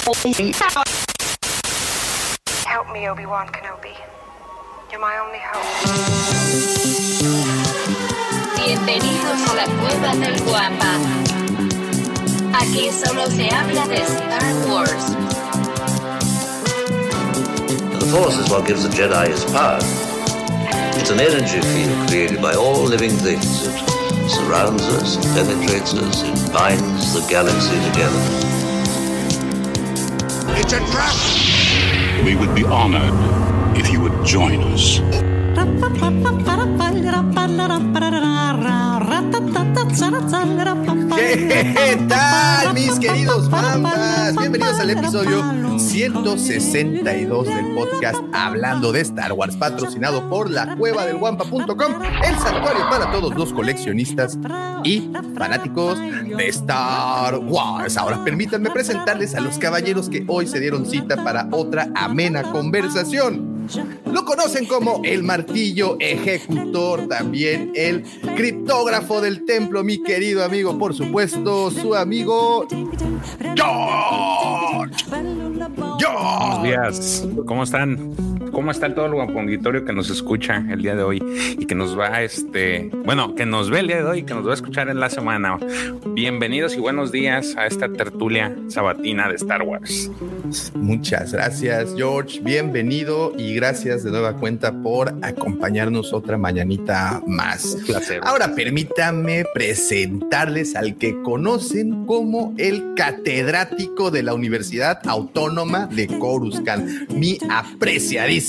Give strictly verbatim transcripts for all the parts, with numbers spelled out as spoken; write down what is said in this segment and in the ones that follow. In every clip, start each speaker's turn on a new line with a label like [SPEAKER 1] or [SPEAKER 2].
[SPEAKER 1] Help me, Obi-Wan Kenobi. You're my only hope.
[SPEAKER 2] Bienvenidos a la Cueva del Guampa. Aquí solo se habla de Star Wars.
[SPEAKER 3] The Force is what gives the Jedi his power. It's an energy field created by all living things. It surrounds us, it penetrates us, it binds the galaxy together.
[SPEAKER 4] It's a trap!
[SPEAKER 5] We would be honored if you would join us.
[SPEAKER 6] ¿Qué tal, mis queridos Bambas? Bienvenidos al episodio ciento sesenta y dos del podcast Hablando de Star Wars, patrocinado por la cueva del guampa punto com, el santuario para todos los coleccionistas y fanáticos de Star Wars. Ahora permítanme presentarles a los caballeros que hoy se dieron cita para otra amena conversación. Lo conocen como el martillo ejecutor, también el criptógrafo del templo, mi querido amigo, por supuesto, su amigo George. George.
[SPEAKER 7] Buenos días, ¿cómo están? ¿Cómo está todo el auditorio que nos escucha el día de hoy y que nos va, este, bueno, que nos ve el día de hoy y que nos va a escuchar en la semana? Bienvenidos y buenos días a esta tertulia sabatina de Star Wars.
[SPEAKER 6] Muchas gracias, George. Bienvenido y gracias de nueva cuenta por acompañarnos otra mañanita más.
[SPEAKER 7] Un placer.
[SPEAKER 6] Ahora permítanme presentarles al que conocen como el catedrático de la Universidad Autónoma de Coruscant, mi apreciadísimo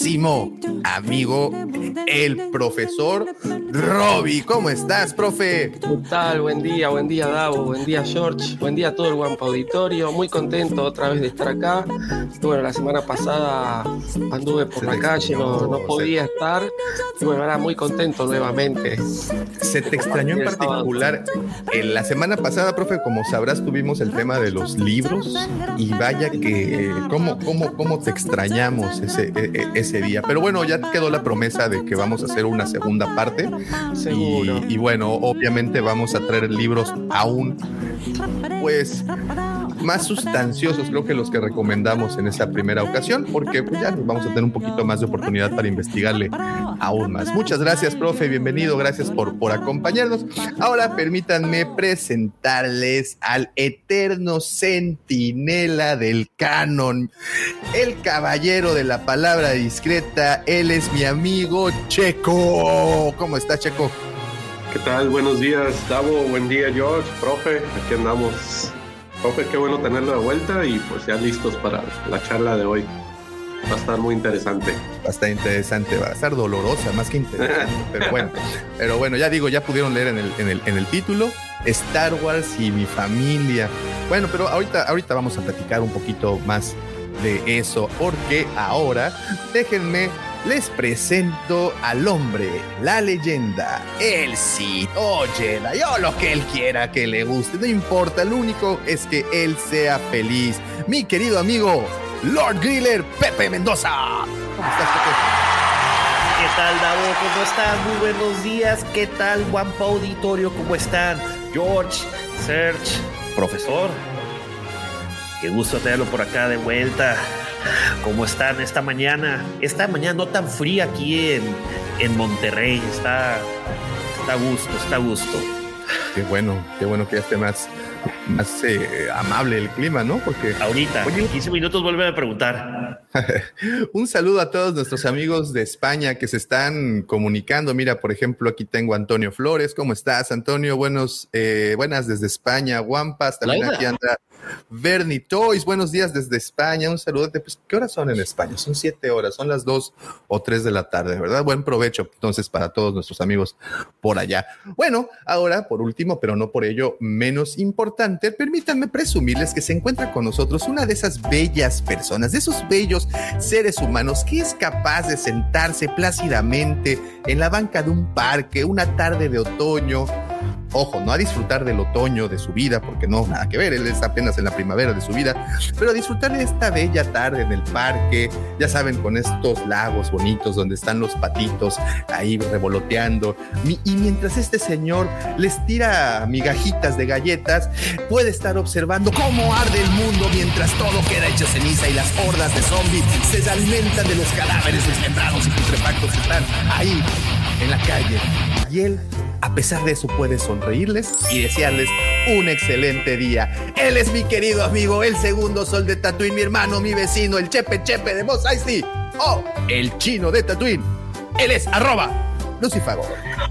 [SPEAKER 6] amigo, el profesor Robbie. ¿Cómo estás, profe?
[SPEAKER 8] ¿Qué tal? Buen día, buen día, Davo, buen día, George, buen día a todo el Guampa Auditorio. Muy contento otra vez de estar acá. Bueno, la semana pasada anduve por la calle, no, no podía estar. Y bueno, ahora muy contento nuevamente.
[SPEAKER 6] Se te extrañó en particular. En la semana pasada, profe, como sabrás, tuvimos el tema de los libros. Y vaya que, ¿cómo, cómo, cómo te extrañamos ese, ese día? Pero bueno, ya quedó la promesa de que vamos a hacer una segunda parte.
[SPEAKER 8] Seguro.
[SPEAKER 6] Y, y bueno, obviamente vamos a traer libros aún, pues, más sustanciosos, creo que los que recomendamos en esa primera ocasión, porque pues, ya vamos a tener un poquito más de oportunidad para investigarle aún más. Muchas gracias, profe, bienvenido, gracias por, por acompañarnos. Ahora permítanme presentarles al eterno centinela del canon, el caballero de la palabra discreta. Él es mi amigo Checo. ¿Cómo está, Checo?
[SPEAKER 9] ¿Qué tal? Buenos días, Davo. Buen día, George. Profe, aquí andamos. Profe, qué bueno tenerlo de vuelta y pues ya listos para la charla de hoy. Va a estar muy interesante.
[SPEAKER 6] Va a estar interesante, va a estar dolorosa, más que interesante. pero bueno, pero bueno, ya digo, ya pudieron leer en el, en el, en el título, Star Wars y mi familia. Bueno, pero ahorita, ahorita vamos a platicar un poquito más de eso, porque ahora déjenme les presento al hombre, la leyenda, el Sith o Jedi, o lo que él quiera que le guste, no importa, lo único es que él sea feliz. Mi querido amigo, Lord Griller, Pepe Mendoza. ¿Cómo estás, Pepe?
[SPEAKER 10] ¿Qué tal, Davo? ¿Cómo están? Muy buenos días. ¿Qué tal, Guampa Auditorio? ¿Cómo están? George, Serge, profesor. Qué gusto tenerlo por acá de vuelta. ¿Cómo están esta mañana? Esta mañana no tan fría aquí en, en Monterrey. Está, está a gusto, está a gusto.
[SPEAKER 6] Qué bueno, qué bueno que ya esté más, más eh, amable el clima, ¿no? Porque
[SPEAKER 10] ahorita, oye, en quince minutos vuelven a preguntar.
[SPEAKER 6] Un saludo a todos nuestros amigos de España que se están comunicando. Mira, por ejemplo, aquí tengo a Antonio Flores. ¿Cómo estás, Antonio? Buenos, eh, buenas desde España. Guampas, también aquí anda Bernie Toys, buenos días desde España, un saludote. Pues, ¿qué horas son en España? Son siete horas, son las dos o tres de la tarde, ¿verdad? Buen provecho entonces para todos nuestros amigos por allá. Bueno, ahora, por último, pero no por ello menos importante, permítanme presumirles que se encuentra con nosotros una de esas bellas personas, de esos bellos seres humanos que es capaz de sentarse plácidamente en la banca de un parque, una tarde de otoño, ojo, no a disfrutar del otoño de su vida, porque no, nada que ver, él es apenas en la primavera de su vida, pero a disfrutar de esta bella tarde en el parque, ya saben, con estos lagos bonitos donde están los patitos ahí revoloteando, y mientras este señor les tira migajitas de galletas, puede estar observando cómo arde el mundo mientras todo queda hecho ceniza y las hordas de zombies se alimentan de los cadáveres desmembrados y putrefactos que están ahí en la calle. Y él, a pesar de eso, puede sonreírles y desearles un excelente día. Él es mi querido amigo, el segundo sol de Tatooine, mi hermano, mi vecino, el Chepe Chepe de Mos Eisley, o el chino de Tatooine. Él es arroba Lucifago.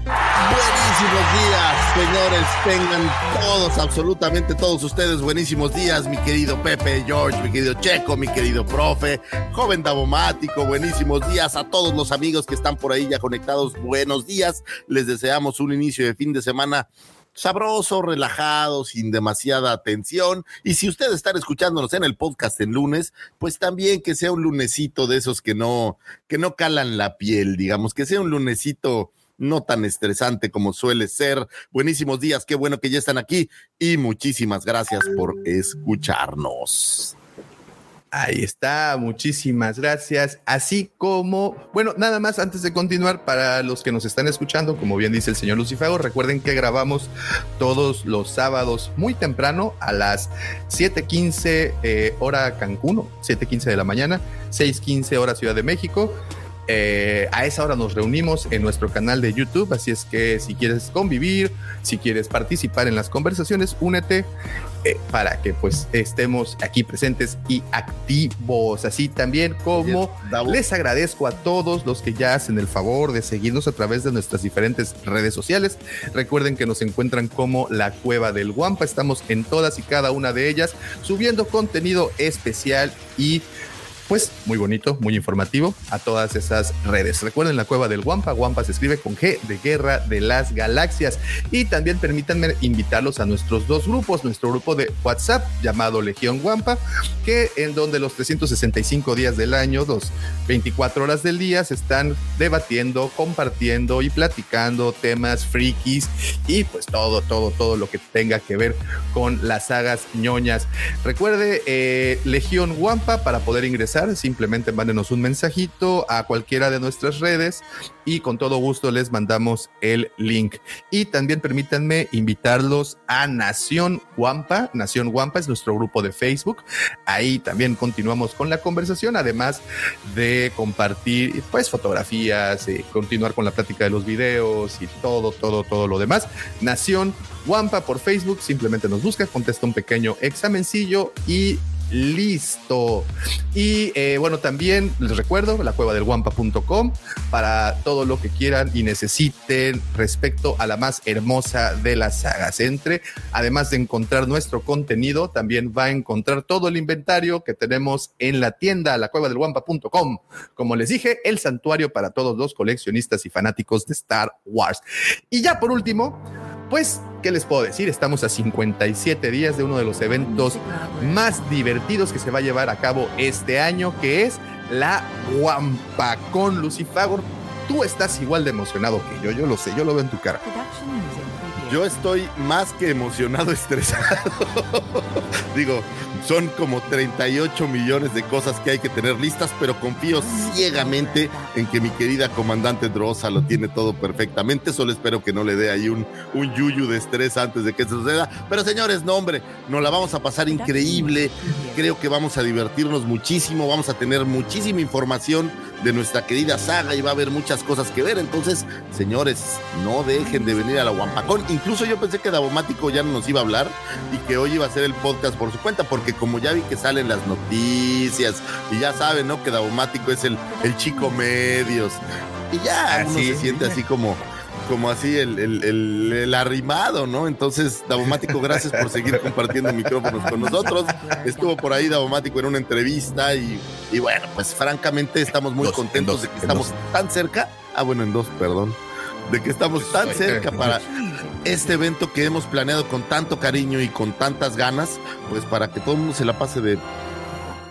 [SPEAKER 4] Buenísimos días, señores. Tengan todos, absolutamente todos ustedes, buenísimos días, mi querido Pepe, George, mi querido Checo, mi querido profe, joven Davomático, buenísimos días a todos los amigos que están por ahí ya conectados. Buenos días. Les deseamos un inicio de fin de semana sabroso, relajado, sin demasiada tensión. Y si ustedes están escuchándonos en el podcast en lunes, pues también que sea un lunesito de esos que no, que no calan la piel, digamos, que sea un lunesito no tan estresante como suele ser. Buenísimos días, qué bueno que ya están aquí y muchísimas gracias por escucharnos.
[SPEAKER 6] Ahí está, muchísimas gracias. Así como, bueno, nada más antes de continuar, para los que nos están escuchando, como bien dice el señor Lucifago, recuerden que grabamos todos los sábados muy temprano a las siete quince eh, hora Cancún, siete quince de la mañana, seis quince hora Ciudad de México. Eh, a esa hora nos reunimos en nuestro canal de YouTube, así es que si quieres convivir, si quieres participar en las conversaciones, únete eh, para que pues estemos aquí presentes y activos. Así también como les agradezco a todos los que ya hacen el favor de seguirnos a través de nuestras diferentes redes sociales. Recuerden que nos encuentran como La Cueva del Wampa, estamos en todas y cada una de ellas subiendo contenido especial y pues muy bonito, muy informativo a todas esas redes. Recuerden La Cueva del Wampa, Wampa se escribe con G de Guerra de las Galaxias. Y también permítanme invitarlos a nuestros dos grupos, nuestro grupo de WhatsApp llamado Legión Wampa, que en donde los trescientos sesenta y cinco días del año, los veinticuatro horas del día, se están debatiendo, compartiendo y platicando temas frikis y pues todo, todo, todo lo que tenga que ver con las sagas ñoñas. Recuerde, eh, Legión Wampa, para poder ingresar, simplemente mándenos un mensajito a cualquiera de nuestras redes y con todo gusto les mandamos el link. Y también permítanme invitarlos a Nación Wampa. Nación Wampa es nuestro grupo de Facebook. Ahí también continuamos con la conversación, además de compartir pues fotografías, y continuar con la plática de los videos y todo, todo, todo lo demás. Nación Wampa por Facebook, simplemente nos busca, contesta un pequeño examencillo y listo. Y eh, bueno, también les recuerdo la cueva del wampa punto com para todo lo que quieran y necesiten respecto a la más hermosa de las sagas. Entre, además de encontrar nuestro contenido, también va a encontrar todo el inventario que tenemos en la tienda la cueva del wampa punto com. Como les dije, el santuario para todos los coleccionistas y fanáticos de Star Wars. Y ya por último, pues, ¿qué les puedo decir? Estamos a cincuenta y siete días de uno de los eventos más divertidos que se va a llevar a cabo este año, que es la WampaCon. Lucifago, tú estás igual de emocionado que yo, yo lo sé, yo lo veo en tu cara.
[SPEAKER 4] Yo estoy más que emocionado, estresado. Digo, son como treinta y ocho millones de cosas que hay que tener listas, pero confío ciegamente en que mi querida comandante Drosa lo tiene todo perfectamente. Solo espero que no le dé ahí un, un yuyu de estrés antes de que se suceda. Pero señores, no hombre, nos la vamos a pasar increíble. Creo que vamos a divertirnos muchísimo. Vamos a tener muchísima información de nuestra querida saga y va a haber muchas cosas que ver. Entonces, señores, no dejen de venir a la WampaCon. Incluso yo pensé que Davomático ya no nos iba a hablar y que hoy iba a hacer el podcast por su cuenta, porque como ya vi que salen las noticias y ya saben, ¿no? Que Davomático es el, el chico medios y ya uno se siente así como como así el, el, el, el arrimado, ¿no? Entonces, Davomático, gracias por seguir compartiendo micrófonos con nosotros. Estuvo por ahí Davomático en una entrevista y, y bueno, pues francamente estamos muy dos, contentos dos, de que estamos dos. tan cerca. Ah, bueno, en dos, perdón. De que estamos tan cerca para este evento que hemos planeado con tanto cariño y con tantas ganas, pues para que todo el mundo se la pase de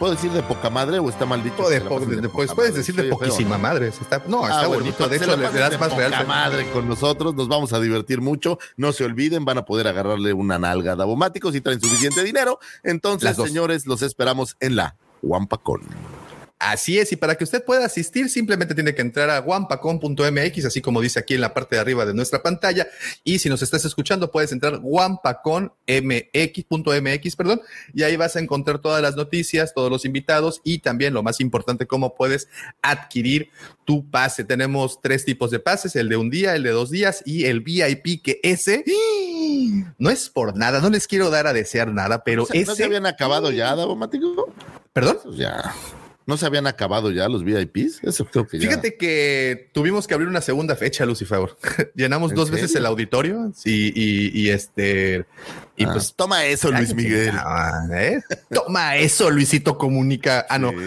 [SPEAKER 4] ¿puedo decir de poca madre o está mal dicho?
[SPEAKER 6] De po, de, de, pues puedes decir de poquísima feo, madre. Está, no, está ah, bueno, bonito. De hecho, le, le das más real.
[SPEAKER 4] Madre con nosotros, nos vamos a divertir mucho. No se olviden, van a poder agarrarle una nalga a Davomático si traen suficiente dinero. Entonces, señores, los esperamos en la WampaCon.
[SPEAKER 6] Así es, y para que usted pueda asistir, simplemente tiene que entrar a wampacon punto m x, así como dice aquí en la parte de arriba de nuestra pantalla. Y si nos estás escuchando, puedes entrar wampacon punto m x, perdón, y ahí vas a encontrar todas las noticias, todos los invitados y también lo más importante, cómo puedes adquirir tu pase. Tenemos tres tipos de pases, el de un día, el de dos días y el V I P, que ese no es por nada, no les quiero dar a desear nada, pero
[SPEAKER 4] ¿No se,
[SPEAKER 6] ese...
[SPEAKER 4] ¿No se habían acabado ya, Davomático?
[SPEAKER 6] ¿Perdón?
[SPEAKER 4] Ya... ¿No se habían acabado ya los V I Ps? Eso creo que ya.
[SPEAKER 6] Fíjate que tuvimos que abrir una segunda fecha, Lucifer. Llenamos dos serio? veces el auditorio y, y, y este... Y
[SPEAKER 4] ah,
[SPEAKER 6] pues
[SPEAKER 4] toma eso, Luis Miguel.
[SPEAKER 6] ¿eh? Toma eso, Luisito Comunica. Ah, no.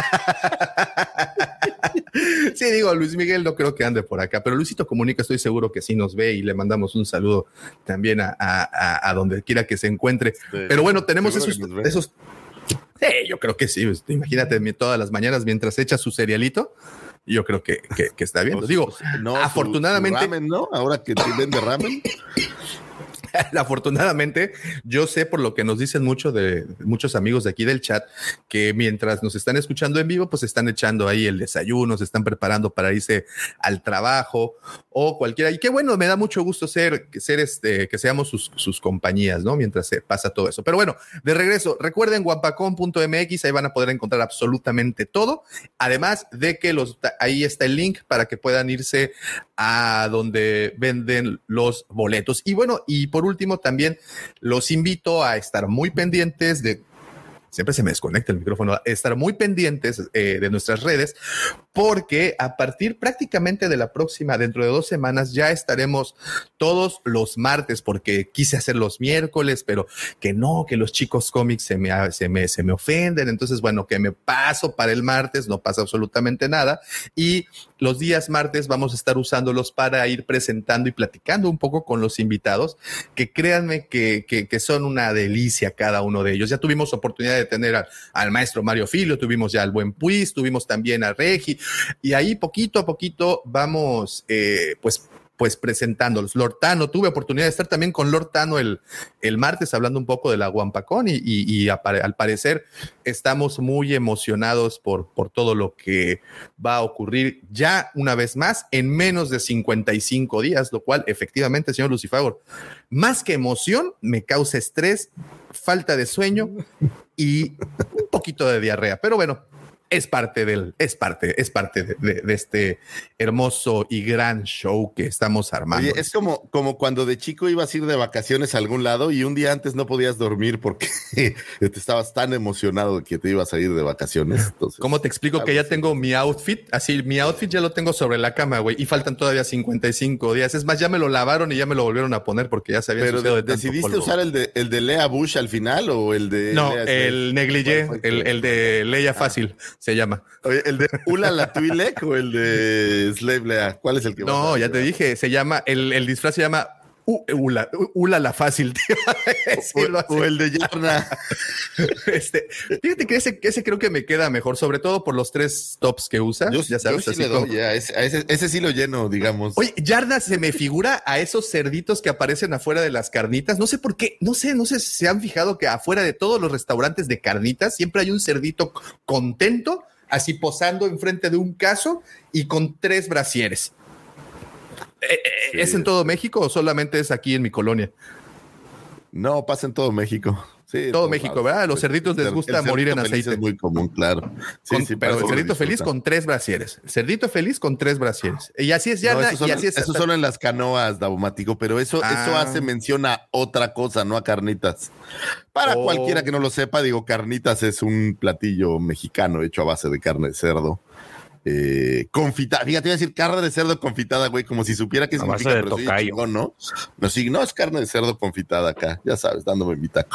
[SPEAKER 6] Sí. Sí, digo, Luis Miguel no creo que ande por acá, pero Luisito Comunica estoy seguro que sí nos ve y le mandamos un saludo también a, a, a, a donde quiera que se encuentre. Sí. Pero bueno, tenemos esos... esos Sí, yo creo que sí. Imagínate todas las mañanas mientras echa su cerealito. Yo creo que, que, que está bien.
[SPEAKER 4] No,
[SPEAKER 6] Digo,
[SPEAKER 4] no,
[SPEAKER 6] afortunadamente.
[SPEAKER 4] Su, su ramen, ¿no? Ahora que te vende ramen.
[SPEAKER 6] Afortunadamente, yo sé por lo que nos dicen mucho de muchos amigos de aquí del chat, que mientras nos están escuchando en vivo, pues están echando ahí el desayuno, se están preparando para irse al trabajo o cualquiera. Y qué bueno, me da mucho gusto ser, ser este, que seamos sus, sus compañías, ¿no? Mientras se pasa todo eso. Pero bueno, de regreso, recuerden wampacon punto m x, ahí van a poder encontrar absolutamente todo. Además de que los, ahí está el link para que puedan irse a donde venden los boletos. Y bueno, y por último, también los invito a estar muy pendientes de... Siempre se me desconecta el micrófono. Estar muy pendientes eh, de nuestras redes, porque a partir prácticamente de la próxima, dentro de dos semanas, ya estaremos todos los martes, porque quise hacer los miércoles, pero que no, que los chicos cómics se me, se me, se me ofenden. Entonces, bueno, que me paso para el martes, no pasa absolutamente nada. Y los días martes vamos a estar usándolos para ir presentando y platicando un poco con los invitados, que créanme que, que, que son una delicia cada uno de ellos. Ya tuvimos oportunidad de tener al, al maestro Mario Filio, tuvimos ya al buen Puis, tuvimos también a Regi, y ahí poquito a poquito vamos eh, pues pues presentándolos. Lord Tano, tuve oportunidad de estar también con Lord Tano el, el martes hablando un poco de la WampaCon y, y, y apare, al parecer estamos muy emocionados por, por todo lo que va a ocurrir ya una vez más en menos de cincuenta y cinco días, lo cual efectivamente, señor Lucifer, más que emoción, me causa estrés, falta de sueño y un poquito de diarrea. Pero bueno, es parte del, es parte, es parte de, de, de este hermoso y gran show que estamos armando.
[SPEAKER 4] Oye, es como, como cuando de chico ibas a ir de vacaciones a algún lado y un día antes no podías dormir porque te estabas tan emocionado de que te ibas a ir de vacaciones. Entonces,
[SPEAKER 6] ¿cómo te explico que ya tengo mi outfit? Así, mi outfit ya lo tengo sobre la cama, güey, y faltan todavía cincuenta y cinco días. Es más, ya me lo lavaron y ya me lo volvieron a poner porque ya se había
[SPEAKER 4] ensuciado de, de ¿decidiste polvo. Usar el de, el de Lea Bush al final o el de...
[SPEAKER 6] No,
[SPEAKER 4] Lea
[SPEAKER 6] el negligé, el, el de Leia Fácil. Ah. Se llama.
[SPEAKER 4] Oye, ¿el de Ula la Twi'lek o el de Slave Lea? ¿Cuál es el que va
[SPEAKER 6] No,
[SPEAKER 4] a
[SPEAKER 6] ya te dije, se llama, el, el disfraz se llama uh, Ula, Ula la Fácil, tío.
[SPEAKER 4] O, o el de Yarna.
[SPEAKER 6] Este, fíjate que ese, ese creo que me queda mejor, sobre todo por los tres tops que usa.
[SPEAKER 4] Yo,
[SPEAKER 6] ya sabes,
[SPEAKER 4] yo sí
[SPEAKER 6] así
[SPEAKER 4] le doy,
[SPEAKER 6] como...
[SPEAKER 4] ya, ese, ese, ese sí lo lleno, digamos.
[SPEAKER 6] Oye, Yarna se me figura a esos cerditos que aparecen afuera de las carnitas. No sé por qué, no sé, no sé si se han fijado que afuera de todos los restaurantes de carnitas siempre hay un cerdito contento, así posando enfrente de un caso y con tres brasieres. Sí. ¿Es en todo México o solamente es aquí en mi colonia?
[SPEAKER 4] No, pasa en todo México. Sí,
[SPEAKER 6] todo México, lados. ¿Verdad? A los cerditos les gusta morir en aceite.
[SPEAKER 4] Es muy común, claro.
[SPEAKER 6] Sí, con, sí, pero el cerdito feliz con tres brasieres. El cerdito feliz con tres brasieres. Y así es Yarna.
[SPEAKER 4] No, y así es. Eso solo en las canoas, Davomático, pero eso, ah. eso hace mención a otra cosa, no a carnitas. Para oh. cualquiera que no lo sepa, digo, carnitas es un platillo mexicano hecho a base de carne de cerdo. Eh, confitada, fíjate, iba a decir carne de cerdo confitada, güey, como si supiera qué
[SPEAKER 7] a
[SPEAKER 4] significa,
[SPEAKER 7] base de
[SPEAKER 4] pero
[SPEAKER 7] tocayo.
[SPEAKER 4] Chingón, ¿no? No, sí, no es carne de cerdo confitada acá, ya sabes, dándome mi taco.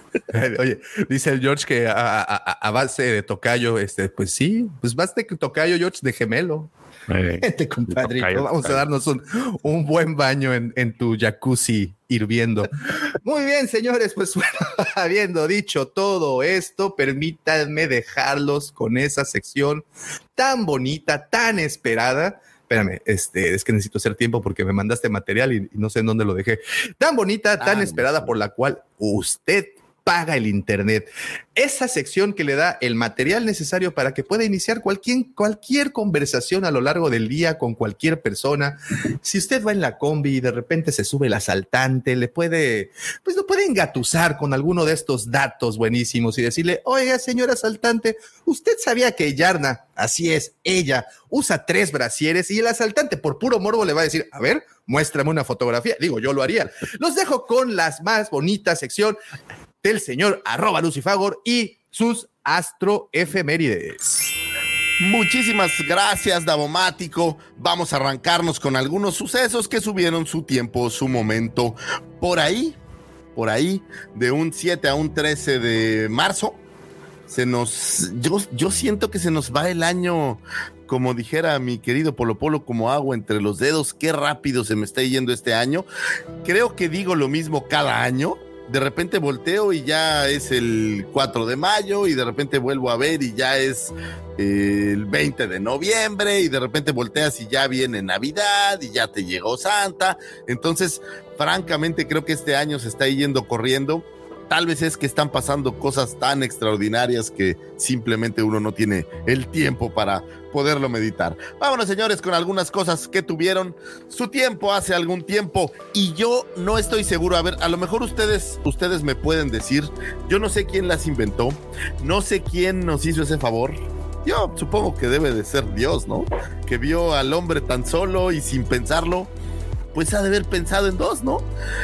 [SPEAKER 6] Oye, dice el George que a, a, a base de tocayo, este, pues sí, pues basta de tocayo, George, de gemelo.
[SPEAKER 7] Eh,
[SPEAKER 6] Este compadrito,
[SPEAKER 7] tocayo,
[SPEAKER 6] vamos
[SPEAKER 7] tocayo.
[SPEAKER 6] a darnos un, un buen baño en, en tu jacuzzi hirviendo. Muy bien, señores, pues bueno, habiendo dicho todo esto, permítanme dejarlos con esa sección tan bonita, tan esperada. Espérame, este, es que necesito hacer tiempo porque me mandaste material y, y no sé en dónde lo dejé. Tan bonita, tan
[SPEAKER 4] Ah,
[SPEAKER 6] esperada,
[SPEAKER 4] no.
[SPEAKER 6] por la cual usted paga el internet. Esa sección que le da el material necesario para que pueda iniciar cualquier, cualquier conversación a lo largo del día con cualquier persona. Si usted va en la combi y de repente se sube el asaltante, le puede, pues lo puede engatusar con alguno de estos datos buenísimos y decirle, oiga, señor asaltante, ¿usted sabía que Yarna, así es, ella, usa tres brasieres? Y el asaltante por puro morbo le va a decir, a ver, muéstrame una fotografía. Digo, yo lo haría. Los dejo con las más bonitas sección del señor arroba Lucifagor y sus astroefemérides.
[SPEAKER 4] Muchísimas gracias, Davomático. Vamos a arrancarnos con algunos sucesos que subieron su tiempo, su momento. Por ahí, por ahí, de un siete a un trece de marzo, se nos, yo, yo siento que se nos va el año, como dijera mi querido Polo Polo, como agua entre los dedos. Qué rápido se me está yendo este año. Creo que digo lo mismo cada año. De repente volteo y ya es el cuatro de mayo y de repente vuelvo a ver y ya es eh, el veinte de noviembre y de repente volteas y ya viene Navidad y ya te llegó Santa. Entonces, francamente, creo que este año se está yendo corriendo. Tal vez es que están pasando cosas tan extraordinarias que simplemente uno no tiene el tiempo para poderlo meditar. Vámonos, señores, con algunas cosas que tuvieron su tiempo hace algún tiempo y yo no estoy seguro. A ver, a lo mejor ustedes, ustedes me pueden decir, yo no sé quién las inventó, no sé quién nos hizo ese favor. Yo supongo que debe de ser Dios, ¿no? Que vio al hombre tan solo y sin pensarlo, pues ha de haber pensado en dos, ¿no?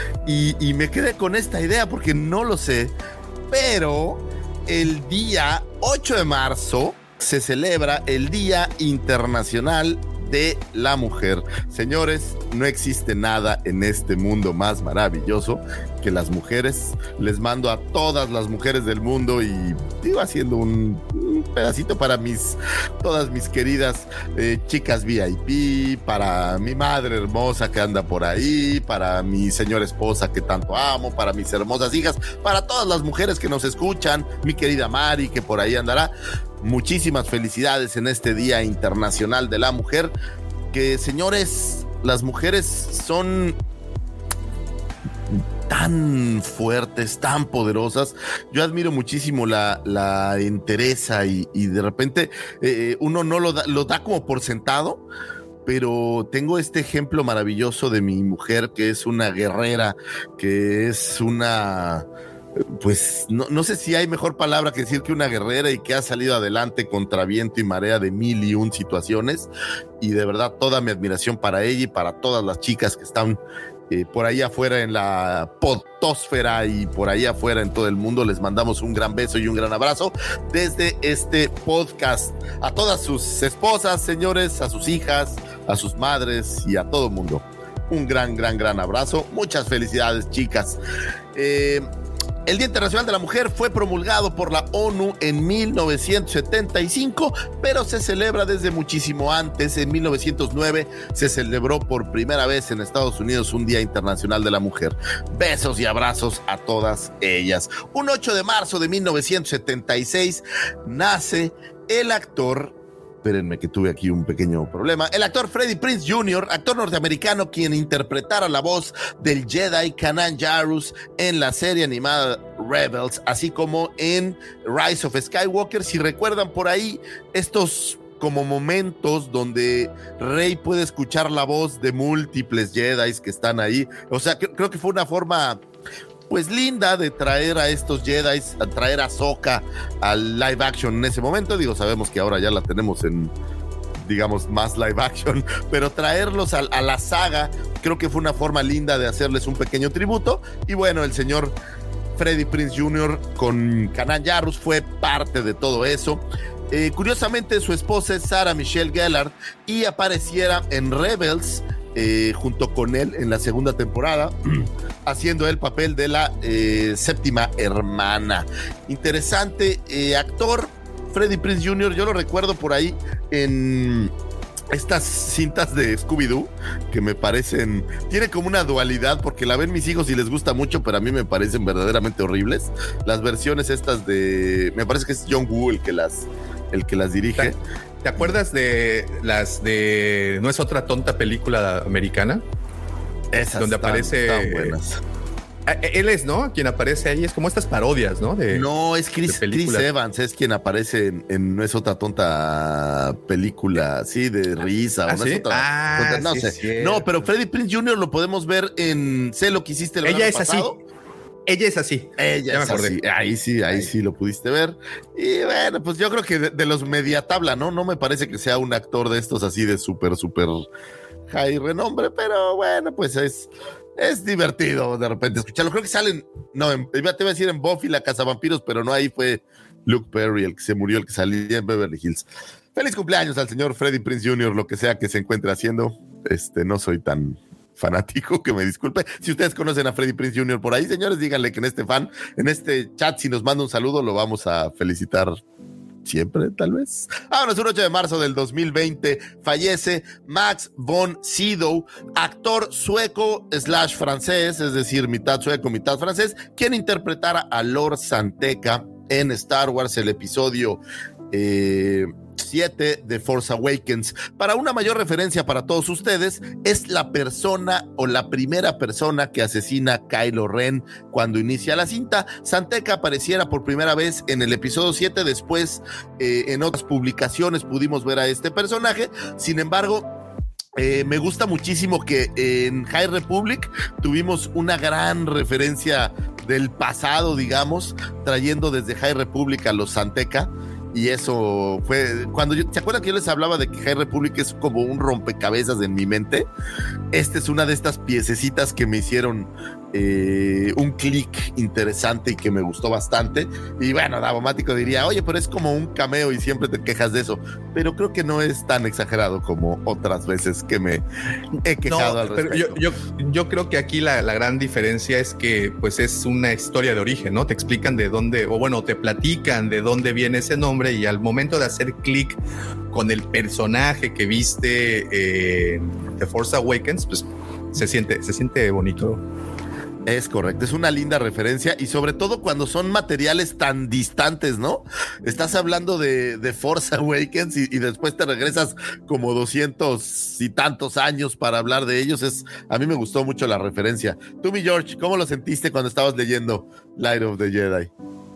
[SPEAKER 4] Y, y me quedé con esta idea porque no lo sé, pero el día ocho de marzo se celebra el Día Internacional de la Mujer. Señores, no existe nada en este mundo más maravilloso que las mujeres. Les mando a todas las mujeres del mundo y digo haciendo un, un pedacito para mis, todas mis queridas eh, chicas V I P, para mi madre hermosa que anda por ahí, para mi señora esposa que tanto amo, para mis hermosas hijas, para todas las mujeres que nos escuchan, mi querida Mari que por ahí andará. Muchísimas felicidades en este Día Internacional de la Mujer, que, señores, las mujeres son tan fuertes, tan poderosas. Yo admiro muchísimo la, la entereza y, y de repente eh, uno no lo da, lo da como por sentado, pero tengo este ejemplo maravilloso de mi mujer, que es una guerrera, que es una... Pues no, no sé si hay mejor palabra que decir que una guerrera y que ha salido adelante contra viento y marea de mil y un situaciones, y de verdad toda mi admiración para ella y para todas las chicas que están eh, por ahí afuera en la podosfera y por ahí afuera en todo el mundo. Les mandamos un gran beso y un gran abrazo desde este podcast a todas sus esposas, señores, a sus hijas, a sus madres y a todo el mundo. Un gran, gran, gran abrazo. Muchas felicidades, chicas. Eh, El Día Internacional de la Mujer fue promulgado por la ONU en mil novecientos setenta y cinco, pero se celebra desde muchísimo antes. En mil novecientos nueve se celebró por primera vez en Estados Unidos un Día Internacional de la Mujer. Besos y abrazos a todas ellas. Un ocho de marzo de mil novecientos setenta y seis nace el actor... Espérenme que tuve aquí un pequeño problema. El actor Freddie Prinze junior, actor norteamericano quien interpretara la voz del Jedi Kanan Jarrus en la serie animada Rebels, así como en Rise of Skywalker. Si recuerdan por ahí estos como momentos donde Rey puede escuchar la voz de múltiples Jedis que están ahí. O sea, que, creo que fue una forma... pues linda de traer a estos Jedi, a traer a Ahsoka al live action en ese momento. Digo, sabemos que ahora ya la tenemos en, digamos, más live action, pero traerlos a, a la saga, creo que fue una forma linda de hacerles un pequeño tributo. Y bueno, el señor Freddie Prinze junior con Kanan Jarrus fue parte de todo eso. Eh, curiosamente, su esposa es Sarah Michelle Gellar y apareciera en Rebels eh, junto con él en la segunda temporada, haciendo el papel de la eh, séptima hermana. Interesante eh, actor, Freddie Prinze junior Yo lo recuerdo por ahí en estas cintas de Scooby-Doo que me parecen, tiene como una dualidad porque la ven mis hijos y les gusta mucho, pero a mí me parecen verdaderamente horribles. Las versiones estas de, me parece que es John Woo el que las, el que las dirige.
[SPEAKER 6] ¿Te acuerdas de las de No es otra tonta película americana?
[SPEAKER 4] Esas
[SPEAKER 6] donde
[SPEAKER 4] están,
[SPEAKER 6] aparece
[SPEAKER 4] están buenas.
[SPEAKER 6] Él es, ¿no? Quien aparece ahí. Es como estas parodias, ¿no? De,
[SPEAKER 4] no, es Chris, Chris Evans, es quien aparece en, en No es otra tonta película, sí, de risa.
[SPEAKER 6] ¿Ah,
[SPEAKER 4] o no
[SPEAKER 6] sí?
[SPEAKER 4] es otra,
[SPEAKER 6] ah,
[SPEAKER 4] tonta, no
[SPEAKER 6] sí
[SPEAKER 4] sé. No, pero Freddie Prinze junior lo podemos ver en Sé lo que hiciste el
[SPEAKER 6] Ella
[SPEAKER 4] año
[SPEAKER 6] es
[SPEAKER 4] pasado.
[SPEAKER 6] así. Ella es así.
[SPEAKER 4] Ella es así. Ahí sí, ahí sí lo pudiste ver. Y bueno, pues yo creo que de, de los media tabla, ¿no? No me parece que sea un actor de estos así de súper, súper high renombre, pero bueno, pues es... Es divertido de repente escucharlo. Creo que salen, no, en, te iba a decir en Buffy la Cazavampiros, pero no, ahí fue Luke Perry el que se murió, el que salía en Beverly Hills. Feliz cumpleaños al señor Freddie Prinze junior, lo que sea que se encuentre haciendo. Este, no soy tan fanático, que me disculpe. Si ustedes conocen a Freddie Prinze junior por ahí, señores, díganle que en este fan, en este chat, si nos manda un saludo, lo vamos a felicitar siempre, tal vez. Vámonos, un ocho de marzo del dos mil veinte fallece Max von Sydow, actor sueco slash francés, es decir, mitad sueco, mitad francés, quien interpretara a Lord Santeca en Star Wars, el episodio eh, siete de Force Awakens. Para una mayor referencia para todos ustedes, es la persona o la primera persona que asesina a Kylo Ren cuando inicia la cinta. Santeca apareciera por primera vez en el episodio siete, después eh, en otras publicaciones pudimos ver a este personaje. Sin embargo, Eh, me gusta muchísimo que en High Republic tuvimos una gran referencia del pasado, digamos, trayendo desde High Republic a los Santeca. Y eso fue cuando yo, ¿se acuerdan que yo les hablaba de que High Republic es como un rompecabezas en mi mente? Esta es una de estas piececitas que me hicieron eh, un clic interesante y que me gustó bastante. Y bueno, Davomático diría, oye, pero es como un cameo y siempre te quejas de eso. Pero creo que no es tan exagerado como otras veces que me he quejado
[SPEAKER 6] no,
[SPEAKER 4] al respecto.
[SPEAKER 6] Pero yo, yo, yo creo que aquí la, la gran diferencia es que pues es una historia de origen, ¿no? Te explican de dónde, o bueno, te platican de dónde viene ese nombre, y al momento de hacer clic con el personaje que viste eh, The Force Awakens, pues se siente, se siente bonito.
[SPEAKER 4] Es correcto, es una linda referencia y sobre todo cuando son materiales tan distantes, ¿no? Estás hablando de, de Force Awakens y, y después te regresas como doscientos y tantos años para hablar de ellos. Es, a mí me gustó mucho la referencia. Tú, mi George, ¿cómo lo sentiste cuando estabas leyendo Light of the Jedi?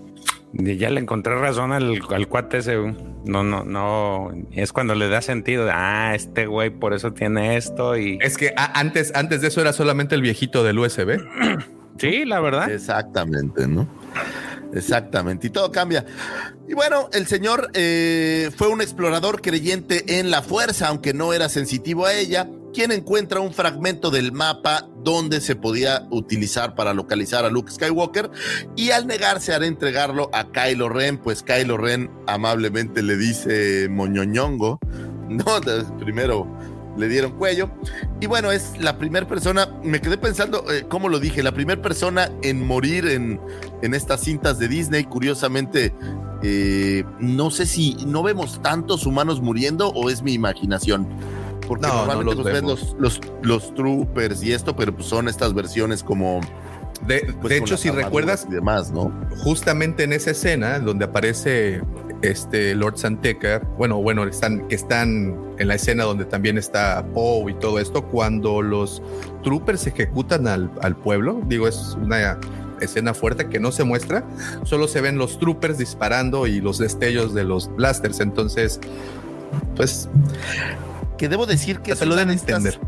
[SPEAKER 7] Ya le encontré razón al, al cuate ese. No, no, no. Es cuando le da sentido. Ah, este güey por eso tiene esto. Y
[SPEAKER 6] es que a, antes, antes de eso era solamente el viejito del U S B.
[SPEAKER 7] Sí, la verdad.
[SPEAKER 4] Exactamente, ¿no? Exactamente. Y todo cambia. Y bueno, el señor eh, fue un explorador creyente en la fuerza, aunque no era sensitivo a ella, quien encuentra un fragmento del mapa donde se podía utilizar para localizar a Luke Skywalker, y al negarse a entregarlo a Kylo Ren, pues Kylo Ren amablemente le dice moñoñongo, no, primero le dieron cuello, y bueno, es la primera persona, me quedé pensando, eh, ¿cómo lo dije? La primera persona en morir en, en estas cintas de Disney, curiosamente, eh, no sé si no vemos tantos humanos muriendo o es mi imaginación. Porque
[SPEAKER 6] no,
[SPEAKER 4] normalmente
[SPEAKER 6] no los,
[SPEAKER 4] los ven los, los, los troopers y esto, pero pues son estas versiones como...
[SPEAKER 6] De,
[SPEAKER 4] pues,
[SPEAKER 6] de hecho, si recuerdas,
[SPEAKER 4] y demás, ¿no?
[SPEAKER 6] Justamente en esa escena donde aparece este Lord Santeca, bueno, bueno, están, que están en la escena donde también está Poe y todo esto, cuando los troopers ejecutan al, al pueblo, digo, es una escena fuerte que no se muestra, solo se ven los troopers disparando y los destellos de los blasters, entonces, pues...
[SPEAKER 4] Que debo decir que
[SPEAKER 6] se lo den a entender.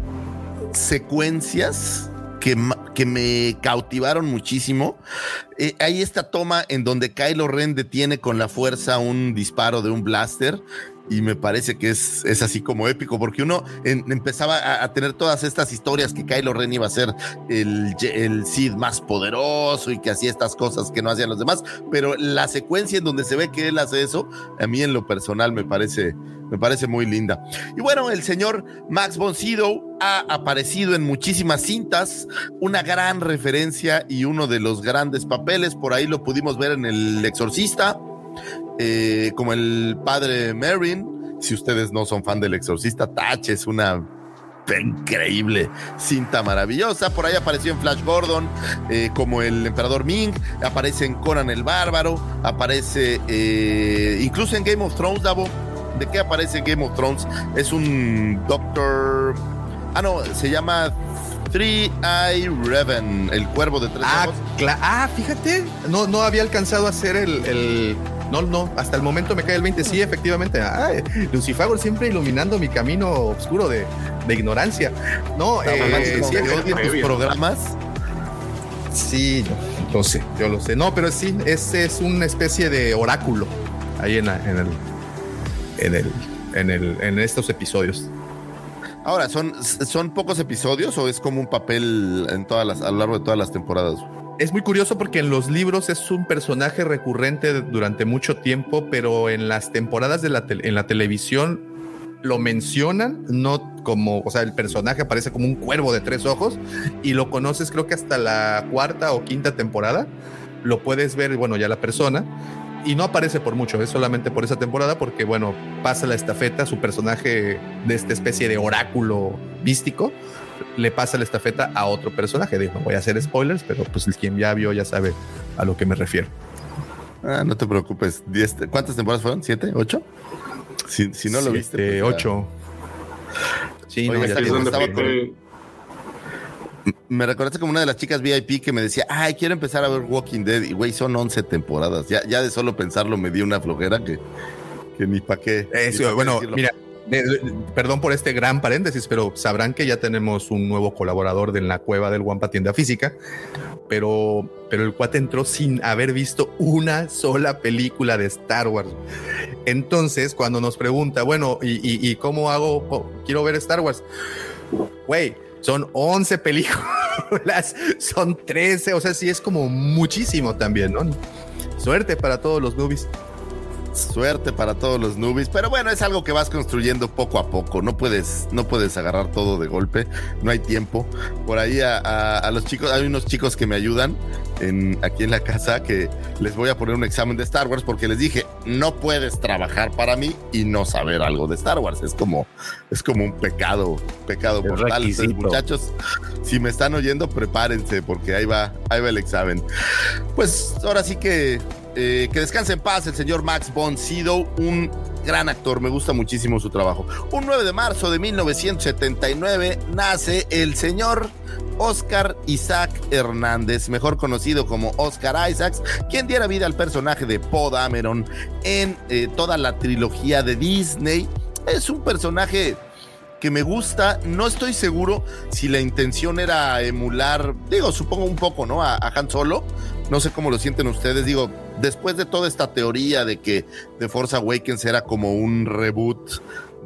[SPEAKER 4] Secuencias que, que me cautivaron muchísimo. Eh, hay esta toma en donde Kylo Ren detiene con la fuerza un disparo de un blaster y me parece que es, es así como épico, porque uno en, empezaba a, a tener todas estas historias que Kylo Ren iba a ser el, el Sith más poderoso y que hacía estas cosas que no hacían los demás, pero la secuencia en donde se ve que él hace eso, a mí en lo personal me parece, me parece muy linda. Y bueno, el señor Max von Sydow ha aparecido en muchísimas cintas, una gran referencia y uno de los grandes papeles, por ahí lo pudimos ver en El Exorcista, eh, como el padre Merrin. Si ustedes no son fan del Exorcista, tache, es una increíble cinta maravillosa. Por ahí apareció en Flash Gordon eh, como el emperador Ming, aparece en Conan el Bárbaro, aparece eh, incluso en Game of Thrones, Davo. ¿De qué aparece en Game of Thrones? Es un doctor... Ah, no, se llama Three Eye Raven, el cuervo de tres
[SPEAKER 6] ah,
[SPEAKER 4] ojos.
[SPEAKER 6] Cla- ah, fíjate, no, no había alcanzado a hacer el, el... No, no, hasta el momento me cae el veinte. Sí, efectivamente. Ah, Lucifagor siempre iluminando mi camino oscuro de, de ignorancia. No,
[SPEAKER 4] no
[SPEAKER 6] eh, sí,
[SPEAKER 4] odio tus programas.
[SPEAKER 6] Sí, yo lo sé, yo lo sé. No, pero sí, ese es una especie de oráculo ahí en, la, en el, en el, en el, en estos episodios.
[SPEAKER 4] Ahora, ¿son, ¿son pocos episodios o es como un papel en todas las, a lo largo de todas las temporadas?
[SPEAKER 6] Es muy curioso porque en los libros es un personaje recurrente durante mucho tiempo, pero en las temporadas de la te- en la televisión lo mencionan, no como, o sea, el personaje aparece como un cuervo de tres ojos y lo conoces creo que hasta la cuarta o quinta temporada, lo puedes ver, bueno, ya la persona, y no aparece por mucho, es solamente por esa temporada porque, bueno, pasa la estafeta, su personaje de esta especie de oráculo místico, le pasa la estafeta a otro personaje. Digo, no voy a hacer spoilers, pero pues quien ya vio ya sabe a lo que me refiero.
[SPEAKER 4] Ah, no te preocupes. Diez, ¿cuántas temporadas fueron? ¿Siete? ¿Ocho? Si, si no lo
[SPEAKER 6] Siete,
[SPEAKER 4] viste. Pues,
[SPEAKER 6] ocho. Sí,
[SPEAKER 4] Oye,
[SPEAKER 6] no, ya
[SPEAKER 4] estaba
[SPEAKER 9] donde
[SPEAKER 4] con...
[SPEAKER 9] fue...
[SPEAKER 4] Me recordaste como una de las chicas V I P que me decía, ay, quiero empezar a ver Walking Dead. Y güey, son once temporadas. Ya, ya de solo pensarlo me dio una flojera que, que ni pa' qué.
[SPEAKER 6] Eso,
[SPEAKER 4] ni pa'
[SPEAKER 6] bueno,
[SPEAKER 4] qué
[SPEAKER 6] mira, de, de, perdón por este gran paréntesis, pero sabrán que ya tenemos un nuevo colaborador de en la cueva del Wampa Tienda Física, pero, pero el cuate entró sin haber visto una sola película de Star Wars. Entonces, cuando nos pregunta, bueno, ¿y, y, y cómo hago? Oh, quiero ver Star Wars. Güey, son once películas, son trece, o sea, sí es como muchísimo también, ¿no? Suerte para todos los newbies.
[SPEAKER 4] Suerte para todos los newbies, pero bueno, es algo que vas construyendo poco a poco, no puedes, no puedes agarrar todo de golpe, no hay tiempo. Por ahí a, a, a los chicos, hay unos chicos que me ayudan en, aquí en la casa que les voy a poner un examen de Star Wars porque les dije, no puedes trabajar para mí y no saber algo de Star Wars, es como, es como un pecado, pecado mortal. Entonces, muchachos, si me están oyendo, prepárense porque ahí va, ahí va el examen. Pues ahora sí que Eh, que descanse en paz el señor Max von Sydow, un gran actor, me gusta muchísimo su trabajo. Un nueve de marzo de mil novecientos setenta y nueve nace el señor Oscar Isaac Hernández, mejor conocido como Oscar Isaacs, quien diera vida al personaje de Poe Dameron en eh, toda la trilogía de Disney. Es un personaje que me gusta, no estoy seguro si la intención era emular, digo, supongo un poco, ¿no? A, a Han Solo, no sé cómo lo sienten ustedes, digo, después de toda esta teoría de que The Force Awakens era como un reboot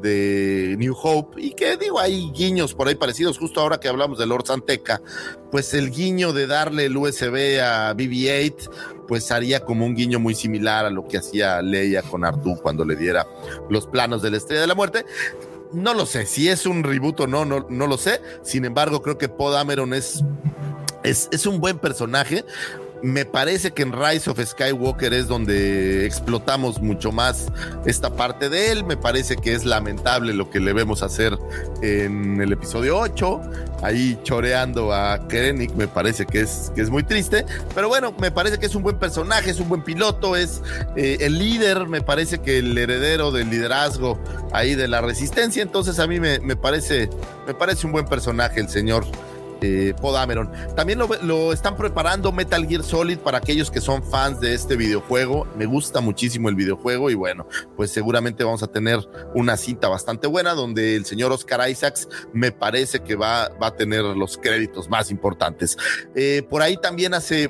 [SPEAKER 4] de New Hope, y que digo, hay guiños por ahí parecidos, justo ahora que hablamos de Lord Santeca, pues el guiño de darle el U S B a B B ocho, pues haría como un guiño muy similar a lo que hacía Leia con Artú cuando le diera los planos de la Estrella de la Muerte. No lo sé, si es un reboot o no, no, no lo sé. Sin embargo, creo que Poe Dameron es, es, es un buen personaje. Me parece que en Rise of Skywalker es donde explotamos mucho más esta parte de él. Me parece que es lamentable lo que le vemos hacer en el episodio ocho, ahí choreando a Krennic. Me parece que es, que es muy triste, pero bueno, me parece que es un buen personaje, es un buen piloto, es eh, el líder, me parece que el heredero del liderazgo ahí de la resistencia. Entonces a mí me, me parece me parece un buen personaje el señor Eh, Poe Dameron. También lo, lo están preparando Metal Gear Solid para aquellos que son fans de este videojuego. Me gusta muchísimo el videojuego y bueno, pues seguramente vamos a tener una cinta bastante buena donde el señor Oscar Isaacs me parece que va, va a tener los créditos más importantes. Eh, por ahí también hace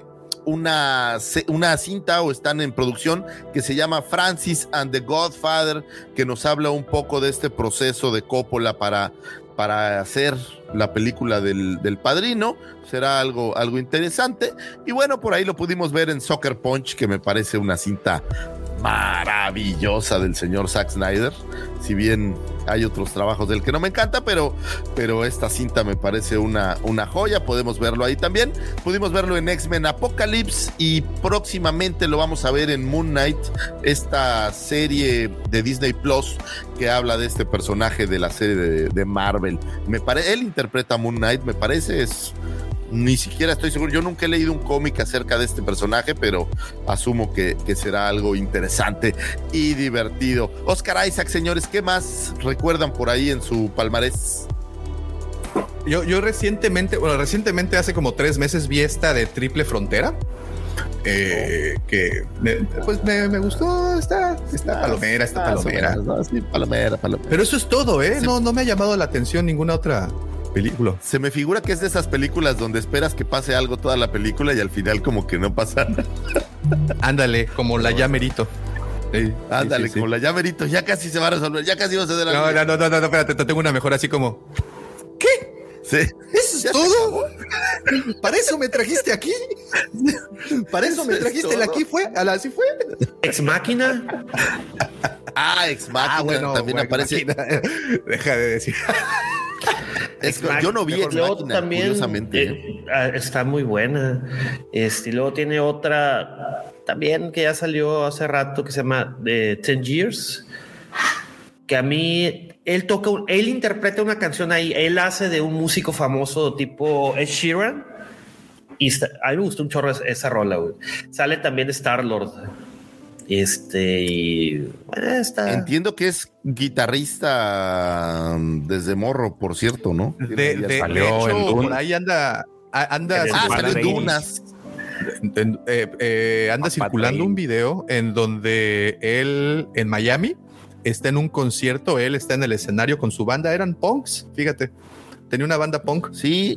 [SPEAKER 4] una, una cinta o están en producción que se llama Francis and the Godfather, que nos habla un poco de este proceso de Coppola para, para hacer la película del, del Padrino. Será algo, algo interesante. Y bueno, por ahí lo pudimos ver en Sucker Punch, que me parece una cinta maravillosa del señor Zack Snyder. Si bien hay otros trabajos del que no me encanta, pero, pero esta cinta me parece una, una joya. Podemos verlo ahí también. Pudimos verlo en X-Men Apocalypse y próximamente lo vamos a ver en Moon Knight, esta serie de Disney Plus que habla de este personaje de la serie de, de Marvel. Me parece, él interpreta a Moon Knight, me parece, es... Ni siquiera estoy seguro, yo nunca he leído un cómic acerca de este personaje, pero asumo que, que será algo interesante y divertido. Oscar Isaac, señores, ¿qué más recuerdan por ahí en su palmarés?
[SPEAKER 6] Yo, yo recientemente, bueno, recientemente hace como tres meses vi esta de Triple Frontera. Eh, que me, pues me, me gustó, está, está palomera, está palomera.
[SPEAKER 4] No, sí, palomera, palomera.
[SPEAKER 6] Pero eso es todo, ¿eh?
[SPEAKER 4] Sí.
[SPEAKER 6] No, no me ha llamado la atención ninguna otra película.
[SPEAKER 4] Se me figura que es de esas películas donde esperas que pase algo toda la película y al final como que no pasa nada.
[SPEAKER 6] Ándale, como la ya merito. Sí,
[SPEAKER 4] Ándale,
[SPEAKER 6] sí, sí,
[SPEAKER 4] como
[SPEAKER 6] sí.
[SPEAKER 4] la ya merito, ya casi se va a resolver, ya casi va a ceder
[SPEAKER 6] No,
[SPEAKER 4] algo.
[SPEAKER 6] no, no, no, no, espérate, te tengo una mejor así como. ¿Qué?
[SPEAKER 4] Sí.
[SPEAKER 6] ¿Eso es todo? ¿Para eso me trajiste aquí? ¿Para eso me trajiste la aquí fue? ¿A la así fue?
[SPEAKER 10] Ex Máquina.
[SPEAKER 4] Ah, Ex Máquina,
[SPEAKER 6] Ah, bueno,
[SPEAKER 4] también
[SPEAKER 6] bueno,
[SPEAKER 4] aparece.
[SPEAKER 6] Máquina. Deja de decir.
[SPEAKER 4] Es que yo no vi Ex
[SPEAKER 10] Luego
[SPEAKER 4] Máquina,
[SPEAKER 10] también
[SPEAKER 4] curiosamente.
[SPEAKER 10] eh, ah, está muy buena. Este, y luego tiene otra también que ya salió hace rato que se llama de Ten Years. Que a mí él toca, un- él interpreta una canción ahí. Él hace de un músico famoso tipo Ed Sheeran. Y está- a mí me gustó un chorro esa, esa rola, güey. Sale también Star Lord. Este, y bueno, está.
[SPEAKER 4] Entiendo que es guitarrista um, desde morro, por cierto, ¿no?
[SPEAKER 6] De,
[SPEAKER 4] Tiene
[SPEAKER 6] de-
[SPEAKER 4] ahí
[SPEAKER 6] de
[SPEAKER 7] salió
[SPEAKER 6] hecho,
[SPEAKER 7] en Dune.
[SPEAKER 6] por ahí anda, a- anda,
[SPEAKER 10] En el
[SPEAKER 4] Ah,
[SPEAKER 7] Pat
[SPEAKER 4] salió en
[SPEAKER 7] Train.
[SPEAKER 4] Dunas.
[SPEAKER 6] en- eh, eh, anda
[SPEAKER 7] Pat
[SPEAKER 6] circulando
[SPEAKER 7] Train.
[SPEAKER 6] un video en donde él en Miami está en un concierto, él está en el escenario con su banda, eran punks, fíjate, tenía una banda punk.
[SPEAKER 4] Sí,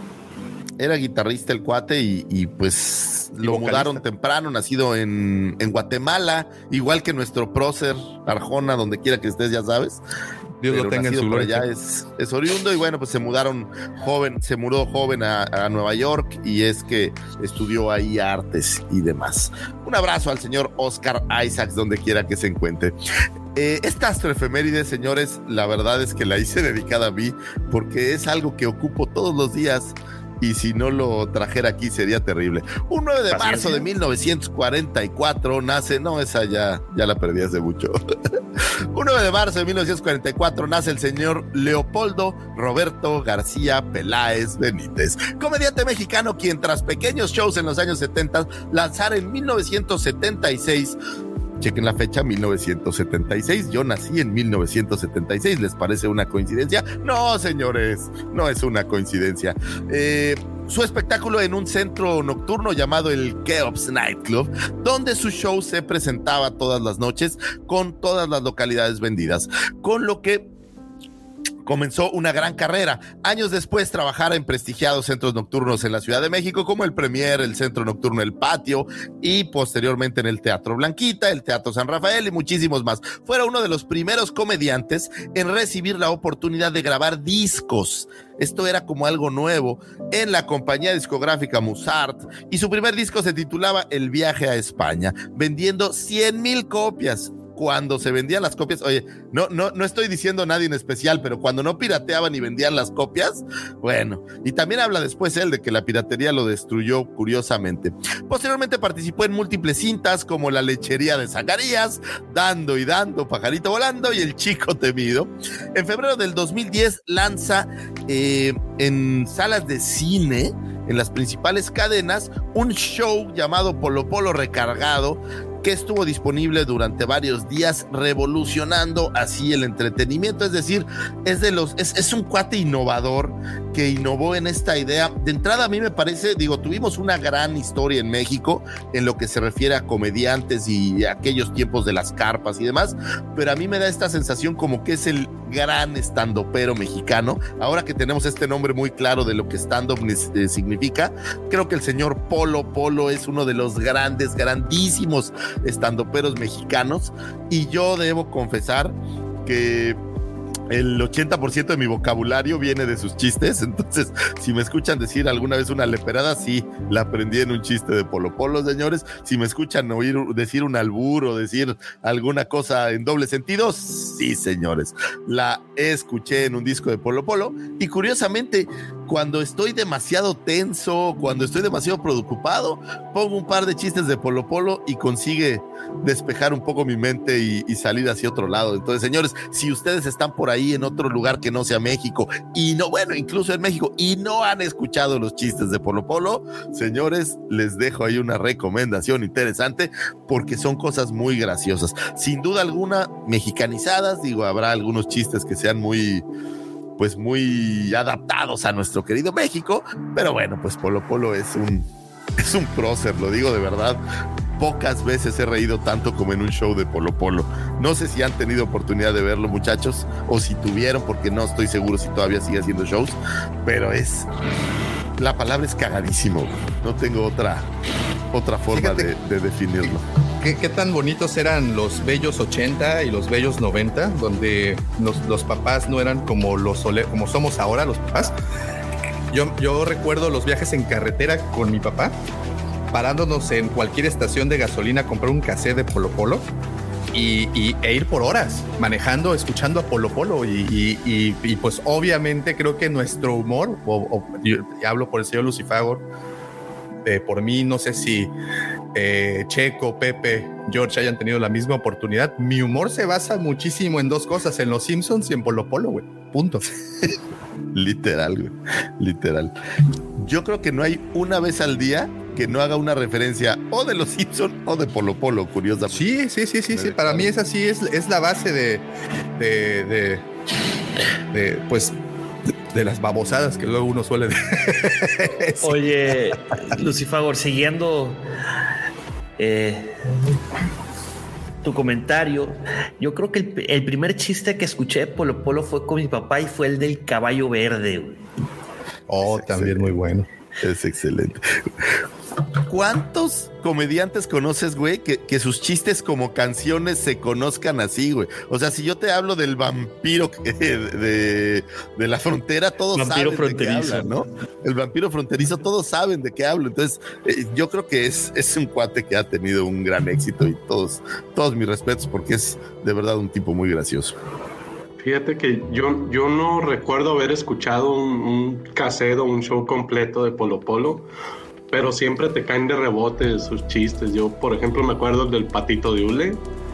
[SPEAKER 4] era guitarrista el cuate y, y pues
[SPEAKER 6] Y
[SPEAKER 4] lo
[SPEAKER 6] vocalista.
[SPEAKER 4] mudaron temprano, nacido en, en Guatemala, igual que nuestro prócer Arjona, donde quiera que estés, ya sabes.
[SPEAKER 6] Dios
[SPEAKER 4] Pero
[SPEAKER 6] lo tenga en
[SPEAKER 4] nacido
[SPEAKER 6] su
[SPEAKER 4] por
[SPEAKER 6] gloria.
[SPEAKER 4] allá es, es oriundo y bueno, pues se mudaron joven, se mudó joven a, a Nueva York y es que estudió ahí artes y demás. Un abrazo al señor Oscar Isaacs, donde quiera que se encuentre. Eh, esta astroefeméride, señores, la verdad es que la hice dedicada a mí porque es algo que ocupo todos los días y si no lo trajera aquí sería terrible. Un nueve de
[SPEAKER 10] Paciencia.
[SPEAKER 4] marzo de mil novecientos cuarenta y cuatro nace, no, esa ya, ya la perdí hace mucho. Un nueve de marzo de mil novecientos cuarenta y cuatro nace el señor Leopoldo Roberto García Peláez Benítez, comediante mexicano quien tras pequeños shows en los años setenta lanzara en mil novecientos setenta y seis. Chequen la fecha, mil novecientos setenta y seis. Yo nací en mil novecientos setenta y seis. ¿Les parece una coincidencia? No, señores, no es una coincidencia. Eh, su espectáculo en un centro nocturno llamado el Keops Nightclub, donde su show se presentaba todas las noches con todas las localidades vendidas, con lo que comenzó una gran carrera. Años después trabajara en prestigiados centros nocturnos en la Ciudad de México como el Premier, el Centro Nocturno El Patio y posteriormente en el Teatro Blanquita, el Teatro San Rafael y muchísimos más. Fuera uno de los primeros comediantes en recibir la oportunidad de grabar discos. Esto era como algo nuevo en la compañía discográfica Musart y su primer disco se titulaba El Viaje a España, vendiendo cien mil copias. Cuando se vendían las copias, oye, no, no, no estoy diciendo a nadie en especial, pero cuando no pirateaban y vendían las copias, bueno, y también habla después él de que la piratería lo destruyó curiosamente. Posteriormente participó en múltiples cintas como La Lechería de Zacarías, Dando y Dando, Pajarito Volando y El Chico Temido. En febrero del dos mil diez lanza eh, en salas de cine, en las principales cadenas, un show llamado Polo Polo Recargado, que estuvo disponible durante varios días, revolucionando así el entretenimiento. Es decir, es de los, es, es un cuate innovador que innovó en esta idea. De entrada, a mí me parece, digo, tuvimos una gran historia en México en lo que se refiere a comediantes y a aquellos tiempos de las carpas y demás, pero a mí me da esta sensación como que es el gran estandopero mexicano. Ahora que tenemos este nombre muy claro de lo que stand-up eh, significa, creo que el señor Polo Polo es uno de los grandes, grandísimos estandoperos mexicanos, y yo debo confesar que el ochenta por ciento de mi vocabulario viene de sus chistes. Entonces, si me escuchan decir alguna vez una leperada, sí, la aprendí en un chiste de Polo Polo, señores. Si me escuchan oír decir un albur o decir alguna cosa en doble sentido, sí, señores, la escuché en un disco de Polo Polo. Y curiosamente, cuando estoy demasiado tenso, cuando estoy demasiado preocupado, pongo un par de chistes de Polo Polo y consigue despejar un poco mi mente y, y salir hacia otro lado. Entonces, señores, si ustedes están por ahí en otro lugar que no sea México, y no, bueno, incluso en México, y no han escuchado los chistes de Polo Polo, señores, les dejo ahí una recomendación interesante, porque son cosas muy graciosas. Sin duda alguna, mexicanizadas, digo, habrá algunos chistes que sean muy... pues muy adaptados a nuestro querido México, pero bueno, pues Polo Polo es un, es un prócer, lo digo de verdad. Pocas veces he reído tanto como en un show de Polo Polo. No sé si han tenido oportunidad de verlo, muchachos, o si tuvieron, porque no estoy seguro si todavía sigue haciendo shows, pero es... la palabra es cagadísimo. No tengo otra, otra forma de, de definirlo.
[SPEAKER 6] ¿Qué, ¿Qué tan bonitos eran los bellos ochenta y los bellos noventa, donde los, los papás no eran como, los sole, como somos ahora los papás? Yo, yo recuerdo los viajes en carretera con mi papá, parándonos en cualquier estación de gasolina a comprar un cassette de Polo Polo y, y, e ir por horas manejando, escuchando a Polo Polo. Y, y, y, y pues obviamente creo que nuestro humor, o, o yo hablo por el señor Lucifagor, eh, por mí, no sé si eh, Checo, Pepe, George hayan tenido la misma oportunidad. Mi humor se basa muchísimo en dos cosas: en Los Simpsons y en Polo Polo, güey. Punto.
[SPEAKER 4] Literal, güey. Literal. Yo creo que no hay una vez al día que no haga una referencia o de Los Simpsons o de Polo Polo, curiosamente.
[SPEAKER 6] Sí, sí, sí, sí, sí. Para mí es así, es, es la base de, de, de, de pues, de, de las babosadas que luego uno suele decir.
[SPEAKER 10] Oye, Lucifagor, siguiendo eh, tu comentario, yo creo que el, el primer chiste que escuché de Polo Polo fue con mi papá y fue el del caballo verde, güey.
[SPEAKER 6] Oh, es también excelente. Muy bueno.
[SPEAKER 4] Es excelente. ¿Cuántos comediantes conoces, güey, que, que sus chistes como canciones se conozcan así, güey? O sea, si yo te hablo del vampiro de, de, de la frontera, todos vampiro saben de qué hablan, ¿no? El vampiro fronterizo, todos saben de qué hablo. Entonces, eh, yo creo que es, es un cuate que ha tenido un gran éxito, y todos, todos mis respetos, porque es de verdad un tipo muy gracioso.
[SPEAKER 9] Fíjate que yo, yo no recuerdo haber escuchado un, un cassette o un show completo de Polo Polo, pero siempre te caen de rebote sus chistes. Yo, por ejemplo, me acuerdo del Patito de Hule,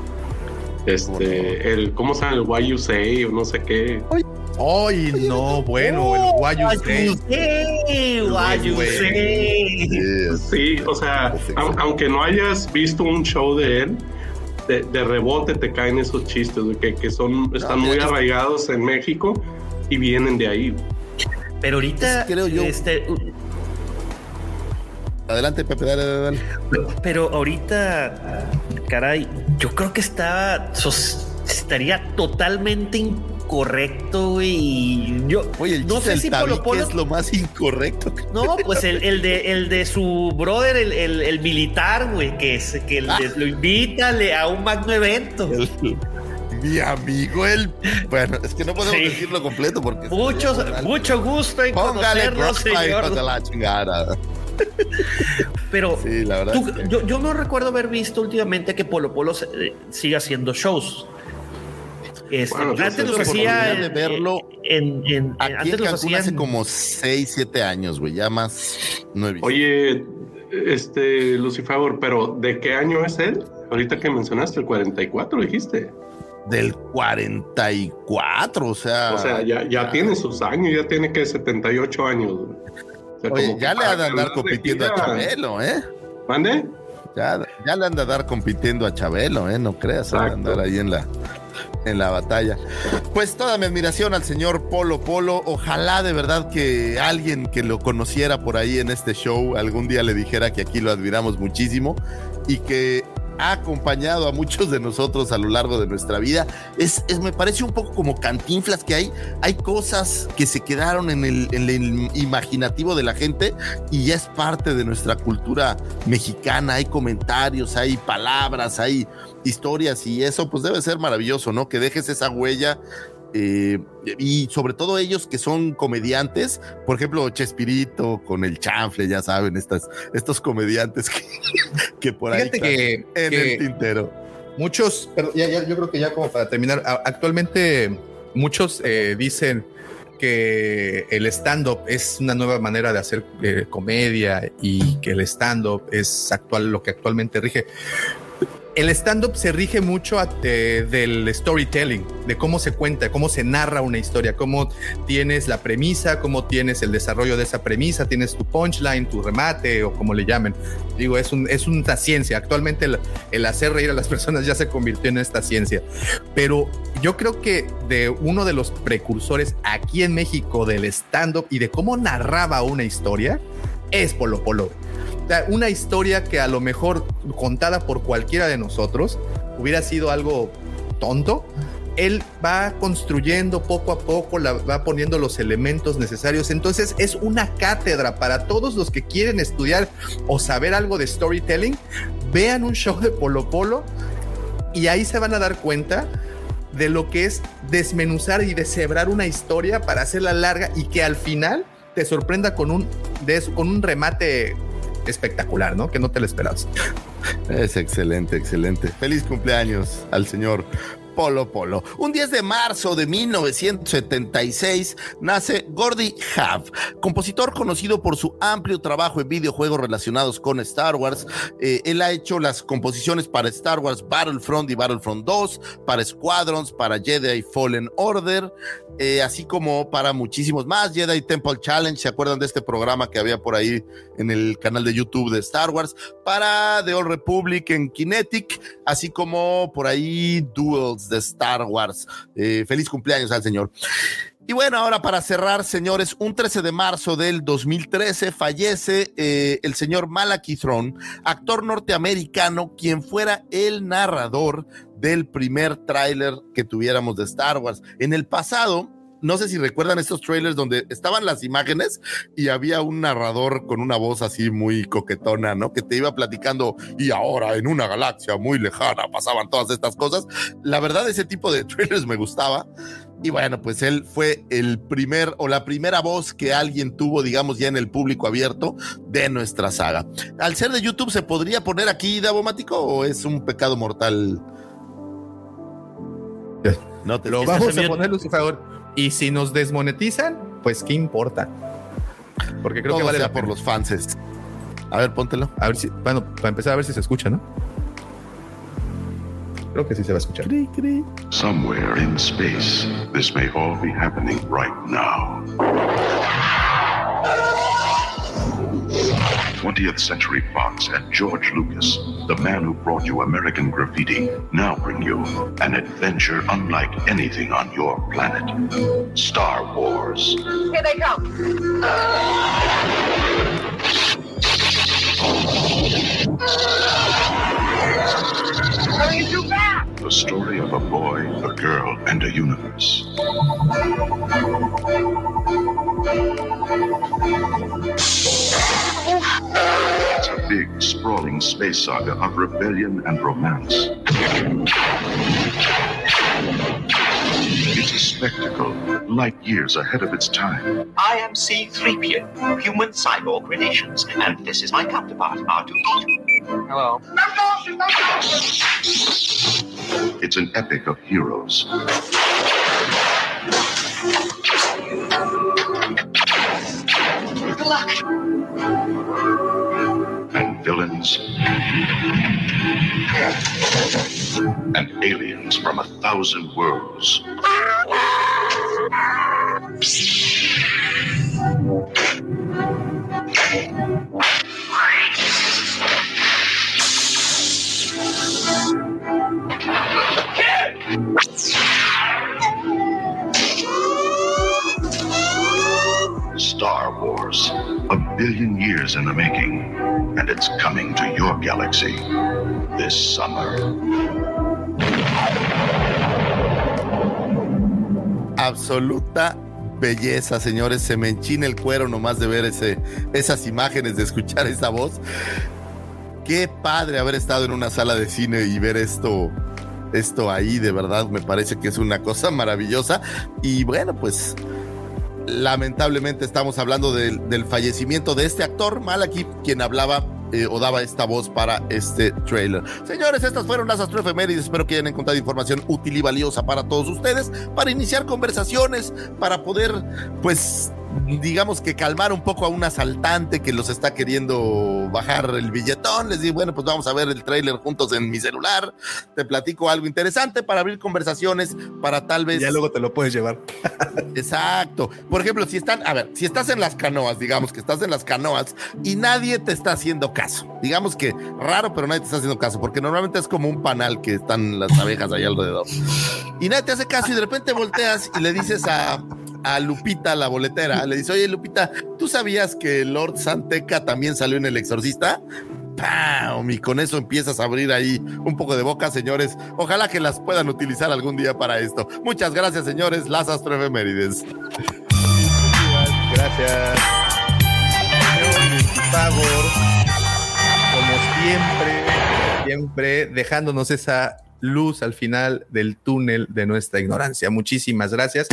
[SPEAKER 9] este, el, ¿cómo se llama? El Why You Say o no sé qué.
[SPEAKER 6] ¡Ay, no! Bueno, el Why You Say.
[SPEAKER 10] Why You Say.
[SPEAKER 9] Sí, o sea, a, aunque no hayas visto un show de él, De, de rebote te caen esos chistes, que, que son, están no, muy arraigados en México y vienen de ahí.
[SPEAKER 10] Pero ahorita,
[SPEAKER 4] pues creo yo.
[SPEAKER 10] Este,
[SPEAKER 4] Adelante, Pepe, dale, dale.
[SPEAKER 10] Pero ahorita, caray, yo creo que está, sos, estaría totalmente incorrecto, güey. Y yo,
[SPEAKER 4] oye, el
[SPEAKER 10] no sé si Polo Polo
[SPEAKER 4] es lo más incorrecto.
[SPEAKER 10] No, pues el, el de el de su brother, el, el, el militar, güey, que es que ah. le, lo invita a un magno evento. El,
[SPEAKER 4] mi amigo, el bueno, es que no podemos sí. decirlo completo porque
[SPEAKER 10] mucho, mucho gusto en
[SPEAKER 4] póngale
[SPEAKER 10] conocerlo, señor.
[SPEAKER 4] De la chingada.
[SPEAKER 10] Pero
[SPEAKER 4] sí, la verdad
[SPEAKER 10] tú,
[SPEAKER 4] es que...
[SPEAKER 10] yo, yo no recuerdo haber visto últimamente que Polo Polo se, eh, siga haciendo shows. Este, bueno, antes los hacía
[SPEAKER 4] de verlo
[SPEAKER 10] en, en, en
[SPEAKER 4] aquí
[SPEAKER 10] antes
[SPEAKER 4] en
[SPEAKER 10] los
[SPEAKER 4] Cancún
[SPEAKER 10] hacían
[SPEAKER 4] hace como seis, siete años, güey, ya más no he visto.
[SPEAKER 9] Oye, este Lucifagor, pero ¿de qué año es él? Ahorita que mencionaste el cuarenta y cuatro, dijiste.
[SPEAKER 4] Del cuarenta y cuatro, o sea,
[SPEAKER 9] o sea, ya, ya tiene sus años, ya tiene que setenta y ocho años.
[SPEAKER 4] O sea, oye, ya le han de andar compitiendo a Chabelo, ¿eh?
[SPEAKER 9] ¿Mande?
[SPEAKER 4] Ya, ya le han de andar compitiendo a Chabelo, ¿eh? No creas, a andar ahí en la en la batalla. Pues toda mi admiración al señor Polo Polo. Ojalá de verdad que alguien que lo conociera por ahí en este show algún día le dijera que aquí lo admiramos muchísimo y que ha acompañado a muchos de nosotros a lo largo de nuestra vida. Es, es me parece un poco como Cantinflas, que hay, hay cosas que se quedaron en el, en el imaginativo de la gente y ya es parte de nuestra cultura mexicana. Hay comentarios, hay palabras, hay historias y eso pues debe ser maravilloso, ¿no? Que dejes esa huella. Eh, y sobre todo ellos que son comediantes, por ejemplo Chespirito con el Chanfle, ya saben, estas, estos comediantes que, que por ahí
[SPEAKER 6] Fíjate que,
[SPEAKER 4] en
[SPEAKER 6] que
[SPEAKER 4] el tintero.
[SPEAKER 6] Muchos, pero ya, ya, yo creo que ya como para terminar, actualmente muchos eh, dicen que el stand-up es una nueva manera de hacer eh, comedia y que el stand-up es actual, lo que actualmente rige. El stand-up se rige mucho a, eh, del storytelling, de cómo se cuenta, cómo se narra una historia, cómo tienes la premisa, cómo tienes el desarrollo de esa premisa, tienes tu punchline, tu remate o como le llamen. Digo, es, un, es una ciencia. Actualmente el, el hacer reír a las personas ya se convirtió en esta ciencia. Pero yo creo que de uno de los precursores aquí en México del stand-up y de cómo narraba una historia es Polo Polo. O sea, una historia que a lo mejor contada por cualquiera de nosotros hubiera sido algo tonto. Él va construyendo poco a poco, la, va poniendo los elementos necesarios. Entonces es una cátedra para todos los que quieren estudiar o saber algo de storytelling. Vean un show de Polo Polo y ahí se van a dar cuenta de lo que es desmenuzar y deshebrar una historia para hacerla larga y que al final te sorprenda con un, de, con un remate espectacular, ¿no? Que no te lo esperabas.
[SPEAKER 4] Es excelente, excelente. Feliz cumpleaños al señor Polo Polo. Un diez de marzo de mil novecientos setenta y seis nace Gordie Howe, compositor conocido por su amplio trabajo en videojuegos relacionados con Star Wars. Eh, él ha hecho las composiciones para Star Wars Battlefront y Battlefront dos, para Squadrons, para Jedi Fallen Order, eh, así como para muchísimos más. Jedi Temple Challenge, ¿se acuerdan de este programa que había por ahí en el canal de YouTube de Star Wars? Para The Old Republic en Kinetic, así como por ahí Duels de Star Wars. Eh, feliz cumpleaños al señor. Y bueno, ahora para cerrar, señores, un trece de marzo del dos mil trece fallece eh, el señor Malachi Throne, actor norteamericano, quien fuera el narrador del primer tráiler que tuviéramos de Star Wars. En el pasado, no sé si recuerdan estos trailers donde estaban las imágenes y había un narrador con una voz así muy coquetona, ¿no? Que te iba platicando y ahora en una galaxia muy lejana pasaban todas estas cosas. La verdad, ese tipo de trailers me gustaba. Y bueno, pues él fue el primer o la primera voz que alguien tuvo, digamos, ya en el público abierto de nuestra saga. Al ser de YouTube, ¿se podría poner aquí Davomático o es un pecado mortal?
[SPEAKER 6] No te lo vamos a poner, Lucifer. Y si nos desmonetizan, pues qué importa. Porque creo
[SPEAKER 4] todo
[SPEAKER 6] que vale
[SPEAKER 4] sea
[SPEAKER 6] la
[SPEAKER 4] por
[SPEAKER 6] pena.
[SPEAKER 4] los fanses. A ver, póntelo.
[SPEAKER 6] A ver si, bueno, para empezar a ver si se escucha, ¿no? Creo que sí se va a escuchar.
[SPEAKER 4] Cri, cri.
[SPEAKER 5] Somewhere in space, this may all be happening right now. twentieth Century Fox and George Lucas, the man who brought you American Graffiti, now bring you an adventure unlike anything on your planet. Star Wars.
[SPEAKER 1] Here they come. Hurry too fast.
[SPEAKER 5] The story of a boy, a girl, and a universe. It's a big, sprawling space saga of rebellion and romance. It's a spectacle, light years ahead of its time.
[SPEAKER 11] I am C three P O, human cyborg relations, and this is my counterpart, R two D two.
[SPEAKER 8] Hello.
[SPEAKER 5] It's an epic of heroes.
[SPEAKER 1] Good luck.
[SPEAKER 5] And villains. And aliens from a thousand worlds. million years in the making, and it's coming to your galaxy this summer.
[SPEAKER 4] Absoluta belleza, señores. Se me enchina el cuero nomás de ver ese, esas imágenes, de escuchar esa voz. Qué padre haber estado en una sala de cine y ver esto, esto ahí. De verdad me parece que es una cosa maravillosa. Y bueno, pues lamentablemente estamos hablando del, del fallecimiento de este actor Malachi, quien hablaba eh, o daba esta voz para este trailer. Señores, estas fueron las astroefemérides. Espero que hayan encontrado información útil y valiosa para todos ustedes, para iniciar conversaciones, para poder, pues, digamos que calmar un poco a un asaltante que los está queriendo bajar el billetón. Les digo, bueno, pues vamos a ver el tráiler juntos en mi celular, te platico algo interesante para abrir conversaciones, para tal vez...
[SPEAKER 6] Ya luego te lo puedes llevar.
[SPEAKER 4] Exacto. Por ejemplo, si están, a ver, si estás en las canoas, digamos que estás en las canoas y nadie te está haciendo caso. Digamos que raro, pero nadie te está haciendo caso, porque normalmente es como un panal que están las abejas ahí alrededor. Y nadie te hace caso y de repente volteas y le dices a... a Lupita, la boletera, le dice, oye Lupita, ¿tú sabías que Lord Santeca también salió en El Exorcista? ¡Pam! Y con eso empiezas a abrir ahí un poco de boca, señores. Ojalá que las puedan utilizar algún día para esto. Muchas gracias, señores, las astroefemérides.
[SPEAKER 6] Gracias. Favor, como siempre, siempre dejándonos esa luz al final del túnel de nuestra ignorancia. Muchísimas gracias.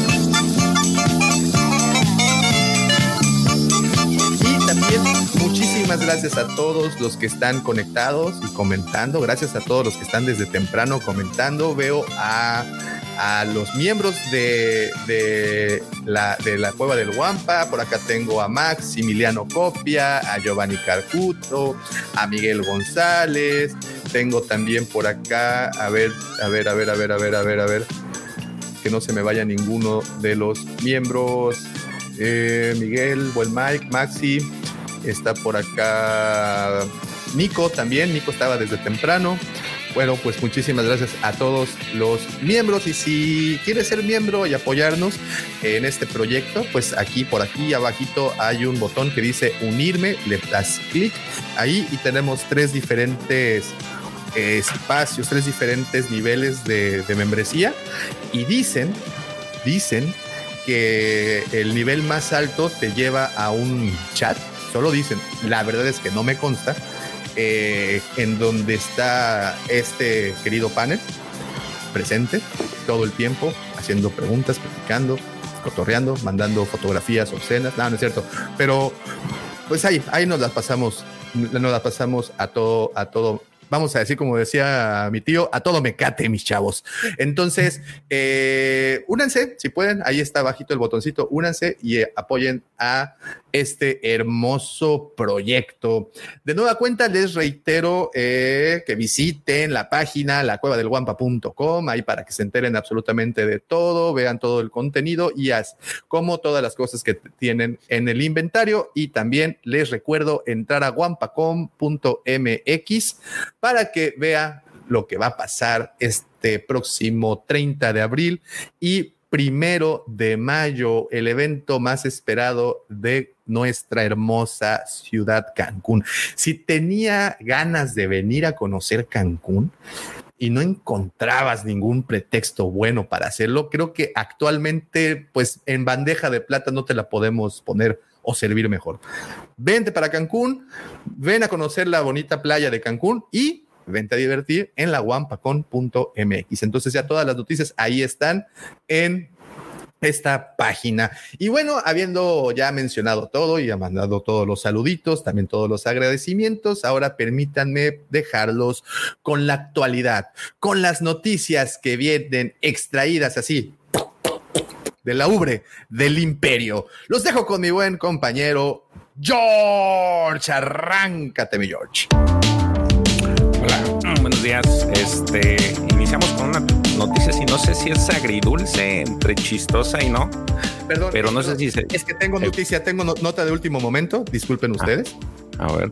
[SPEAKER 6] Muchísimas gracias a todos los que están conectados y comentando. Gracias a todos los que están desde temprano comentando. Veo a, a los miembros de, de, la, de la Cueva del Wampa. Por acá tengo a Maximiliano Copia, a Giovanni Carcuto, a Miguel González. Tengo también por acá, a ver, a ver, a ver, a ver, a ver, a ver, a ver, que no se me vaya ninguno de los miembros. Eh, Miguel, buen Mike, Maxi. Está por acá Nico también. Nico estaba desde temprano. Bueno, pues muchísimas gracias a todos los miembros. Y si quieres ser miembro y apoyarnos en este proyecto, pues aquí, por aquí abajito hay un botón que dice unirme. Le das clic ahí y tenemos tres diferentes eh, espacios, tres diferentes niveles de, de membresía. Y dicen, dicen que el nivel más alto te lleva a un chat. Solo dicen, la verdad es que no me consta, eh, en donde está este querido panel presente todo el tiempo, haciendo preguntas, platicando, cotorreando, mandando fotografías obscenas. No, no es cierto, pero pues ahí, ahí nos las pasamos, nos las pasamos a todo, a todo. Vamos a decir, como decía mi tío, a todo mecate, mis chavos. Entonces, eh, únanse, si pueden, ahí está abajito el botoncito, únanse y eh, apoyen a este hermoso proyecto. De nueva cuenta, les reitero eh, que visiten la página la cueva del wampa punto com, ahí para que se enteren absolutamente de todo, vean todo el contenido y as, como todas las cosas que tienen en el inventario. Y también les recuerdo entrar a wampacom punto m x para que vea lo que va a pasar este próximo treinta de abril y primero de mayo, el evento más esperado de nuestra hermosa ciudad Cancún. Si tenía ganas de venir a conocer Cancún y no encontrabas ningún pretexto bueno para hacerlo, creo que actualmente, pues en bandeja de plata no te la podemos poner o servir mejor. Vente para Cancún, ven a conocer la bonita playa de Cancún y vente a divertir en la wampacom punto m x. Entonces ya todas las noticias ahí están en esta página. Y bueno, habiendo ya mencionado todo y ha mandado todos los saluditos, también todos los agradecimientos, ahora permítanme dejarlos con la actualidad, con las noticias que vienen extraídas así de la ubre del imperio. Los dejo con mi buen compañero George. Arráncate, mi George.
[SPEAKER 7] Hola, buenos días. Este, iniciamos con una noticia, si no sé si es agridulce, entre chistosa y no.
[SPEAKER 6] Perdón,
[SPEAKER 7] pero no
[SPEAKER 6] perdón,
[SPEAKER 7] sé si se...
[SPEAKER 6] es que tengo noticia, tengo no, nota de último momento. Disculpen ustedes.
[SPEAKER 7] Ah, a ver.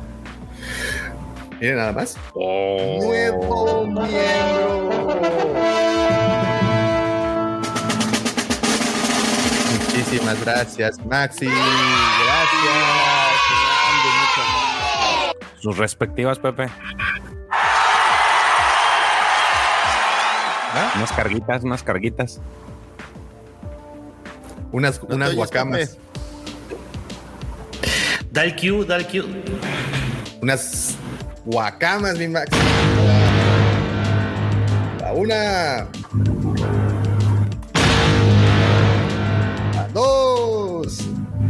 [SPEAKER 6] Miren nada más.
[SPEAKER 7] Oh.
[SPEAKER 6] Nuevo miembro. Muchísimas Muchísimas gracias, Maxi. Gracias.
[SPEAKER 7] Sus respectivas, Pepe. ¿Ah? Unas carguitas, unas carguitas.
[SPEAKER 6] Unas, no unas guacamas.
[SPEAKER 10] Da el Q, da el Q.
[SPEAKER 6] Unas guacamas, mi Max. A una. A dos.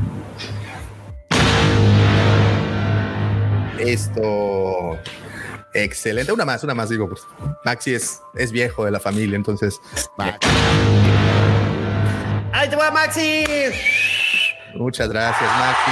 [SPEAKER 6] Esto. Excelente. Una más, una más, digo. Pues, Maxi es, es viejo de la familia, entonces. Maxi.
[SPEAKER 10] ¡Ahí te va, Maxi!
[SPEAKER 6] Muchas gracias, Maxi.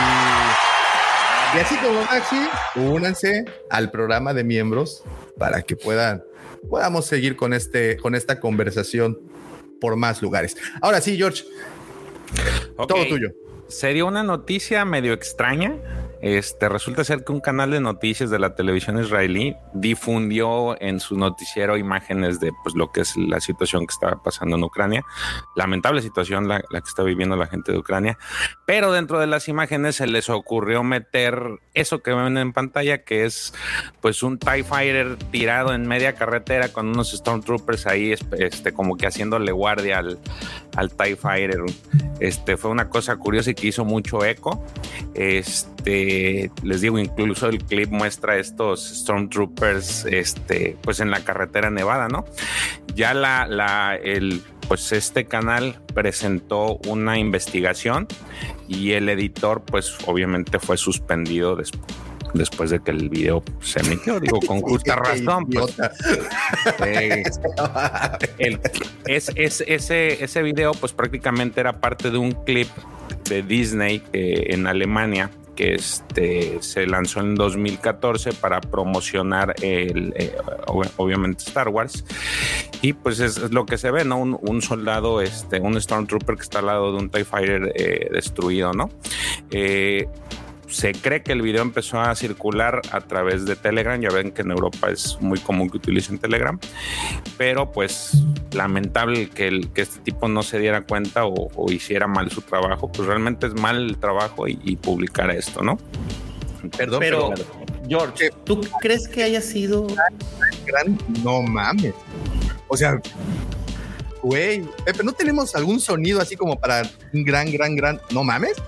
[SPEAKER 6] Y así como Maxi, únanse al programa de miembros para que puedan, podamos seguir con, este, con esta conversación por más lugares. Ahora sí, George, okay. Todo tuyo.
[SPEAKER 7] Se dio una noticia medio extraña. Este, resulta ser que un canal de noticias de la televisión israelí difundió en su noticiero imágenes de pues, lo que es la situación que estaba pasando en Ucrania, lamentable situación la, la que está viviendo la gente de Ucrania, pero dentro de las imágenes se les ocurrió meter eso que ven en pantalla, que es pues un TIE Fighter tirado en media carretera con unos Stormtroopers ahí este, como que haciéndole guardia al, al TIE Fighter. Este, fue una cosa curiosa y que hizo mucho eco. Este les digo, incluso el clip muestra estos Stormtroopers este, pues en la carretera nevada, ¿no? Ya la, la, el, pues este canal presentó una investigación y el editor pues obviamente fue suspendido después. Después de que el video se emitió, digo, con justa razón. Pues, eh, el, es, es, ese, ese video, pues prácticamente era parte de un clip de Disney eh, en Alemania, que este, se lanzó en dos mil catorce para promocionar el, eh, obviamente Star Wars, y pues es, es lo que se ve, ¿no? Un, un soldado, este, un Stormtrooper que está al lado de un TIE Fighter eh, destruido, ¿no? Eh, Se cree que el video empezó a circular a través de Telegram. Ya ven que en Europa es muy común que utilicen Telegram, pero pues lamentable que, el, que este tipo no se diera cuenta o, o hiciera mal su trabajo. Pues realmente es mal el trabajo y, y publicar esto, ¿no?
[SPEAKER 10] Perdón, pero, pero George, ¿tú crees que haya sido
[SPEAKER 6] gran? No mames. O sea, güey, Pepe, ¿no tenemos algún sonido así como para un gran, gran, gran? No mames.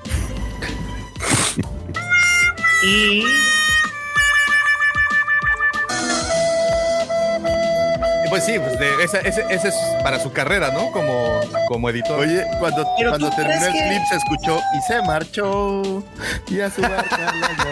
[SPEAKER 10] Y
[SPEAKER 6] pues sí, pues de, ese, ese, ese es para su carrera, ¿no? Como, como editor.
[SPEAKER 4] Oye, cuando, cuando terminó el
[SPEAKER 10] que...
[SPEAKER 4] clip se escuchó y se marchó y a su barca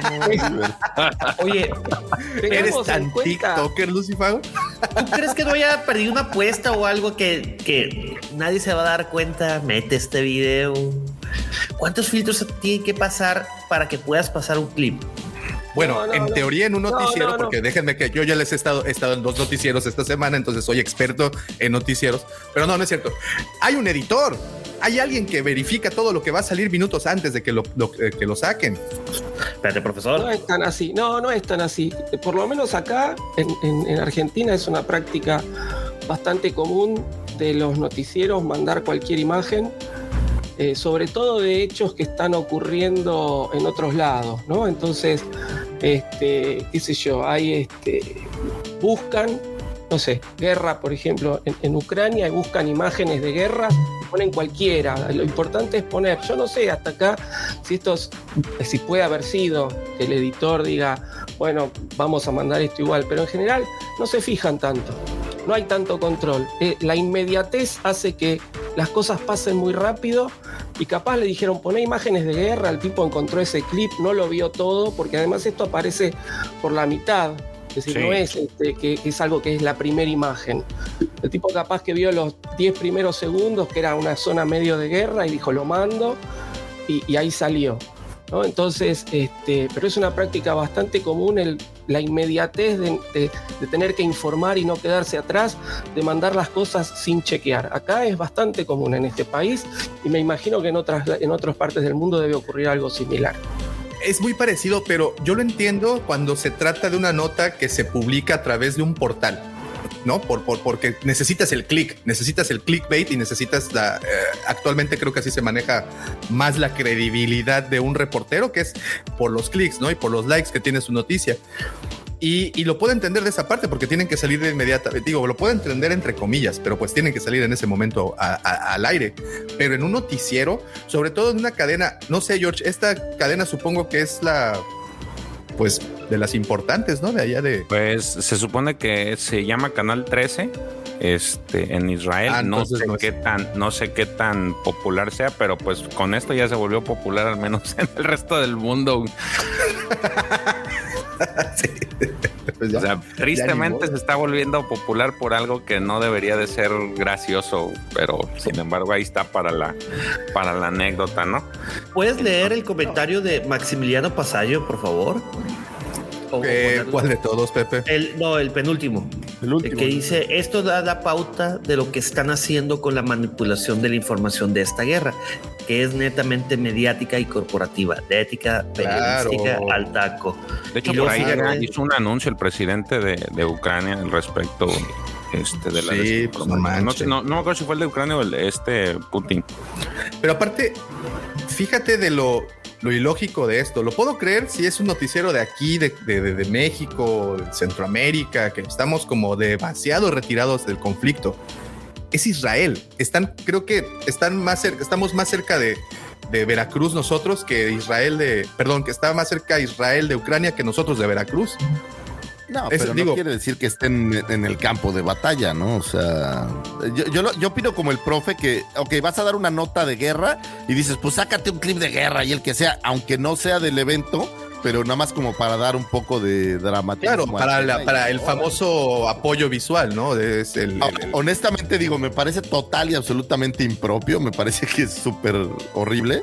[SPEAKER 4] la
[SPEAKER 10] Oye,
[SPEAKER 6] ¿eres tan tiktoker, Lucifago?
[SPEAKER 10] ¿Tú crees que no haya perdido una apuesta o algo que, que nadie se va a dar cuenta? Mete este video. ¿Cuántos filtros tiene que pasar para que puedas pasar un clip?
[SPEAKER 6] Bueno,
[SPEAKER 10] no, no,
[SPEAKER 6] en
[SPEAKER 10] no.
[SPEAKER 6] teoría en un noticiero,
[SPEAKER 10] no, no, no.
[SPEAKER 6] porque déjenme que yo ya les he estado, he estado en dos noticieros esta semana, entonces soy experto en noticieros, pero no, no es cierto. Hay un editor, hay alguien que verifica todo lo que va a salir minutos antes de que lo, lo, eh, que lo saquen.
[SPEAKER 10] Espérate, profesor.
[SPEAKER 8] No es tan así, no, no es tan así. Por lo menos acá en, en, en Argentina es una práctica bastante común de los noticieros mandar cualquier imagen. Eh, sobre todo de hechos que están ocurriendo en otros lados, ¿no? Entonces, este, qué sé yo, hay este, buscan, no sé, guerra, por ejemplo, en, en Ucrania, y buscan imágenes de guerra, ponen cualquiera. Lo importante es poner, yo no sé hasta acá si estos, si puede haber sido que el editor diga, bueno, vamos a mandar esto igual, pero en general no se fijan tanto. No hay tanto control. Eh, la inmediatez hace que las cosas pasen muy rápido y capaz le dijeron poné imágenes de guerra, el tipo encontró ese clip, no lo vio todo, porque además esto aparece por la mitad, es decir, sí. no es este, que, que es algo que es la primera imagen. El tipo capaz que vio los diez primeros segundos, que era una zona medio de guerra, y dijo lo mando, y, y ahí salió, ¿no? Entonces, este, pero es una práctica bastante común el, la inmediatez de, de, de tener que informar y no quedarse atrás, de mandar las cosas sin chequear. Acá es bastante común en este país y me imagino que en otras, en otras partes del mundo debe ocurrir algo similar.
[SPEAKER 6] Es muy parecido, pero yo lo entiendo cuando se trata de una nota que se publica a través de un portal. ¿no? Por, por, porque necesitas el click, necesitas el clickbait y necesitas la... Eh, actualmente creo que así se maneja más la credibilidad de un reportero, que es por los clics, ¿no? Y por los likes que tiene su noticia. Y, y lo puedo entender de esa parte porque tienen que salir de inmediata. Digo, lo puedo entender entre comillas, pero pues tienen que salir en ese momento a, a, al aire. Pero en un noticiero, sobre todo en una cadena, no sé, George, esta cadena supongo que es la... pues de las importantes, ¿no? De allá de...
[SPEAKER 7] Pues se supone que se llama Canal trece, este, en Israel. Ah, no sé no qué es. tan, no sé qué tan popular sea, pero pues con esto ya se volvió popular, al menos en el resto del mundo. Sí. Pues ya, o sea, tristemente se está volviendo popular por algo que no debería de ser gracioso, pero sin embargo ahí está para la, para la anécdota, ¿no?
[SPEAKER 10] ¿Puedes leer el comentario de Maximiliano Pasallo, por favor?
[SPEAKER 6] Eh, ¿Cuál de todos, Pepe?
[SPEAKER 10] El, no, el penúltimo. El último. El que dice, esto da la pauta de lo que están haciendo con la manipulación de la información de esta guerra, que es netamente mediática y corporativa, de ética periodística claro. al taco.
[SPEAKER 7] De hecho, y por ahí de... hizo un anuncio el presidente de, de Ucrania al respecto este, de la
[SPEAKER 6] sí, pues no,
[SPEAKER 7] no, no, no me acuerdo si fue el de Ucrania o el de este Putin.
[SPEAKER 6] Pero aparte, fíjate de lo... lo ilógico de esto. Lo puedo creer si es un noticiero de aquí, de, de, de México, de Centroamérica, que estamos como demasiado retirados del conflicto. Es Israel. Están, creo que están más cerca, estamos más cerca de, de Veracruz nosotros que Israel de, perdón, que está más cerca Israel de Ucrania que nosotros de Veracruz.
[SPEAKER 4] No, pero es, no digo, quiere decir que estén en el campo de batalla, ¿no? O sea, yo, yo, yo opino como el profe que, ok, vas a dar una nota de guerra y dices, pues sácate un clip de guerra y el que sea, aunque no sea del evento, pero nada más como para dar un poco de dramatismo.
[SPEAKER 6] Claro, para, la, para el famoso apoyo visual, ¿no? Es el,
[SPEAKER 4] no,
[SPEAKER 6] el, el...
[SPEAKER 4] Honestamente digo, me parece total y absolutamente impropio, me parece que es súper horrible,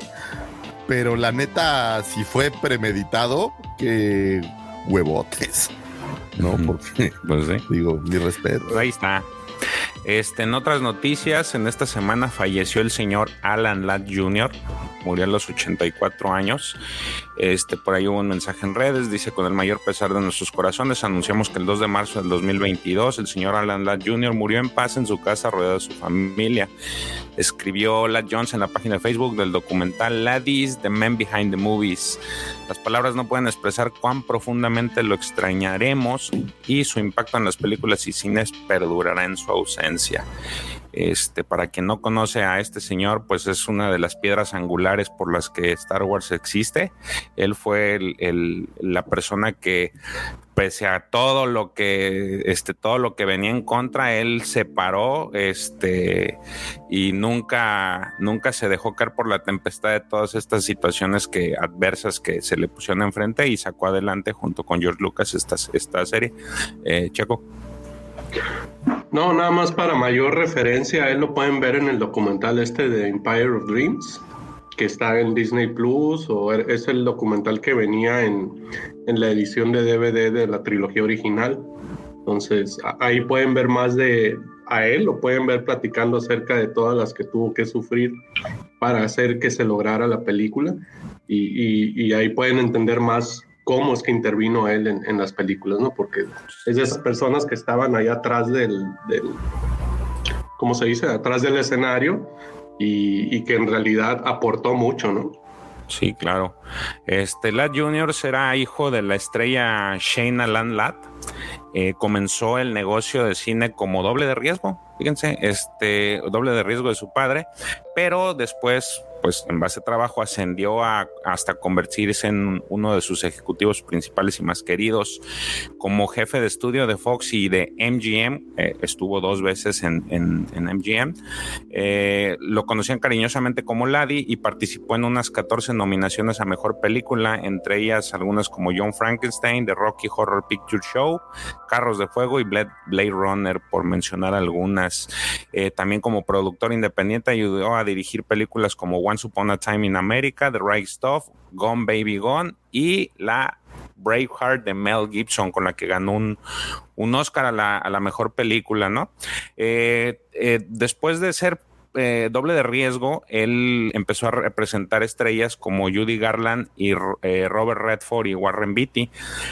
[SPEAKER 4] pero la neta, si fue premeditado, que huevotes. No, porque
[SPEAKER 7] pues sí.
[SPEAKER 4] Digo, mi respeto.
[SPEAKER 7] Pues ahí está. Este, en otras noticias, en esta semana falleció el señor Alan Ladd junior Murió a los ochenta y cuatro años. Este, por ahí hubo un mensaje en redes, dice: con el mayor pesar de nuestros corazones, anunciamos que el dos de marzo del dos mil veintidós, el señor Alan Ladd junior murió en paz en su casa rodeado de su familia. Escribió Ladd Jones en la página de Facebook del documental Laddies, The Man Behind the Movies. Las palabras no pueden expresar cuán profundamente lo extrañaremos y su impacto en las películas y cines perdurará en su ausencia. Este, para quien no conoce a este señor, pues es una de las piedras angulares por las que Star Wars existe. Él fue el, el, la persona que, pese a todo lo que, este, todo lo que venía en contra, él se paró, este, y nunca, nunca se dejó caer por la tempestad de todas estas situaciones que, adversas que se le pusieron enfrente, y sacó adelante junto con George Lucas esta, esta serie. Eh, Checo.
[SPEAKER 9] No, nada más para mayor referencia, él lo pueden ver en el documental este de Empire of Dreams, que está en Disney Plus, o es el documental que venía en, en la edición de D V D de la trilogía original. Entonces, ahí pueden ver más de a él, lo pueden ver platicando acerca de todas las que tuvo que sufrir para hacer que se lograra la película, y, y, y ahí pueden entender más cómo es que intervino él en, en las películas, ¿no? Porque es de esas personas que estaban allá atrás del, del ¿cómo se dice? Atrás del escenario, y, y que en realidad aportó mucho, ¿no?
[SPEAKER 7] Sí, claro. Este, Ladd junior será hijo de la estrella Shane Alan Ladd. Eh, comenzó el negocio de cine como doble de riesgo, fíjense, este, doble de riesgo de su padre, pero después, pues en base a trabajo, ascendió a, hasta convertirse en uno de sus ejecutivos principales y más queridos. Como jefe de estudio de Fox y de M G M, eh, estuvo dos veces en, en, en M G M. Eh, lo conocían cariñosamente como Laddie y participó en unas catorce nominaciones a Mejor Película, entre ellas algunas como John Frankenstein, The Rocky Horror Picture Show, Carros de Fuego y Blade, Blade Runner, por mencionar algunas. Eh, también como productor independiente ayudó a dirigir películas como Once Upon a Time in America, The Right Stuff, Gone Baby Gone y la Braveheart de Mel Gibson, con la que ganó un, un Oscar a la, a la mejor película, ¿no? Eh, eh, después de ser eh, doble de riesgo, él empezó a representar estrellas como Judy Garland y eh, Robert Redford y Warren Beatty.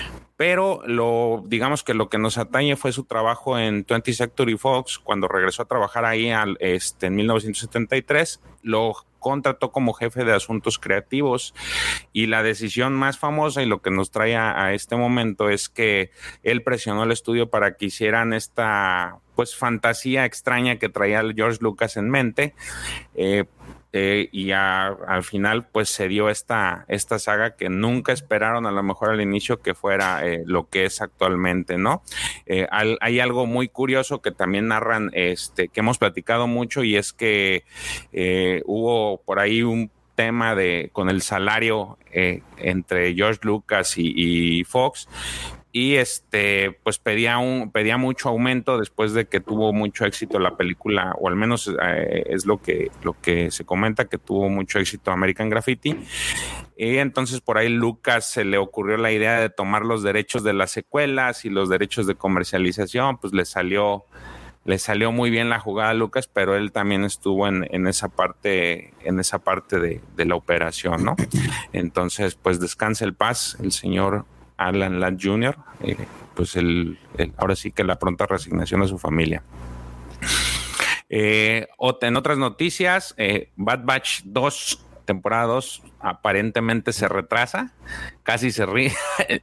[SPEAKER 7] pero lo, digamos que lo que nos atañe fue su trabajo en twentieth Century Fox, cuando regresó a trabajar ahí al, este, en mil novecientos setenta y tres, lo contrató como jefe de asuntos creativos, y la decisión más famosa y lo que nos trae a, a este momento es que él presionó al estudio para que hicieran esta pues fantasía extraña que traía George Lucas en mente, eh, Eh, y a, al final pues se dio esta, esta saga que nunca esperaron a lo mejor al inicio que fuera eh, lo que es actualmente, ¿no? Eh, al, hay algo muy curioso que también narran, este, que hemos platicado mucho, y es que eh, hubo por ahí un tema de con el salario eh, entre George Lucas y, y Fox, y este pues pedía un pedía mucho aumento después de que tuvo mucho éxito la película, o al menos eh, es lo que lo que se comenta, que tuvo mucho éxito American Graffiti, y entonces por ahí Lucas se le ocurrió la idea de tomar los derechos de las secuelas y los derechos de comercialización. Pues le salió le salió muy bien la jugada a Lucas, pero él también estuvo en, en esa parte en esa parte de, de la operación, ¿no? Entonces pues descanse el paz el señor Alan Ladd junior, eh, pues el, el, ahora sí que la pronta resignación a su familia. Eh, en otras noticias, eh, Bad Batch dos, temporada dos, aparentemente se retrasa, casi se ríe.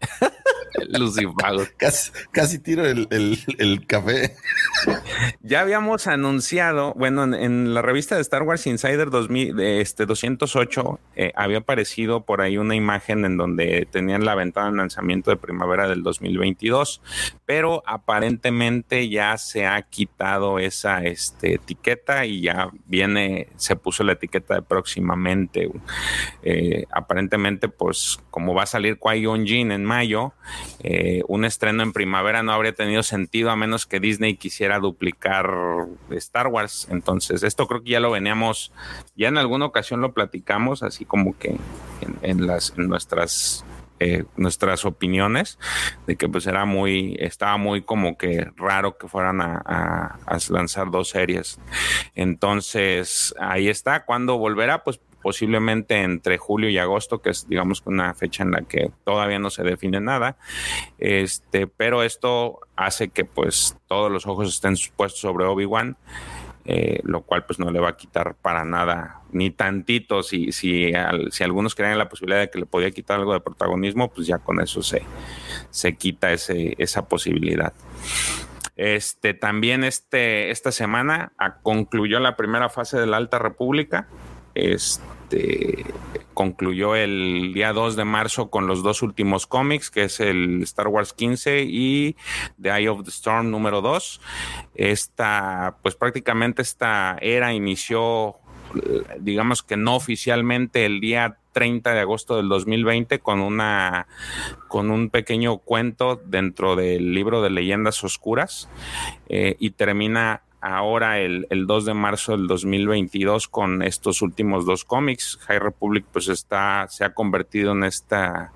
[SPEAKER 7] Lucifago.
[SPEAKER 4] Casi, casi tiro el, el, el café.
[SPEAKER 7] Ya habíamos anunciado, bueno, en, en la revista de Star Wars Insider dos mil, este, doscientos ocho, eh, había aparecido por ahí una imagen en donde tenían la ventana de lanzamiento de primavera del dos mil veintidós, pero aparentemente ya se ha quitado esa este, etiqueta y ya viene, se puso la etiqueta de próximamente. Eh, aparentemente, pues, como va a salir Qui-Gon Jinn en mayo, Eh, un estreno en primavera no habría tenido sentido a menos que Disney quisiera duplicar Star Wars. Entonces esto creo que ya lo veníamos, ya en alguna ocasión lo platicamos, así como que en, en las en nuestras eh, nuestras opiniones, de que pues era muy, estaba muy como que raro que fueran a, a, a lanzar dos series. Entonces ahí está. ¿Cuándo volverá? Pues posiblemente entre julio y agosto, que es digamos una fecha en la que todavía no se define nada, este, pero esto hace que pues todos los ojos estén puestos sobre Obi-Wan, eh, lo cual pues no le va a quitar para nada, ni tantito. Si, si, al, si algunos creen en la posibilidad de que le podía quitar algo de protagonismo, pues ya con eso se, se quita ese, esa posibilidad. Este, también este, esta semana a, concluyó la primera fase de la Alta República. Este concluyó el día dos de marzo con los dos últimos cómics, que es el Star Wars quince y The Eye of the Storm número dos. Esta, pues prácticamente esta era inició, digamos que no oficialmente, el día treinta de agosto del dos mil veinte con una con un pequeño cuento dentro del libro de Leyendas Oscuras, eh, y termina ahora el, el dos de marzo del dos mil veintidós con estos últimos dos cómics. High Republic pues está, se ha convertido en esta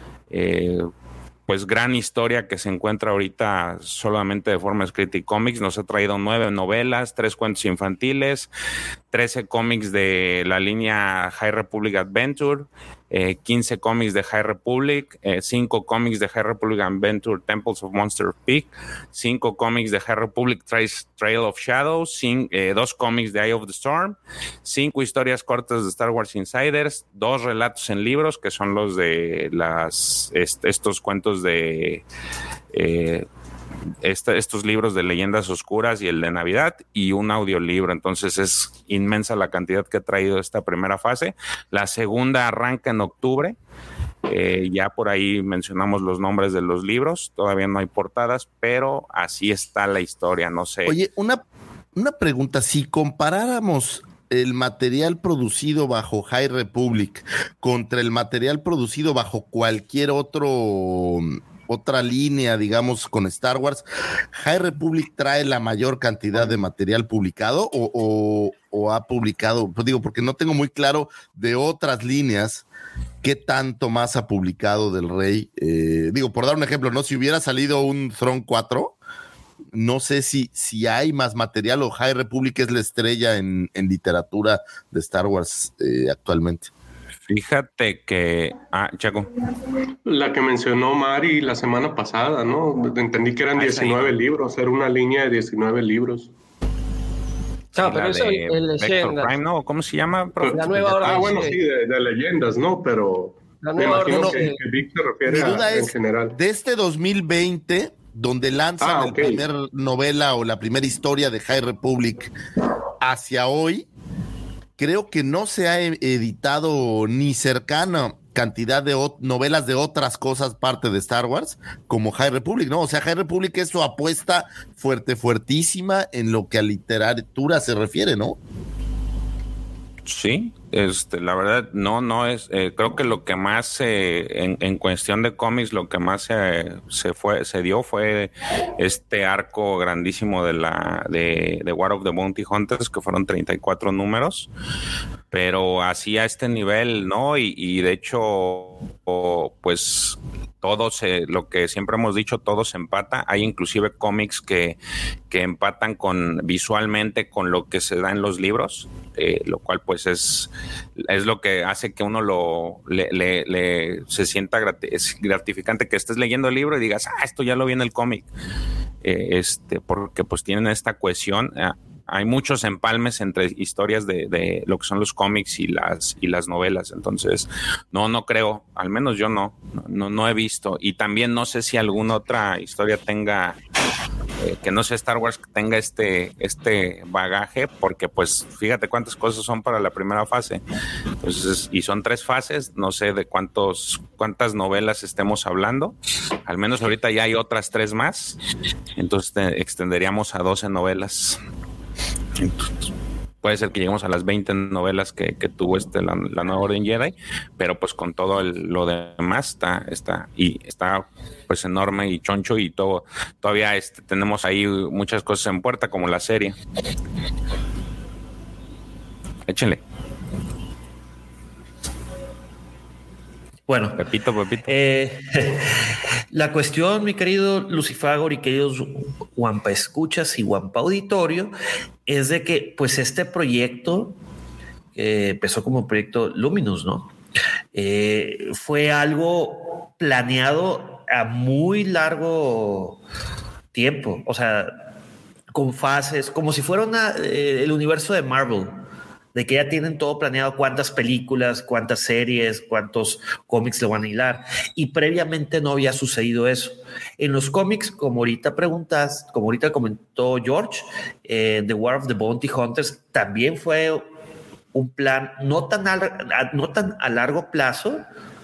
[SPEAKER 7] eh, pues gran historia que se encuentra ahorita solamente de forma escrita y cómics. Nos ha traído nueve novelas, tres cuentos infantiles, trece cómics de la línea High Republic Adventure, eh, quince cómics de High Republic, eh, cinco cómics de High Republic Adventure Temples of Monster Peak, cinco cómics de High Republic Trace, Trail of Shadows, cinco, eh, dos cómics de Eye of the Storm, cinco historias cortas de Star Wars Insiders, dos relatos en libros que son los de las est estos cuentos de eh, Esta, estos libros de Leyendas Oscuras y el de Navidad, y un audiolibro. Entonces es inmensa la cantidad que ha traído esta primera fase. La segunda arranca en octubre. Eh, ya por ahí mencionamos los nombres de los libros. Todavía no hay portadas, pero así está la historia. No sé.
[SPEAKER 4] Oye, una, una pregunta. Si comparáramos el material producido bajo High Republic contra el material producido bajo cualquier otro... otra línea, digamos, con Star Wars, ¿High Republic trae la mayor cantidad de material publicado o, o, o ha publicado? Pues digo, porque no tengo muy claro de otras líneas qué tanto más ha publicado del Rey. Eh, digo, por dar un ejemplo, ¿no? Si hubiera salido un Throne cuatro, no sé si, si hay más material o High Republic es la estrella en, en literatura de Star Wars eh, actualmente.
[SPEAKER 7] Fíjate que... Ah, Chaco.
[SPEAKER 9] La que mencionó Mari la semana pasada, ¿no? Entendí que eran
[SPEAKER 7] Ah,
[SPEAKER 9] diecinueve
[SPEAKER 7] sí.
[SPEAKER 9] libros, era una línea de diecinueve libros.
[SPEAKER 8] Ah,
[SPEAKER 7] Sí,
[SPEAKER 8] pero
[SPEAKER 7] la
[SPEAKER 8] eso
[SPEAKER 7] de
[SPEAKER 8] es
[SPEAKER 7] Vector
[SPEAKER 8] leyenda.
[SPEAKER 7] Prime, ¿no? ¿Cómo se llama? profe?
[SPEAKER 8] La nueva orden
[SPEAKER 9] Ah, bueno,
[SPEAKER 8] Jedi.
[SPEAKER 9] sí, de, de leyendas, ¿no? Pero
[SPEAKER 8] La
[SPEAKER 9] me
[SPEAKER 8] nueva
[SPEAKER 9] imagino
[SPEAKER 8] orden
[SPEAKER 9] que,
[SPEAKER 8] Jedi.
[SPEAKER 9] que Vic se refiere
[SPEAKER 4] Mi
[SPEAKER 9] a,
[SPEAKER 4] duda
[SPEAKER 9] en
[SPEAKER 4] es,
[SPEAKER 9] general.
[SPEAKER 4] de este dos mil veinte, donde lanzan
[SPEAKER 9] Ah,
[SPEAKER 4] el
[SPEAKER 9] ok.
[SPEAKER 4] primer novela o la primera historia de High Republic hacia hoy, creo que no se ha e- editado ni cercana cantidad de ot- novelas de otras cosas parte de Star Wars como High Republic, ¿no? O sea, High Republic es su apuesta fuerte, fuertísima en lo que a literatura se refiere, ¿no?
[SPEAKER 7] Sí, este, la verdad, no, no es, eh, creo que lo que más, eh, en, en cuestión de cómics, lo que más se, se fue, se dio fue este arco grandísimo de la, de, de War of the Bounty Hunters, que fueron treinta y cuatro números, pero así a este nivel, ¿no? Y, y de hecho, o, pues, todo se, lo que siempre hemos dicho, todo se empata. Hay inclusive cómics que, que empatan con visualmente con lo que se da en los libros, eh, lo cual pues es, es lo que hace que uno lo le, le, le se sienta grati- es gratificante que estés leyendo el libro y digas, ah, esto ya lo vi en el cómic, eh, este, porque pues tienen esta cohesión. Eh, hay muchos empalmes entre historias de, de lo que son los cómics y las y las novelas, entonces no no creo, al menos yo no no, no he visto, y también no sé si alguna otra historia tenga eh, que no sea Star Wars, que tenga este este bagaje, porque pues fíjate cuántas cosas son para la primera fase, entonces, y son tres fases, no sé de cuántos cuántas novelas estemos hablando, al menos ahorita ya hay otras tres más, entonces te extenderíamos a doce novelas. Entonces, puede ser que lleguemos a las veinte novelas que, que tuvo este la, la nueva Orden Jedi, pero pues con todo el, lo demás está está y está pues enorme y choncho, y todo todavía este, tenemos ahí muchas cosas en puerta, como la serie. Échenle.
[SPEAKER 10] Bueno,
[SPEAKER 7] Pepito, Pepito.
[SPEAKER 10] Eh, la cuestión, mi querido Lucifagor y queridos Wampa Escuchas y Wampa Auditorio, es de que pues este proyecto eh, empezó como proyecto Luminous, ¿no? Eh, fue algo planeado a muy largo tiempo, o sea, con fases, como si fuera una, eh, el universo de Marvel, de que ya tienen todo planeado, cuántas películas, cuántas series, cuántos cómics le van a hilar. Y previamente no había sucedido eso. En los cómics, como ahorita preguntas, como ahorita comentó George, eh, The War of the Bounty Hunters también fue un plan no tan a, no tan a largo plazo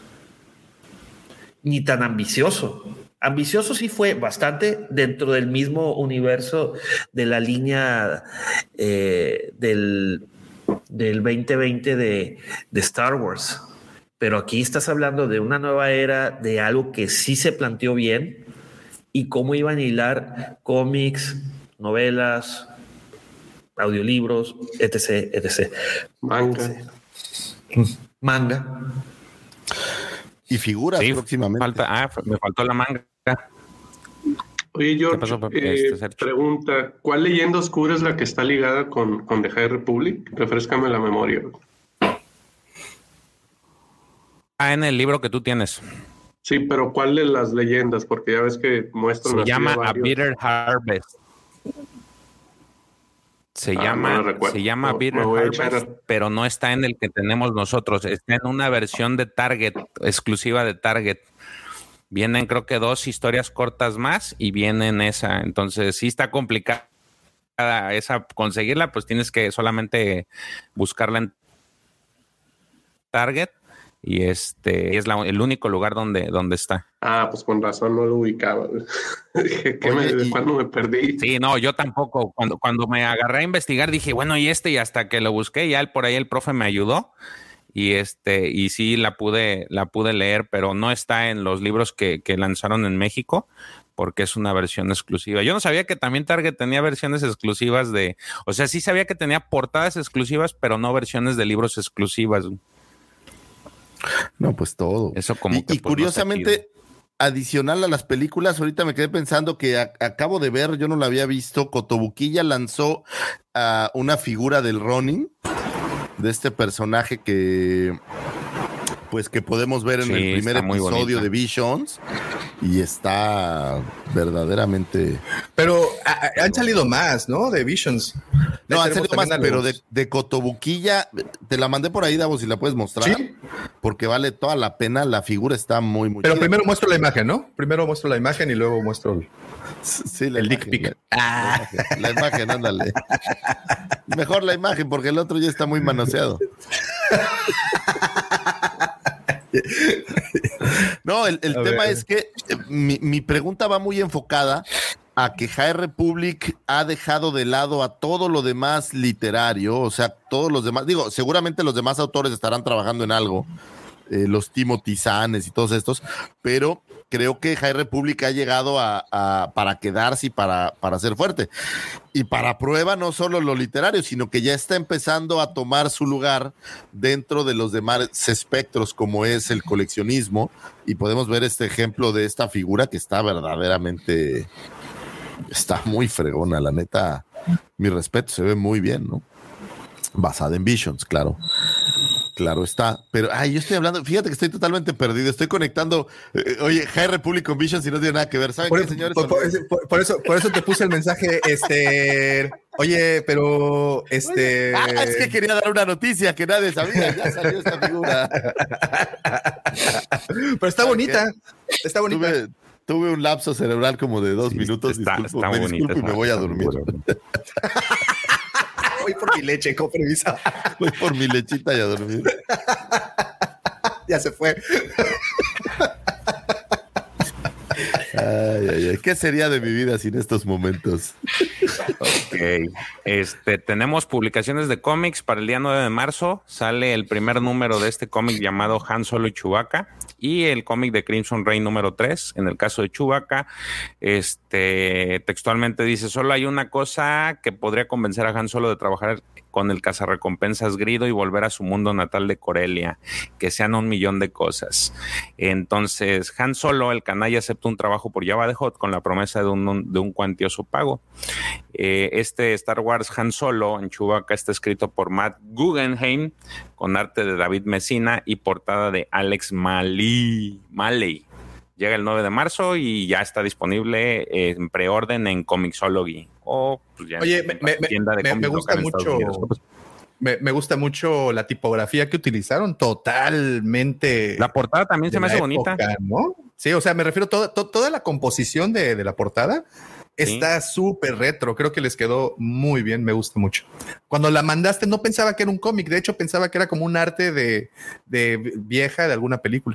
[SPEAKER 10] ni tan ambicioso. Ambicioso sí fue bastante dentro del mismo universo de la línea eh, del del veinte veinte de, de Star Wars, pero aquí estás hablando de una nueva era, de algo que sí se planteó bien y cómo iban a hilar cómics, novelas, audiolibros, etc, etc.
[SPEAKER 9] Manga.
[SPEAKER 10] Manga.
[SPEAKER 4] Y figuras
[SPEAKER 7] Sí,
[SPEAKER 4] próximamente.
[SPEAKER 7] Falta, ah, me faltó la manga.
[SPEAKER 9] Oye, George,
[SPEAKER 7] pasó, Pepe?
[SPEAKER 9] eh,
[SPEAKER 7] Este, Sergio.
[SPEAKER 9] pregunta, ¿cuál leyenda oscura es la que está ligada con, con The High Republic? Refréscame la memoria.
[SPEAKER 7] Ah, en el libro que tú tienes.
[SPEAKER 9] Sí, pero ¿cuál de las leyendas? Porque ya ves que muestran
[SPEAKER 7] Se
[SPEAKER 9] así
[SPEAKER 7] llama A
[SPEAKER 9] varios.
[SPEAKER 7] Bitter Harvest. Se
[SPEAKER 9] Ah,
[SPEAKER 7] llama,
[SPEAKER 9] no lo recuerdo.
[SPEAKER 7] se llama
[SPEAKER 9] Me-
[SPEAKER 7] Bitter
[SPEAKER 9] me voy a
[SPEAKER 7] Harvest,
[SPEAKER 9] echar-
[SPEAKER 7] pero no está en el que tenemos nosotros. Está en una versión de Target, exclusiva de Target. Vienen creo que dos historias cortas más y vienen esa. Entonces sí está complicada esa conseguirla, pues tienes que solamente buscarla en Target y este es la- el único lugar donde, donde está.
[SPEAKER 9] Ah, pues con razón no lo ubicaba. Dije, ¿qué me, ¿de cuándo me perdí?
[SPEAKER 7] Sí, no, yo tampoco. Cuando, cuando me agarré a investigar dije, bueno, y este, y hasta que lo busqué, ya el, por ahí el profe me ayudó. Y este, y sí la pude, la pude leer, pero no está en los libros que, que lanzaron en México, porque es una versión exclusiva. Yo no sabía que también Target tenía versiones exclusivas de, o sea, sí sabía que tenía portadas exclusivas, pero no versiones de libros exclusivas.
[SPEAKER 4] No, pues todo.
[SPEAKER 7] Eso como
[SPEAKER 4] y,
[SPEAKER 7] que,
[SPEAKER 4] y
[SPEAKER 7] pues,
[SPEAKER 4] curiosamente,
[SPEAKER 7] no está chido.
[SPEAKER 4] adicional a las películas, ahorita me quedé pensando que a- acabo de ver, yo no la había visto, Cotobuquilla lanzó uh, una figura del Ronin, de este personaje que pues que podemos ver en
[SPEAKER 7] Sí,
[SPEAKER 4] el primer
[SPEAKER 7] está muy
[SPEAKER 4] episodio
[SPEAKER 7] bonita.
[SPEAKER 4] de Visions y está verdaderamente.
[SPEAKER 6] Pero a, a, han salido más, ¿no? De Visions.
[SPEAKER 4] No,
[SPEAKER 6] Ahí
[SPEAKER 4] han salido
[SPEAKER 6] tenemos
[SPEAKER 4] más,
[SPEAKER 6] también a
[SPEAKER 4] pero
[SPEAKER 6] los-
[SPEAKER 4] de, de Cotobuquilla, te la mandé por ahí, Davo, si la puedes mostrar.
[SPEAKER 6] ¿Sí?
[SPEAKER 4] Porque vale toda la pena, la figura está muy, muy
[SPEAKER 6] Pero
[SPEAKER 4] chida.
[SPEAKER 6] primero muestro la imagen, ¿no? Primero muestro la imagen y luego muestro el,
[SPEAKER 4] Sí, la
[SPEAKER 6] el dick
[SPEAKER 4] imagen,
[SPEAKER 6] pic.
[SPEAKER 4] La, la imagen, la imagen, ándale. Mejor la imagen, porque el otro ya está muy manoseado. No, el, el
[SPEAKER 6] A
[SPEAKER 4] tema
[SPEAKER 6] ver.
[SPEAKER 4] es que eh, mi, mi pregunta va muy enfocada a que High Republic ha dejado de lado a todo lo demás literario, o sea, todos los demás, digo, seguramente los demás autores estarán trabajando en algo, eh, los Timothy Zanes y todos estos, pero creo que High Republic ha llegado a, a para quedarse y para, para ser fuerte. Y para prueba no solo lo literario, sino que ya está empezando a tomar su lugar dentro de los demás espectros, como es el coleccionismo, y podemos ver este ejemplo de esta figura que está verdaderamente, está muy fregona, la neta, mi respeto, se ve muy bien, ¿no? Basada en Visions, claro. Claro está, pero ay, yo estoy hablando, fíjate que estoy totalmente perdido, estoy conectando, eh, oye, High Republic con Visions y no tiene nada que ver, ¿saben
[SPEAKER 6] Por,
[SPEAKER 4] qué, señores?
[SPEAKER 6] por- por- por- por eso, por eso te puse el mensaje, este, oye, pero, este...
[SPEAKER 4] Ah, es que quería dar una noticia que nadie sabía, ya salió esta figura.
[SPEAKER 6] Pero está bonita, está bonita.
[SPEAKER 4] Tuve, tuve un lapso cerebral como de dos
[SPEAKER 7] Sí,
[SPEAKER 4] minutos,
[SPEAKER 7] está-
[SPEAKER 4] disculpo,
[SPEAKER 7] está
[SPEAKER 4] me
[SPEAKER 7] bonita
[SPEAKER 4] disculpo y
[SPEAKER 7] esa-
[SPEAKER 4] me voy a
[SPEAKER 7] esa
[SPEAKER 4] dormir.
[SPEAKER 7] figura.
[SPEAKER 6] Voy por mi leche, con permiso.
[SPEAKER 4] Voy por mi lechita y a dormir.
[SPEAKER 6] Ya se fue.
[SPEAKER 4] Ay, ay, ay. ¿Qué sería de mi vida sin estos momentos?
[SPEAKER 7] Ok. Este, tenemos publicaciones de cómics para el día nueve de marzo. Sale el primer número de este cómic llamado Han Solo y Chewbacca y el cómic de Crimson Reign número tres. En el caso de Chewbacca, este, textualmente dice: solo hay una cosa que podría convencer a Han Solo de trabajar con el cazarrecompensas Grido y volver a su mundo natal de Corelia, que sean un millón de cosas. Entonces, Han Solo, el canalla, acepta un trabajo por Jabba the Hutt con la promesa de un, de un cuantioso pago. Eh, este Star Wars Han Solo en Chewbacca está escrito por Matt Guggenheim, con arte de David Messina y portada de Alex Malley. Malley. Llega el nueve de marzo y ya está disponible en preorden en Comixology. O pues ya
[SPEAKER 6] Oye,
[SPEAKER 7] en
[SPEAKER 6] me, me,
[SPEAKER 7] tienda de
[SPEAKER 6] me, me
[SPEAKER 7] cómics
[SPEAKER 6] gusta
[SPEAKER 7] local en Estados
[SPEAKER 6] mucho.
[SPEAKER 7] Unidos.
[SPEAKER 6] Me, me gusta mucho la tipografía que utilizaron, totalmente.
[SPEAKER 7] La portada también se
[SPEAKER 6] de
[SPEAKER 7] me
[SPEAKER 6] la
[SPEAKER 7] hace bonita.
[SPEAKER 6] época, ¿no? Sí, o sea, me refiero a toda, to- toda la composición de, de la portada. Está súper retro, creo que les quedó muy bien, me gusta mucho. Cuando la mandaste no pensaba que era un cómic, de hecho pensaba que era como un arte de, de vieja de alguna película.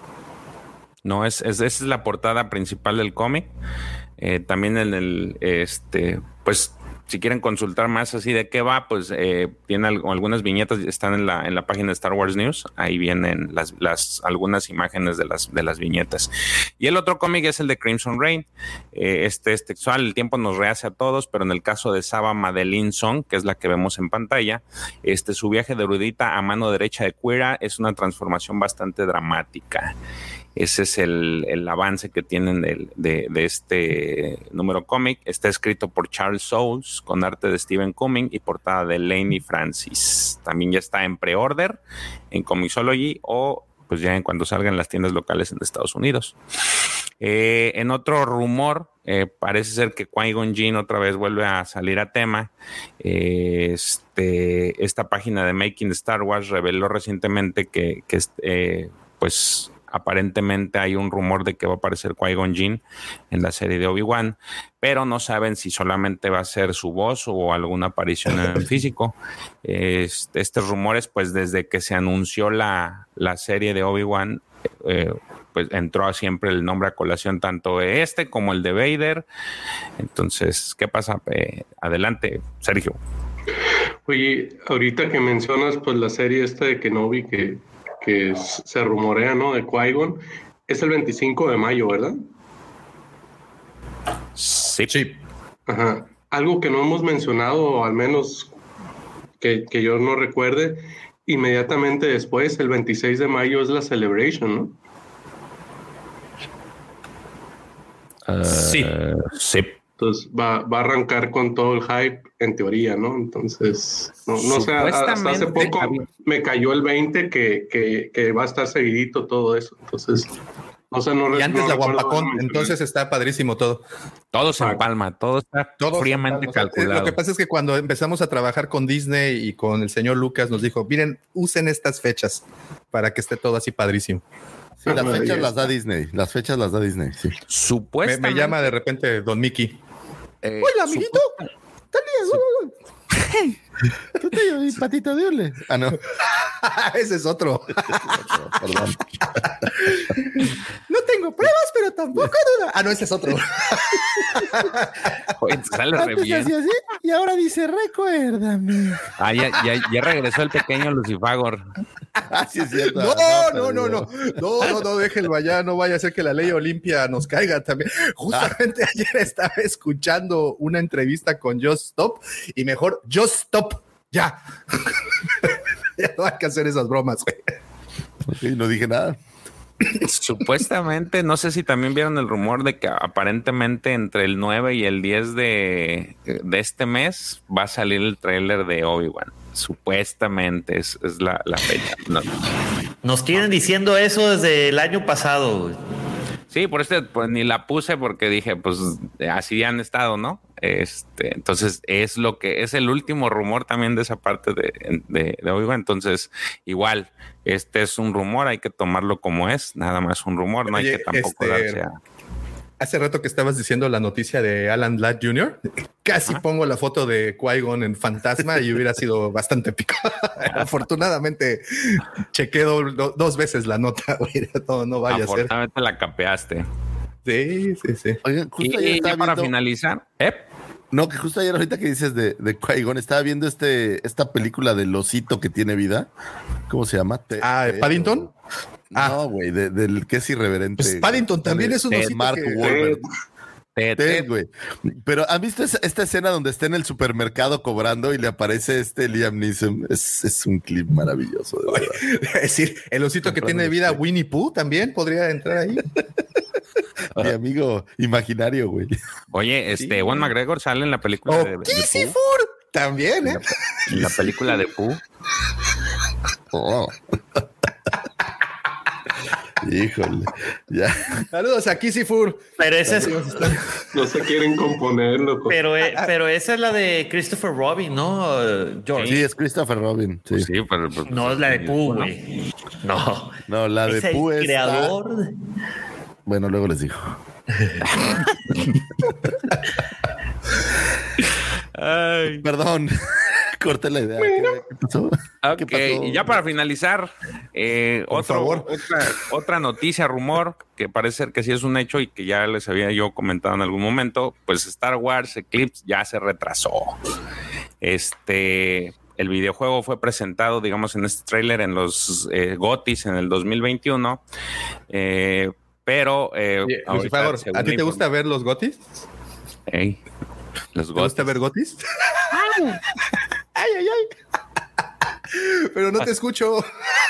[SPEAKER 7] No, es, es, esa es la portada principal del cómic. Eh, también en el, este, pues, si quieren consultar más así de qué va, pues eh, tiene algo, algunas viñetas, están en la, en la página de Star Wars News. Ahí vienen las, las algunas imágenes de las, de las viñetas. Y el otro cómic es el de Crimson Reign. Eh, este es textual, el tiempo nos rehace a todos, pero en el caso de Saba Madeline Song, que es la que vemos en pantalla, este, su viaje de erudita a mano derecha de Quira es una transformación bastante dramática. Ese es el, el avance que tienen de, de, de este número cómic. Está escrito por Charles Soules con arte de Stephen Cumming y portada de Laney Francis. También ya está en pre-order en Comixology o pues ya en cuando salgan las tiendas locales en Estados Unidos. Eh, en otro rumor, eh, parece ser que Qui-Gon Jinn otra vez vuelve a salir a tema. Eh, este, esta página de Making Star Wars reveló recientemente que, que eh, pues aparentemente hay un rumor de que va a aparecer Qui-Gon Jinn en la serie de Obi-Wan, pero no saben si solamente va a ser su voz o alguna aparición en físico. Este, estos rumores, pues desde que se anunció la, la serie de Obi-Wan, eh, pues entró siempre el nombre a colación, tanto este como el de Vader. Entonces, ¿qué pasa? Eh, adelante, Sergio.
[SPEAKER 9] Oye, ahorita que mencionas pues la serie esta de Kenobi que que se rumorea, ¿no? De Qui-Gon, es el veinticinco de mayo, ¿verdad?
[SPEAKER 7] Sí. Sí.
[SPEAKER 9] Ajá. Algo que no hemos mencionado, o al menos que, que yo no recuerde, inmediatamente después, el veintiséis de mayo es la Celebration, ¿no?
[SPEAKER 7] Uh, sí. Sí.
[SPEAKER 9] Entonces va, va a arrancar con todo el hype, en teoría, ¿no? Entonces, no, no sé, hasta hace poco me cayó el veinte que, que, que va a estar seguidito todo eso. Entonces, no sé, no
[SPEAKER 6] Y antes
[SPEAKER 9] no
[SPEAKER 6] la
[SPEAKER 9] recuerdo
[SPEAKER 6] Guampacón,
[SPEAKER 9] dónde me
[SPEAKER 6] entonces está padrísimo todo.
[SPEAKER 7] Todo se empalma, todo está
[SPEAKER 6] Todo
[SPEAKER 7] fríamente
[SPEAKER 6] o sea,
[SPEAKER 7] calculado.
[SPEAKER 6] Lo que pasa es que cuando empezamos a trabajar con Disney y con el señor Lucas nos dijo, miren, usen estas fechas para que esté todo así padrísimo.
[SPEAKER 4] Sí, las fechas las da Disney, las fechas las da Disney, sí.
[SPEAKER 7] Supuestamente.
[SPEAKER 6] Me, me llama de repente Don Mickey.
[SPEAKER 7] Eh,
[SPEAKER 4] Hola, amiguito. Hey, ¿tú te mi patito de hule? Ah, no.
[SPEAKER 6] Ese es otro.
[SPEAKER 4] Perdón.
[SPEAKER 6] No tengo pruebas, pero tampoco duda. Ah, no, ese es otro.
[SPEAKER 7] Oye, te sale re
[SPEAKER 4] Antes
[SPEAKER 7] bien.
[SPEAKER 4] hacía así y ahora dice, recuérdame.
[SPEAKER 7] Ah, ya, ya, ya regresó el pequeño Lucifagor.
[SPEAKER 4] Ah, sí, es cierto.
[SPEAKER 6] No,
[SPEAKER 4] Ah,
[SPEAKER 6] no, no, no, no, no, no, déjenlo allá, no vaya a ser que la ley Olimpia nos caiga también. Justamente ayer estaba escuchando una entrevista con Just Stop y mejor Just Stop, ya. Ya no hay que hacer esas bromas, güey.
[SPEAKER 4] Sí, no dije nada.
[SPEAKER 7] Supuestamente, no sé si también vieron el rumor de que aparentemente entre el nueve y el diez de, de este mes va a salir el tráiler de Obi-Wan. Supuestamente es, es la, la fecha. No.
[SPEAKER 10] Nos tienen diciendo eso desde el año pasado, güey.
[SPEAKER 7] Sí, por eso pues ni la puse porque dije, pues así han estado, ¿no? Este, entonces es lo que es el último rumor también de esa parte de, de, de Obi-Wan. Entonces, igual, este es un rumor, hay que tomarlo como es, nada más un rumor, no
[SPEAKER 6] Oye,
[SPEAKER 7] hay que tampoco
[SPEAKER 6] este,
[SPEAKER 7] darse a...
[SPEAKER 6] Hace rato que estabas diciendo la noticia de Alan Ladd junior, casi ¿Ah? pongo la foto de Qui-Gon en Fantasma y hubiera sido bastante épico. Afortunadamente chequé do, do, dos veces la nota, güey. No, no vaya a ser.
[SPEAKER 7] Afortunadamente la capeaste.
[SPEAKER 6] Sí, sí, sí.
[SPEAKER 4] Oigan, justo
[SPEAKER 7] y, y ya para
[SPEAKER 4] viendo...
[SPEAKER 7] finalizar, ¿eh?
[SPEAKER 4] No, que justo ayer ahorita que dices de, de Qui-Gon, estaba viendo este, esta película del osito que tiene vida. ¿Cómo se llama? Te,
[SPEAKER 6] ah,
[SPEAKER 4] te,
[SPEAKER 6] ¿Paddington?
[SPEAKER 4] Ah. No, güey, de, del que es irreverente.
[SPEAKER 6] Pues Paddington también
[SPEAKER 4] de,
[SPEAKER 6] es un osito
[SPEAKER 4] Mark
[SPEAKER 6] que...
[SPEAKER 4] Wahlberg.
[SPEAKER 7] Ted,
[SPEAKER 4] Ted, güey. Pero ¿han visto esa, esta escena donde está en el supermercado cobrando y le aparece este Liam Neeson? Es, es un clip maravilloso, de verdad.
[SPEAKER 6] Es decir, el osito que tiene vida, Winnie Pooh, también podría entrar ahí.
[SPEAKER 4] Mi amigo imaginario, güey.
[SPEAKER 7] Oye, este, sí. Ewan McGregor sale en la película
[SPEAKER 6] oh,
[SPEAKER 7] de, de
[SPEAKER 6] Pooh. También, ¿eh?
[SPEAKER 7] En la, en la película de Pooh.
[SPEAKER 4] Oh. Híjole, ya.
[SPEAKER 6] Saludos a Kissifur.
[SPEAKER 10] Pero ese es...
[SPEAKER 9] No se quieren componerlo.
[SPEAKER 10] Pero, pero esa es la de Christopher Robin, ¿no, George?
[SPEAKER 4] Sí, es Christopher Robin. Sí,
[SPEAKER 7] sí pero, pero,
[SPEAKER 10] no es la de Pooh, güey. No.
[SPEAKER 4] No, la de
[SPEAKER 10] ¿Es
[SPEAKER 4] Pooh
[SPEAKER 10] el
[SPEAKER 4] es
[SPEAKER 10] creador?
[SPEAKER 4] La... Bueno, luego les digo.
[SPEAKER 7] Ay.
[SPEAKER 4] Perdón. Corté la idea.
[SPEAKER 7] Bueno.
[SPEAKER 4] ¿Qué pasó?
[SPEAKER 7] Ok,
[SPEAKER 4] ¿Qué pasó?
[SPEAKER 7] y ya para finalizar, eh, otro, otra, otra noticia, rumor, que parece ser que sí es un hecho y que ya les había yo comentado en algún momento, pues Star Wars Eclipse ya se retrasó. Este, el videojuego fue presentado, digamos, en este tráiler en los eh, GOTYs en el dos mil veintiuno, eh, pero... Eh,
[SPEAKER 6] Oye, Lucifagor, ¿a ti te gusta ver los GOTYs?
[SPEAKER 7] Hey, los
[SPEAKER 6] ¿Te
[SPEAKER 7] GOTYs.
[SPEAKER 6] gusta ver GOTYs? Ay, ay, ay. Pero no te escucho.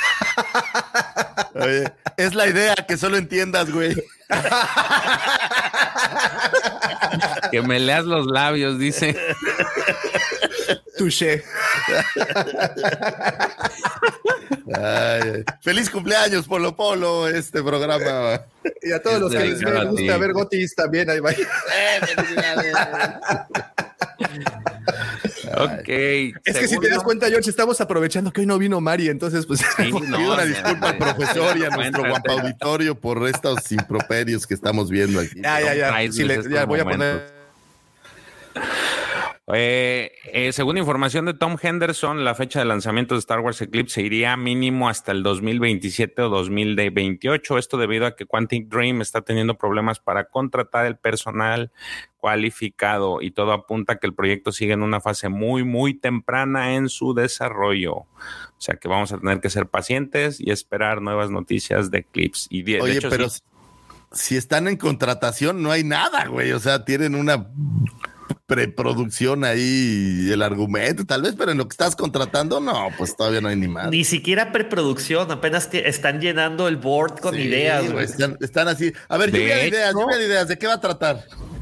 [SPEAKER 4] Oye, es la idea, que solo entiendas, güey.
[SPEAKER 7] Que me leas los labios, dice.
[SPEAKER 6] Touché.
[SPEAKER 4] Ay, ay. Feliz cumpleaños, Polo Polo, este programa.
[SPEAKER 6] Y a todos
[SPEAKER 7] es
[SPEAKER 6] los que les gusta ver GOTYs también, ahí va.
[SPEAKER 7] Ok.
[SPEAKER 6] Es que si te das cuenta, George, estamos aprovechando que hoy no vino Mari, entonces pues
[SPEAKER 7] sí, no,
[SPEAKER 4] pido una disculpa al profesor y a nuestro
[SPEAKER 7] cuenta,
[SPEAKER 4] guapo auditorio por estos improperios que estamos viendo aquí.
[SPEAKER 6] Ya, ya, ya. Sí, le, ya voy a poner.
[SPEAKER 7] Eh, eh, según información de Tom Henderson, la fecha de lanzamiento de Star Wars Eclipse se iría mínimo hasta el dos mil veintisiete o dos mil veintiocho. Esto debido a que Quantic Dream está teniendo problemas para contratar el personal cualificado y todo apunta a que el proyecto sigue en una fase muy, muy temprana en su desarrollo. O sea que vamos a tener que ser pacientes y esperar nuevas noticias de Eclipse. Y de,
[SPEAKER 4] Oye,
[SPEAKER 7] de hecho,
[SPEAKER 4] pero
[SPEAKER 7] sí,
[SPEAKER 4] si están en contratación, no hay nada, güey. O sea, tienen una preproducción ahí, el argumento, tal vez, pero en lo que estás contratando, no, pues todavía no hay ni más.
[SPEAKER 10] Ni siquiera preproducción, apenas que están llenando el board con
[SPEAKER 4] Sí,
[SPEAKER 10] ideas,
[SPEAKER 4] güey.
[SPEAKER 10] güey.
[SPEAKER 4] Están, están así. A ver, lluvia de ideas, lluvia de ideas. ¿De qué va a tratar?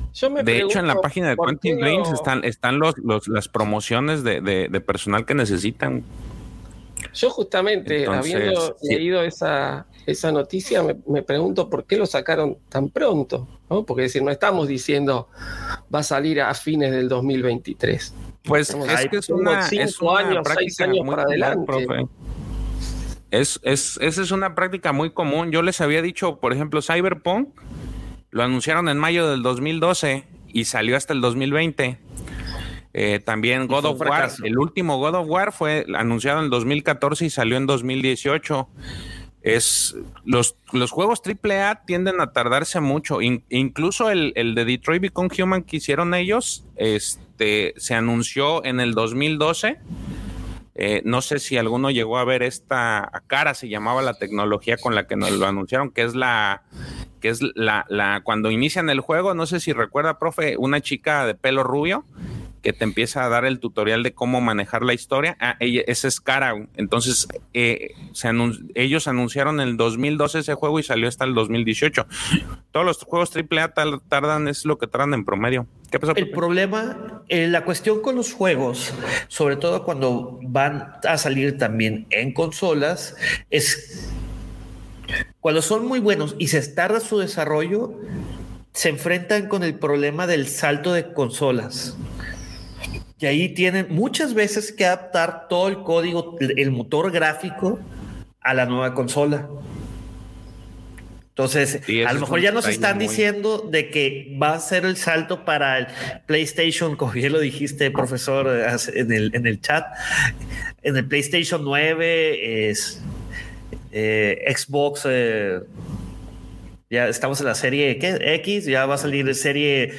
[SPEAKER 8] Yo me
[SPEAKER 7] de hecho, en la
[SPEAKER 8] pregunto,
[SPEAKER 7] página de
[SPEAKER 8] ¿por
[SPEAKER 7] Quantic
[SPEAKER 8] qué
[SPEAKER 7] Dreams
[SPEAKER 8] no-
[SPEAKER 7] están, están los, los, las promociones de, de, de personal que necesitan.
[SPEAKER 8] Yo justamente,
[SPEAKER 7] Entonces,
[SPEAKER 8] habiendo
[SPEAKER 7] sí.
[SPEAKER 8] leído esa, esa noticia, me, me pregunto por qué lo sacaron tan pronto, ¿no? Porque es decir, no estamos diciendo va a salir a fines del dos mil veintitrés.
[SPEAKER 7] Pues
[SPEAKER 8] Estamos-
[SPEAKER 7] es que es
[SPEAKER 8] tengo
[SPEAKER 7] una,
[SPEAKER 8] cinco
[SPEAKER 7] es una
[SPEAKER 8] años, seis
[SPEAKER 7] práctica
[SPEAKER 8] años
[SPEAKER 7] muy
[SPEAKER 8] para
[SPEAKER 7] común,
[SPEAKER 8] adelante.
[SPEAKER 7] profe. Es, es, esa es una práctica muy común. Yo les había dicho, por ejemplo, Cyberpunk lo anunciaron en mayo del dos mil doce y salió hasta el dos mil veinte. Eh, también God
[SPEAKER 10] fue un
[SPEAKER 7] of War,
[SPEAKER 10] fracaso.
[SPEAKER 7] el último God of War fue anunciado en el dos mil catorce y salió en dos mil dieciocho. Es, los, los juegos triple A tienden a tardarse mucho. In, incluso el, el de Detroit Become Human que hicieron ellos, este, se anunció en el dos mil doce. Eh, no sé si alguno llegó a ver esta Cara, se llamaba la tecnología con la que nos lo anunciaron, que es la que es la, la cuando inician el juego, no sé si recuerda, profe, una chica de pelo rubio que te empieza a dar el tutorial de cómo manejar la historia. Ah, ella, esa es Cara. Entonces, eh, se anun- ellos anunciaron en el dos mil doce ese juego y salió hasta el dos mil dieciocho. Todos los juegos triple A tal- tardan, es lo que tardan en promedio. ¿Qué pasó?
[SPEAKER 10] El problema, eh, la cuestión con los juegos, sobre todo cuando van a salir también en consolas, es cuando son muy buenos y se tarda su desarrollo, se enfrentan con el problema del salto de consolas. Y ahí tienen muchas veces que adaptar todo el código, el motor gráfico a la nueva consola. Entonces,
[SPEAKER 7] Sí,
[SPEAKER 10] a lo
[SPEAKER 7] ese
[SPEAKER 10] mejor
[SPEAKER 7] es
[SPEAKER 10] ya
[SPEAKER 7] un
[SPEAKER 10] nos
[SPEAKER 7] detalle
[SPEAKER 10] están
[SPEAKER 7] muy-
[SPEAKER 10] diciendo de que va a ser el salto para el PlayStation, como bien lo dijiste, profesor, en el, en el chat. En el PlayStation nueve, es, eh, Xbox, eh, ya estamos en la serie ¿qué? X, ya va a salir de serie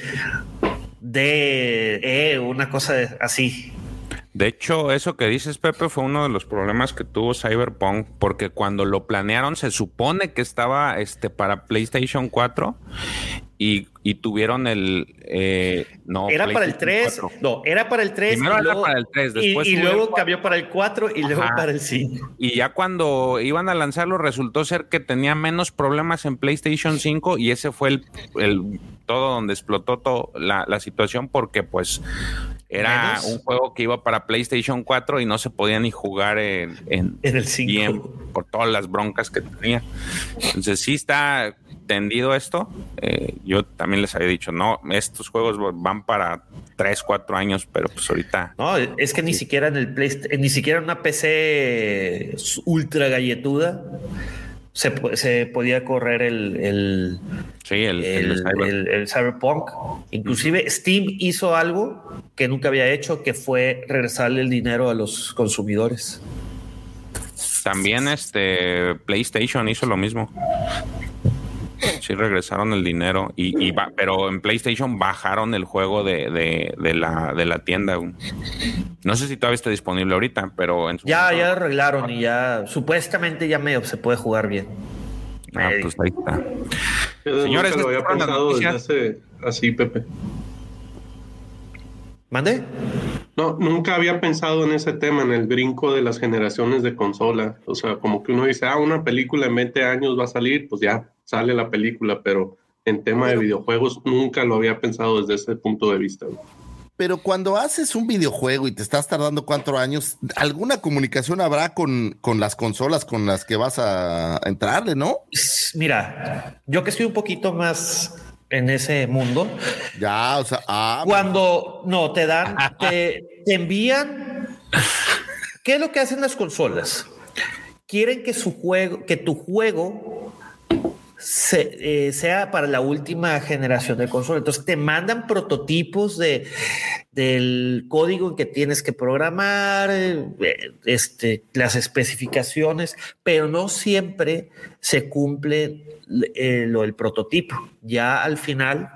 [SPEAKER 10] D, E, una cosa así.
[SPEAKER 7] De hecho, eso que dices, Pepe, fue uno de los problemas que tuvo Cyberpunk, porque cuando lo planearon se supone que estaba este, para PlayStation cuatro y, y tuvieron el... Eh, no,
[SPEAKER 10] Era para el
[SPEAKER 7] PlayStation
[SPEAKER 10] tres,
[SPEAKER 7] cuatro.
[SPEAKER 10] no, era para el tres.
[SPEAKER 7] Primero
[SPEAKER 10] y
[SPEAKER 7] era
[SPEAKER 10] luego,
[SPEAKER 7] para el tres,
[SPEAKER 10] y-
[SPEAKER 7] después
[SPEAKER 10] y,
[SPEAKER 7] hubo
[SPEAKER 10] luego
[SPEAKER 7] el-
[SPEAKER 10] cambió para el cuatro y luego
[SPEAKER 7] Ajá.
[SPEAKER 10] para el cinco.
[SPEAKER 7] Y ya cuando iban a lanzarlo resultó ser que tenía menos problemas en PlayStation cinco y ese fue el, el todo donde explotó todo la, la situación porque pues era
[SPEAKER 10] Menos.
[SPEAKER 7] un juego que iba para PlayStation cuatro y no se podía ni jugar en, en,
[SPEAKER 10] En el cinco.
[SPEAKER 7] bien por todas las broncas que tenía. Entonces sí está tendido esto. Eh, yo también les había dicho, no, estos juegos van para tres, cuatro años, pero pues ahorita...
[SPEAKER 10] No, es que ni siquiera en el Play, ni siquiera en una P C ultra galletuda se, po- se podía correr el, el,
[SPEAKER 7] Sí, el,
[SPEAKER 10] el,
[SPEAKER 7] el Cyber-
[SPEAKER 10] el- el Cyberpunk. Inclusive Steam hizo algo que nunca había hecho, que fue regresarle el dinero a los consumidores.
[SPEAKER 7] También este PlayStation hizo lo mismo. Sí regresaron el dinero y, y ba- pero en PlayStation bajaron el juego de, de, de la de la tienda. No sé si todavía está disponible ahorita, pero en su
[SPEAKER 10] Ya,
[SPEAKER 7] momento-
[SPEAKER 10] ya lo arreglaron y ya supuestamente ya medio se puede jugar bien.
[SPEAKER 7] Ah, pues ahí está.
[SPEAKER 9] Yo
[SPEAKER 7] Señores,
[SPEAKER 9] nunca lo había
[SPEAKER 7] estas fueron las
[SPEAKER 9] pensado desde
[SPEAKER 7] noticias.
[SPEAKER 9] hace así, Pepe.
[SPEAKER 10] ¿Mande?
[SPEAKER 9] No, nunca había pensado en ese tema, en el brinco de las generaciones de consola. O sea, como que uno dice, ah, una película en veinte años va a salir, pues ya sale la película, pero en tema de videojuegos nunca lo había pensado desde ese punto de vista.
[SPEAKER 4] Pero cuando haces un videojuego y te estás tardando cuatro años, alguna comunicación habrá con, con las consolas con las que vas a entrarle, ¿no?
[SPEAKER 10] Mira, yo que estoy un poquito más en ese mundo,
[SPEAKER 4] Ya, o sea, ah,
[SPEAKER 10] cuando no te dan, te, te envían. ¿Qué es lo que hacen las consolas? Quieren que su juego, que tu juego se, eh, sea para la última generación de consola. Entonces te mandan prototipos de del código que tienes que programar, eh, este, las especificaciones, pero no siempre se cumple eh, lo del prototipo. Ya al final,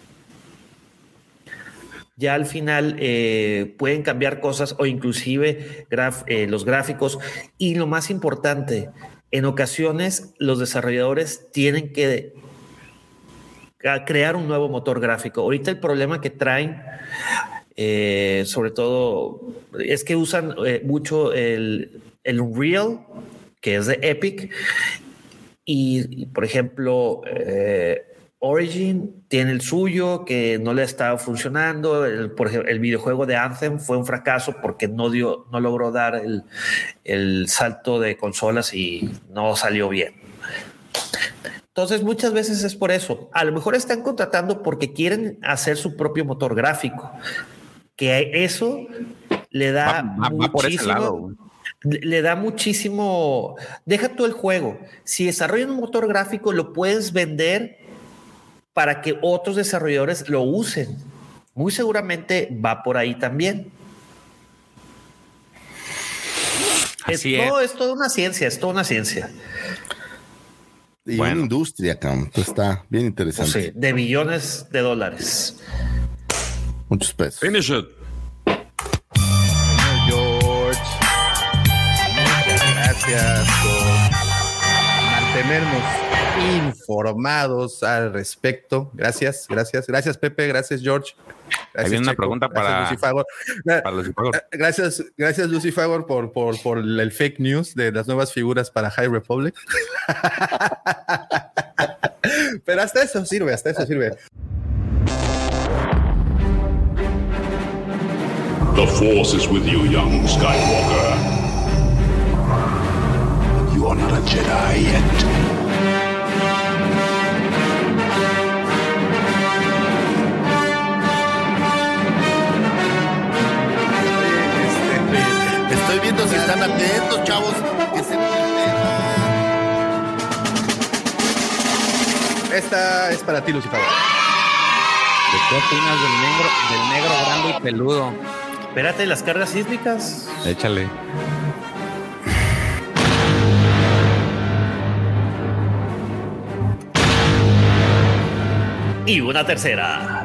[SPEAKER 10] ya al final eh, pueden cambiar cosas o inclusive graf, eh, los gráficos. Y lo más importante, en ocasiones los desarrolladores tienen que crear un nuevo motor gráfico. Ahorita el problema que traen, eh, sobre todo, es que usan eh, mucho el, el Unreal, que es de Epic, y, y por ejemplo, eh, Origin tiene el suyo, que no le estaba funcionando. El, por ejemplo, el videojuego de Anthem fue un fracaso porque no dio, no logró dar el, el salto de consolas y no salió bien. Entonces, muchas veces es por eso. A lo mejor están contratando porque quieren hacer su propio motor gráfico, que eso le da
[SPEAKER 7] va, va, va por ese lado.
[SPEAKER 10] Le da muchísimo. Deja tú el juego. Si desarrollan un motor gráfico, lo puedes vender para que otros desarrolladores lo usen. Muy seguramente va por ahí también.
[SPEAKER 7] Así
[SPEAKER 10] es,
[SPEAKER 7] es.
[SPEAKER 10] No, es toda una ciencia, es toda una ciencia.
[SPEAKER 4] Y
[SPEAKER 7] bueno.
[SPEAKER 4] una industria, cabrón. Está bien interesante.
[SPEAKER 10] O sea, de billones de dólares.
[SPEAKER 4] Muchos pesos.
[SPEAKER 7] Finish it.
[SPEAKER 6] George, muchas gracias por mantenernos informados al respecto. Gracias, gracias, gracias Pepe, gracias George. Gracias,
[SPEAKER 7] Ahí viene una
[SPEAKER 6] Checo.
[SPEAKER 7] pregunta para,
[SPEAKER 6] Lucy Fagor.
[SPEAKER 7] para Lucy Fagor.
[SPEAKER 6] Gracias, gracias Lucy Fagor por, por, por el fake news de las nuevas figuras para High Republic. Pero hasta eso sirve, hasta eso sirve.
[SPEAKER 5] The Force is with you, young Skywalker. You are not a Jedi yet.
[SPEAKER 4] Estoy viendo si están atentos, chavos. Que se
[SPEAKER 6] Esta es para ti, Lucy Fagor.
[SPEAKER 7] ¿De qué opinas del negro, del negro grande y peludo?
[SPEAKER 10] Espérate, las cargas sísmicas.
[SPEAKER 7] Échale.
[SPEAKER 10] Y una tercera.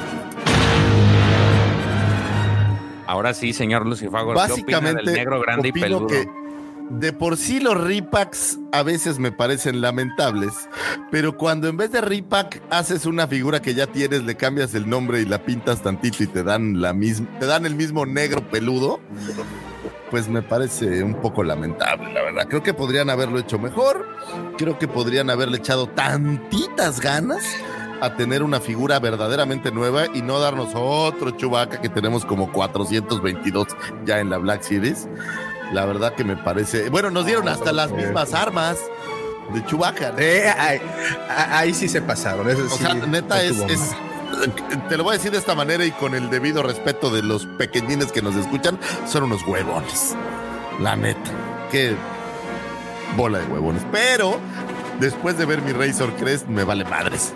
[SPEAKER 7] Ahora sí, señor Lucifago,
[SPEAKER 4] Básicamente,
[SPEAKER 7] ¿qué opina del negro grande y
[SPEAKER 4] opino
[SPEAKER 7] peludo?
[SPEAKER 4] que de por sí los repacks a veces me parecen lamentables, pero cuando en vez de repack haces una figura que ya tienes, le cambias el nombre y la pintas tantito y te dan la misma, te dan el mismo negro peludo, pues me parece un poco lamentable, la verdad. Creo que podrían haberlo hecho mejor, creo que podrían haberle echado tantitas ganas a tener una figura verdaderamente nueva y no darnos otro Chewbacca que tenemos como cuatrocientos veintidós ya en la Black Series. La verdad que me parece... Bueno, nos dieron hasta las mismas armas de Chewbacca, ¿no?
[SPEAKER 6] Eh, ahí, ahí sí se pasaron. Eso
[SPEAKER 4] O
[SPEAKER 6] sí,
[SPEAKER 4] sea, neta, es,
[SPEAKER 6] estuvo
[SPEAKER 4] es... Te lo voy a decir de esta manera y con el debido respeto de los pequeñines que nos escuchan, son unos huevones. La neta. Qué bola de huevones. Pero... después de ver mi Razor Crest, me vale madres.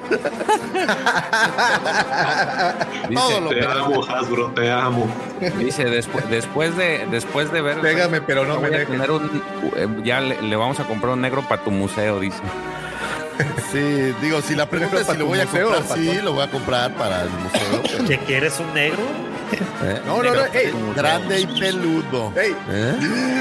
[SPEAKER 9] Dice, te amo, Hasbro, te amo.
[SPEAKER 7] Dice, después, después de después de ver...
[SPEAKER 6] Pégame, pero no me
[SPEAKER 7] voy a
[SPEAKER 6] dejes.
[SPEAKER 7] tener un, eh, ya le, le vamos a comprar un negro para tu museo, dice.
[SPEAKER 4] Sí, digo, si la pregunta es si lo voy a
[SPEAKER 6] museo,
[SPEAKER 4] comprar,
[SPEAKER 6] pato.
[SPEAKER 4] sí, lo voy a comprar para el museo. pero-
[SPEAKER 10] ¿Qué quieres, un negro?
[SPEAKER 4] ¿Eh?
[SPEAKER 6] No, no, no, ey.
[SPEAKER 4] Grande y peludo.
[SPEAKER 6] Ey.
[SPEAKER 4] ¿Eh?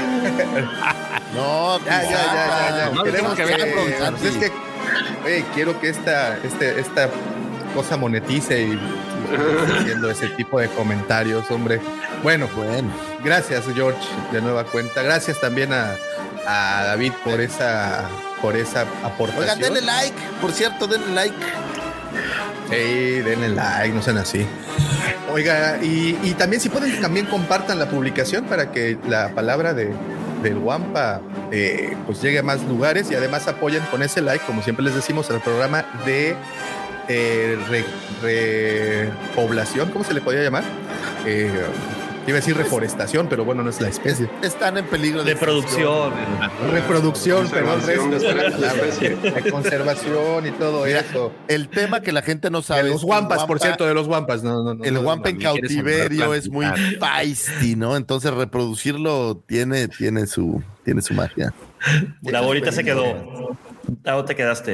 [SPEAKER 4] No,
[SPEAKER 6] Ya, ya, ya, ya, ya.
[SPEAKER 7] No,
[SPEAKER 6] Queremos
[SPEAKER 7] que
[SPEAKER 6] que,
[SPEAKER 7] ver,
[SPEAKER 6] pues es que, oye, quiero que esta, este, esta cosa monetice y haciendo ese tipo de comentarios, hombre. Bueno,
[SPEAKER 4] Bueno,
[SPEAKER 6] gracias, George, de nueva cuenta. Gracias también a, a David por esa, por esa aportación.
[SPEAKER 4] oigan, denle like, por cierto, denle like.
[SPEAKER 6] Sí, denle like, no sean así. Oiga, y, y también si pueden, también compartan la publicación para que la palabra de, del Wampa eh, pues llegue a más lugares y además apoyen con ese like, como siempre les decimos, al programa de eh, re- repoblación, ¿cómo se le podría llamar? Eh, iba a decir reforestación, pero bueno, no es la especie.
[SPEAKER 4] Están en peligro de
[SPEAKER 10] De producción.
[SPEAKER 6] Reproducción, perdón,
[SPEAKER 9] Conservación
[SPEAKER 6] resto,
[SPEAKER 9] de
[SPEAKER 6] es la
[SPEAKER 9] la
[SPEAKER 6] palabra.
[SPEAKER 9] especie.
[SPEAKER 6] De conservación y todo
[SPEAKER 4] Mira,
[SPEAKER 6] eso.
[SPEAKER 4] El tema que la gente no
[SPEAKER 6] De
[SPEAKER 4] sabe.
[SPEAKER 6] los
[SPEAKER 4] es que el
[SPEAKER 6] Wampas, por
[SPEAKER 4] Wampa-
[SPEAKER 6] cierto, de los Wampas. No, no, no,
[SPEAKER 4] El
[SPEAKER 6] no,
[SPEAKER 4] Wampa en
[SPEAKER 7] también quieres
[SPEAKER 4] cautiverio
[SPEAKER 7] sembrar
[SPEAKER 4] es muy
[SPEAKER 7] plantitas.
[SPEAKER 4] feisty, ¿no? Entonces reproducirlo tiene, tiene su, tiene su magia.
[SPEAKER 10] La bolita se quedó. ¿A te quedaste?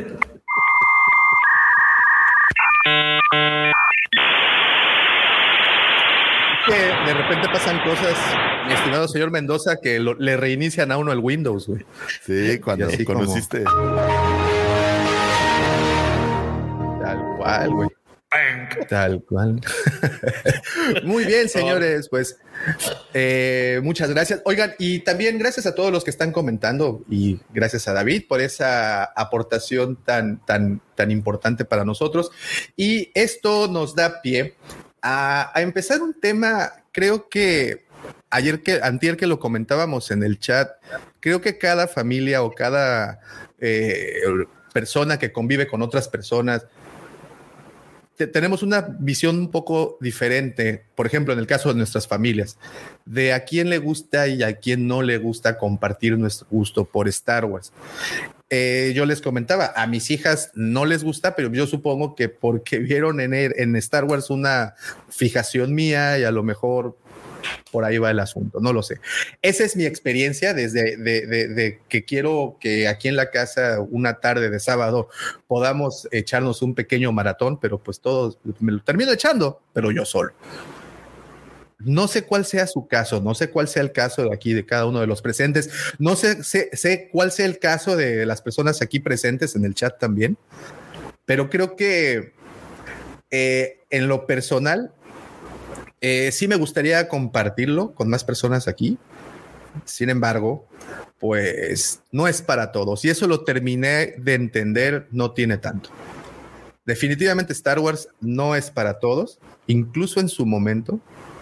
[SPEAKER 6] Que de repente pasan cosas, mi estimado señor Mendoza, que lo- le reinician a uno el Windows, güey.
[SPEAKER 4] Sí, cuando
[SPEAKER 6] Y así como-
[SPEAKER 4] conociste.
[SPEAKER 6] Tal cual, güey. Tal cual. Muy bien, señores, pues eh, muchas gracias. Oigan, y también gracias a todos los que están comentando y gracias a David por esa aportación tan, tan, tan importante para nosotros. Y esto nos da pie a, a empezar un tema, creo que ayer que, antier que lo comentábamos en el chat, creo que cada familia o cada eh, persona que convive con otras personas tenemos una visión un poco diferente, por ejemplo, en el caso de nuestras familias, de a quién le gusta y a quién no le gusta compartir nuestro gusto por Star Wars. Eh, yo les comentaba, a mis hijas no les gusta, pero yo supongo que porque vieron en, en Star Wars una fijación mía y a lo mejor por ahí va el asunto, no lo sé. Esa es mi experiencia desde de, de, de que quiero que aquí en la casa una tarde de sábado podamos echarnos un pequeño maratón, pero pues todos me lo termino echando, pero yo solo. No sé cuál sea su caso, no sé cuál sea el caso de aquí de cada uno de los presentes, no sé, sé, sé cuál sea el caso de las personas aquí presentes en el chat también, pero creo que eh, en lo personal Eh, sí me gustaría compartirlo con más personas aquí. Sin embargo, pues no es para todos. Y eso lo terminé de entender, no tiene tanto. Definitivamente Star Wars no es para todos, incluso en su momento,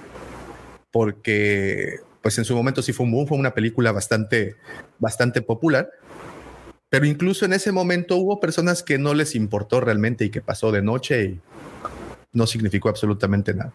[SPEAKER 6] porque pues en su momento sí fue un boom, fue una película bastante, bastante popular. Pero incluso en ese momento hubo personas que no les importó realmente y que pasó de noche y no significó absolutamente nada.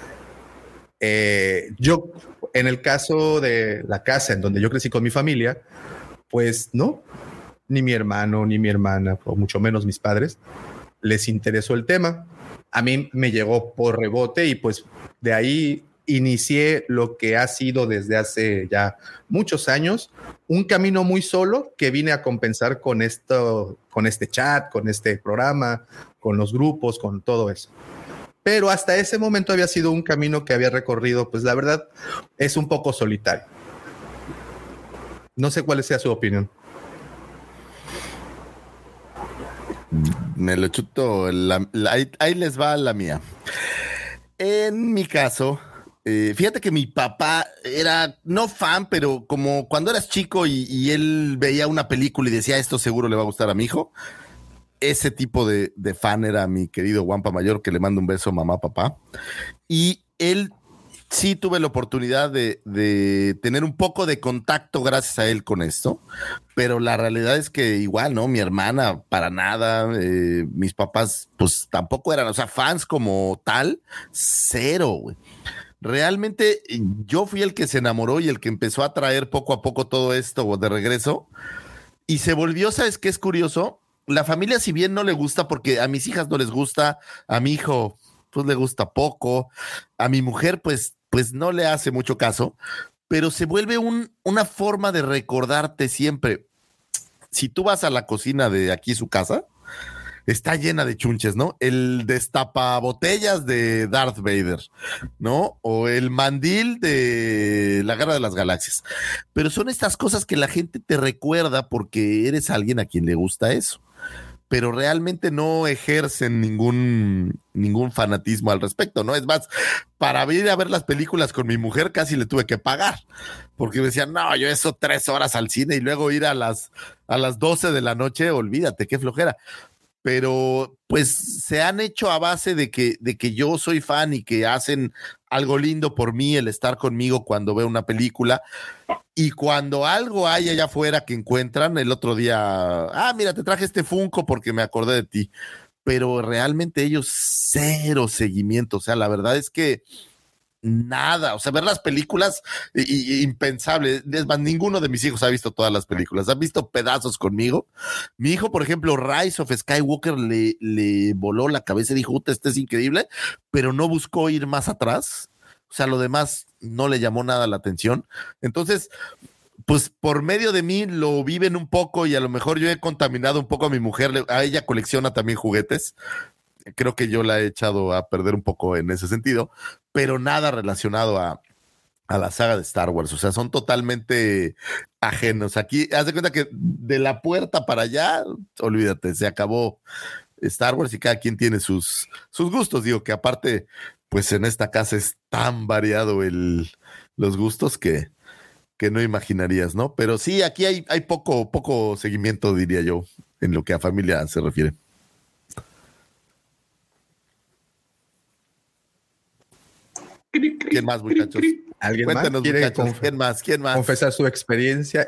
[SPEAKER 6] Eh, yo, en el caso de la casa en donde yo crecí con mi familia, pues no, ni mi hermano, ni mi hermana, o mucho menos mis padres, les interesó el tema. A mí me llegó por rebote y pues de ahí inicié lo que ha sido desde hace ya muchos años, un camino muy solo que vine a compensar con esto, con este chat, con este programa, con los grupos, con todo eso. Pero hasta ese momento había sido un camino que había recorrido, pues la verdad es un poco solitario. No sé cuál sea su opinión.
[SPEAKER 4] Me lo chuto, la, la, ahí, ahí les va la mía. En mi caso, eh, fíjate que mi papá era no fan, pero como cuando eras chico y, y él veía una película y decía esto seguro le va a gustar a mi hijo, ese tipo de, de fan era mi querido Wampa Mayor, que le mando un beso mamá, papá. Y él sí tuve la oportunidad de, de tener un poco de contacto gracias a él con esto, pero la realidad es que igual, ¿no? Mi hermana, para nada, eh, mis papás, pues tampoco eran, o sea, fans como tal, cero, güey. Realmente yo fui el que se enamoró y el que empezó a traer poco a poco todo esto de regreso y se volvió, ¿sabes qué es curioso? La familia, si bien no le gusta, porque a mis hijas no les gusta, a mi hijo pues le gusta poco, a mi mujer pues, pues no le hace mucho caso, pero se vuelve un, una forma de recordarte siempre. Si tú vas a la cocina de aquí su casa, está llena de chunches, ¿no? El destapabotellas de Darth Vader, ¿no? O el mandil de la Guerra de las Galaxias. Pero son estas cosas que la gente te recuerda porque eres alguien a quien le gusta eso. Pero realmente no ejercen ningún, ningún fanatismo al respecto, ¿no? Es más, para ir a ver las películas con mi mujer casi le tuve que pagar, porque me decían, no, yo eso tres horas al cine y luego ir a las, a las doce de la noche, olvídate, qué flojera. Pero pues se han hecho a base de que, de que yo soy fan y que hacen algo lindo por mí el estar conmigo cuando veo una película. Y cuando algo hay allá afuera que encuentran, el otro día, ah, mira, te traje este Funko porque me acordé de ti. Pero realmente ellos cero seguimiento. O sea, la verdad es que nada, o sea, ver las películas y, y, impensable. Es más, ninguno de mis hijos ha visto todas las películas, han visto pedazos conmigo. Mi hijo, por ejemplo, Rise of Skywalker le, le voló la cabeza y dijo, este es increíble, pero no buscó ir más atrás. O sea, lo demás no le llamó nada la atención. Entonces, pues por medio de mí lo viven un poco y a lo mejor yo he contaminado un poco a mi mujer. A ella colecciona también juguetes. Creo que yo la he echado a perder un poco en ese sentido, pero nada relacionado a, a la saga de Star Wars. O sea, son totalmente ajenos. Aquí, haz de cuenta que de la puerta para allá, olvídate, se acabó Star Wars y cada quien tiene sus, sus gustos. Digo que aparte, pues en esta casa es tan variado el, los gustos que, que no imaginarías, ¿no? Pero sí, aquí hay, hay poco, poco seguimiento, diría yo, en lo que a familia se refiere. ¿Quién más, muchachos?
[SPEAKER 6] ¿Alguien
[SPEAKER 4] Cuéntanos,
[SPEAKER 6] más quiere
[SPEAKER 4] muchachos.
[SPEAKER 6] conf-
[SPEAKER 4] ¿Quién más? ¿Quién más?
[SPEAKER 6] confesar su experiencia?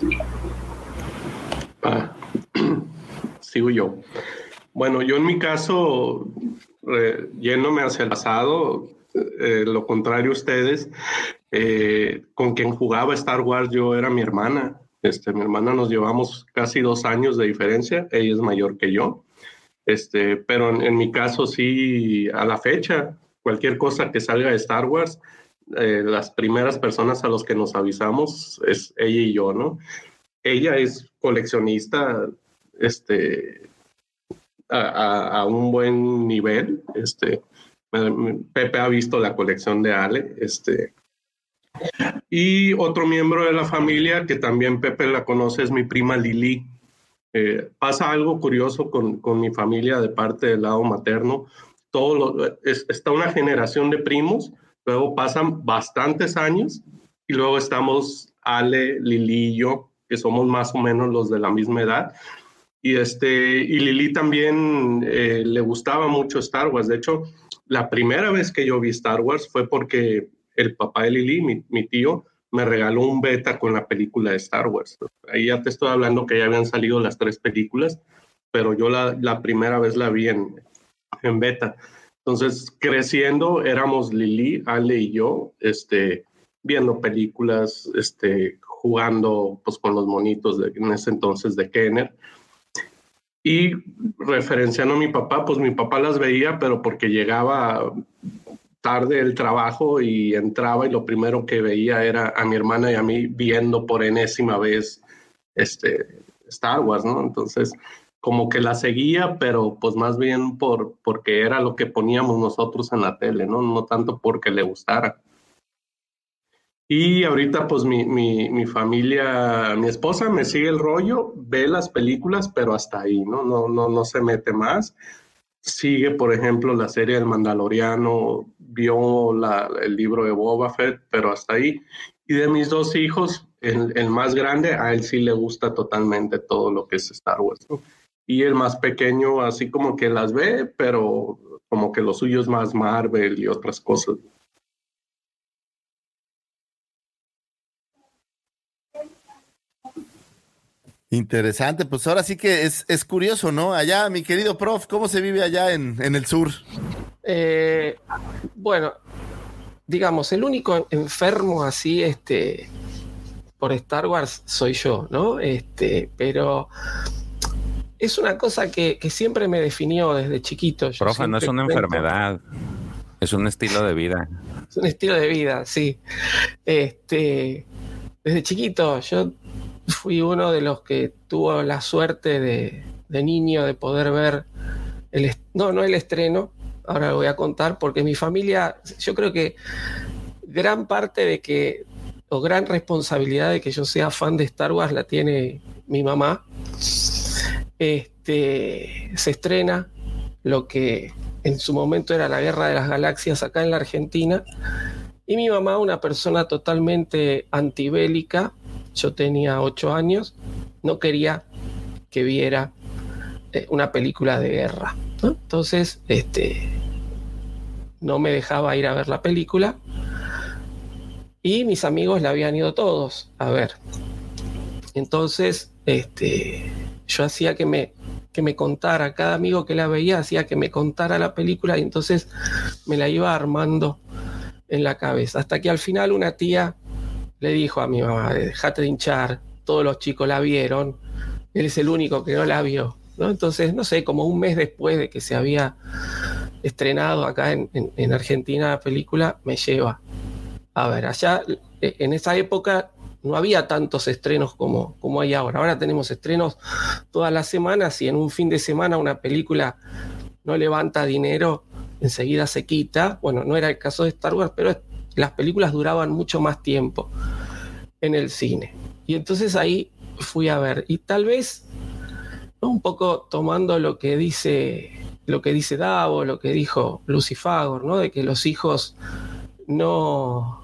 [SPEAKER 9] Ah, sigo yo. Bueno, yo en mi caso, eh, yéndome hacia el pasado, eh, lo contrario a ustedes, eh, con quien jugaba Star Wars yo era mi hermana. Este, mi hermana nos llevamos casi dos años de diferencia, ella es mayor que yo. Este, pero en, en mi caso sí, a la fecha, cualquier cosa que salga de Star Wars, eh, las primeras personas a los que nos avisamos es ella y yo, ¿no? Ella es coleccionista, este, a, a, a un buen nivel. Este, Pepe ha visto la colección de Ale, este, y otro miembro de la familia que también Pepe la conoce es mi prima Lili. Eh, pasa algo curioso con, con mi familia de parte del lado materno. Todo lo, es, está una generación de primos, luego pasan bastantes años y luego estamos Ale, Lili y yo, que somos más o menos los de la misma edad. Y, este, y Lili también eh, le gustaba mucho Star Wars. De hecho, la primera vez que yo vi Star Wars fue porque el papá de Lili, mi, mi tío, me regaló un beta con la película de Star Wars. Ahí ya te estoy hablando que ya habían salido las tres películas, pero yo la, la primera vez la vi en, en beta. Entonces, creciendo, éramos Lili, Ale y yo, este, viendo películas, este, jugando pues, con los monitos de, en ese entonces de Kenner. Y referenciando a mi papá, pues mi papá las veía, pero porque llegaba tarde el trabajo y entraba y lo primero que veía era a mi hermana y a mí viendo por enésima vez este, Star Wars, ¿no? Entonces, como que la seguía, pero pues más bien por, porque era lo que poníamos nosotros en la tele, ¿no? No tanto porque le gustara. Y ahorita pues mi, mi, mi familia, mi esposa me sigue el rollo, ve las películas, pero hasta ahí, ¿no? No, no, no se mete más. Sigue, por ejemplo, la serie del Mandaloriano, vio la, el libro de Boba Fett, pero hasta ahí. Y de mis dos hijos, el, el más grande, a él sí le gusta totalmente todo lo que es Star Wars, ¿no? Y el más pequeño, así como que las ve, pero como que lo suyo es más Marvel y otras cosas.
[SPEAKER 4] Interesante, pues ahora sí que es, es curioso, ¿no? Allá, mi querido prof, ¿cómo se vive allá en, en el sur?
[SPEAKER 8] Eh, bueno, digamos, el único enfermo así, este, por Star Wars soy yo, ¿no? Este, pero es una cosa que, que siempre me definió desde chiquito. Yo
[SPEAKER 7] Profe, no es una
[SPEAKER 8] cuento,
[SPEAKER 7] enfermedad, es un estilo de vida.
[SPEAKER 8] Es un estilo de vida, sí. Este, desde chiquito yo fui uno de los que tuvo la suerte de, de niño de poder ver el, no, no el estreno, ahora lo voy a contar, porque mi familia, yo creo que gran parte de que, o gran responsabilidad de que yo sea fan de Star Wars la tiene mi mamá. Este, se estrena lo que en su momento era la Guerra de las Galaxias acá en la Argentina, y mi mamá, una persona totalmente antibélica, yo tenía ocho años, no quería que viera eh, una película de guerra, ¿no? Entonces, este, no me dejaba ir a ver la película y mis amigos la habían ido todos a ver. Entonces, este, yo hacía que me, que me contara, cada amigo que la veía hacía que me contara la película y entonces me la iba armando en la cabeza. Hasta que al final una tía le dijo a mi mamá, dejate de hinchar, todos los chicos la vieron, él es el único que no la vio, ¿no? Entonces, no sé, como un mes después de que se había estrenado acá en, en, en Argentina la película, me lleva a ver. Allá, en esa época, no había tantos estrenos como, como hay ahora. Ahora tenemos estrenos todas las semanas y en un fin de semana una película no levanta dinero, enseguida se quita. Bueno, no era el caso de Star Wars, pero las películas duraban mucho más tiempo en el cine. Y entonces ahí fui a ver. Y tal vez ¿no? Un poco tomando lo que dice, lo que dice Davo, lo que dijo Lucy Fagor, ¿no? De que los hijos no,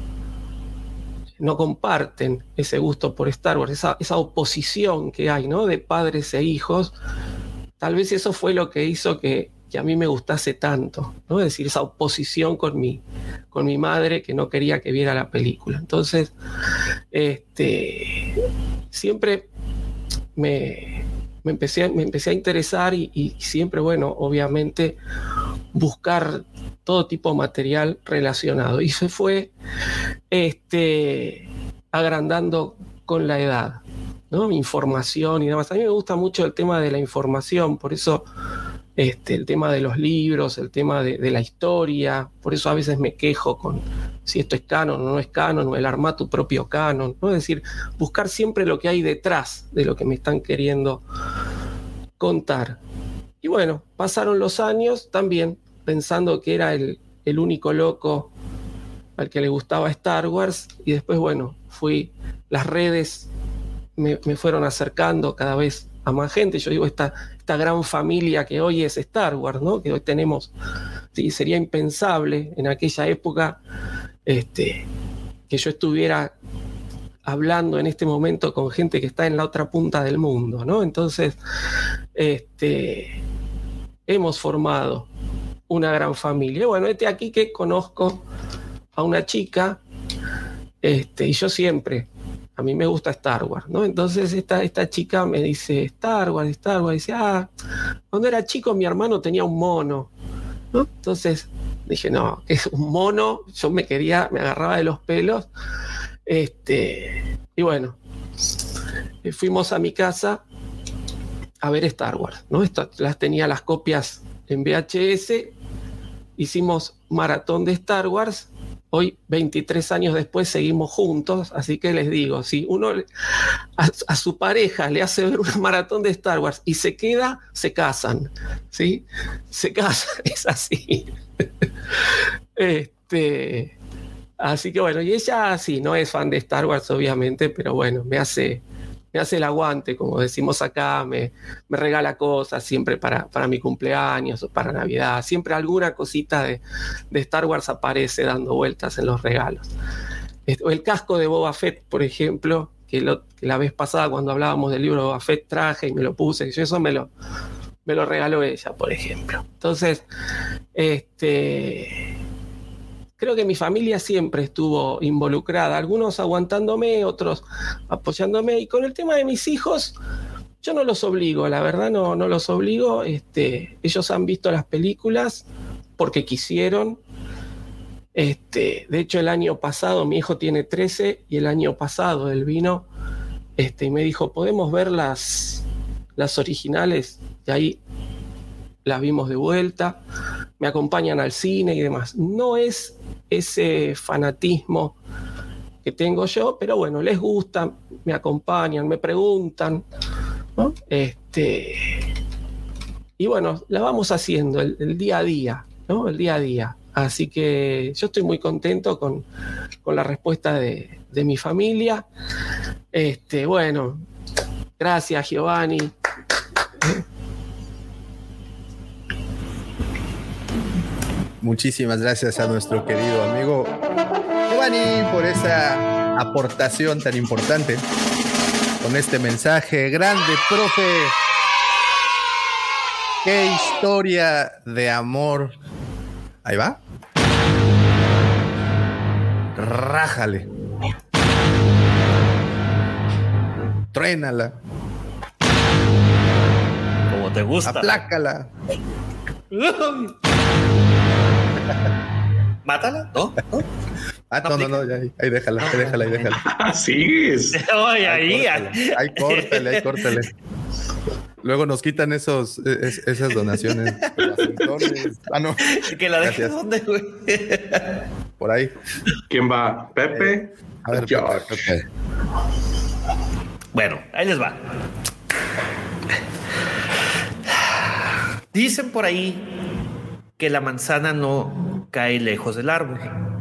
[SPEAKER 8] no comparten ese gusto por Star Wars, esa, esa oposición que hay, ¿no? De padres e hijos. Tal vez eso fue lo que hizo que, que a mí me gustase tanto, ¿no? Es decir, esa oposición con mi, con mi madre que no quería que viera la película. Entonces, este, siempre me, me, empecé, me empecé a interesar y, y siempre, bueno, obviamente, buscar todo tipo de material relacionado. Y se fue este, agrandando con la edad, ¿no? Información y demás. A mí me gusta mucho el tema de la información, por eso este, el tema de los libros, el tema de, de la historia, por eso a veces me quejo con si esto es canon o no es canon, o el armar tu propio canon, ¿no? Es decir, buscar siempre lo que hay detrás de lo que me están queriendo contar. Y bueno, pasaron los años también pensando que era el, el único loco al que le gustaba Star Wars, y después, bueno, fui, las redes me, me fueron acercando cada vez a más gente. Yo digo, esta, esta gran familia que hoy es Star Wars, ¿no? Que hoy tenemos, sí, sería impensable en aquella época este, que yo estuviera hablando en este momento con gente que está en la otra punta del mundo, ¿no? Entonces, este, hemos formado una gran familia. Bueno, este aquí que conozco a una chica, este, y yo siempre, a mí me gusta Star Wars, ¿no? Entonces esta, esta chica me dice, Star Wars, Star Wars, dice, ah, cuando era chico mi hermano tenía un mono, ¿no? Entonces dije, no, es un mono, yo me quería, me agarraba de los pelos, este, y bueno, fuimos a mi casa a ver Star Wars, ¿no? Esto, las tenía las copias en V H S, hicimos maratón de Star Wars. Hoy, veintitrés años después, seguimos juntos, así que les digo, si uno a, a su pareja le hace ver una maratón de Star Wars y se queda, se casan, ¿sí? Se casan, es así. este, así que bueno, y ella sí, no es fan de Star Wars, obviamente, pero bueno, me hace... me hace el aguante, como decimos acá, me, me regala cosas siempre para, para mi cumpleaños o para Navidad, siempre alguna cosita de, de Star Wars aparece dando vueltas en los regalos. O el casco de Boba Fett, por ejemplo, que, lo, que la vez pasada cuando hablábamos del libro de Boba Fett traje y me lo puse, yo eso me lo, me lo regaló ella, por ejemplo. Entonces, este... creo que mi familia siempre estuvo involucrada, algunos aguantándome, otros apoyándome, y con el tema de mis hijos, yo no los obligo, la verdad no, no los obligo, este, ellos han visto las películas porque quisieron, este, de hecho el año pasado, mi hijo tiene trece, y el año pasado él vino este, y me dijo, ¿podemos ver las, las originales? Y ahí las vimos de vuelta, me acompañan al cine y demás. No es ese fanatismo que tengo yo, pero bueno, les gusta, me acompañan, me preguntan, ¿no? Este, y bueno, la vamos haciendo el, el día a día, ¿no? El día a día. Así que yo estoy muy contento con, con la respuesta de, de mi familia. Este, bueno, gracias, Giovanni.
[SPEAKER 6] Muchísimas gracias a nuestro querido amigo Giovanni por esa aportación tan importante con este mensaje grande, profe. Qué historia de amor. Ahí va. Rájale. Truénala.
[SPEAKER 10] Como te gusta.
[SPEAKER 6] Aplácala.
[SPEAKER 10] Mátala, ¿no? ¿No?
[SPEAKER 6] Ah, no, no, no, ya, ahí déjala, ahí déjala, ahí déjala.
[SPEAKER 9] Así es.
[SPEAKER 10] Oye, ahí,
[SPEAKER 6] ahí, ahí córtale, ahí córtale. Luego nos quitan esos, es, esas donaciones. Ah, no.
[SPEAKER 10] Que la dejes donde, güey.
[SPEAKER 6] Por ahí.
[SPEAKER 9] ¿Quién va? ¿Pepe?
[SPEAKER 6] A ver, Pepe, Pepe.
[SPEAKER 10] Bueno, ahí les va. Dicen por ahí que la manzana no cae lejos del árbol.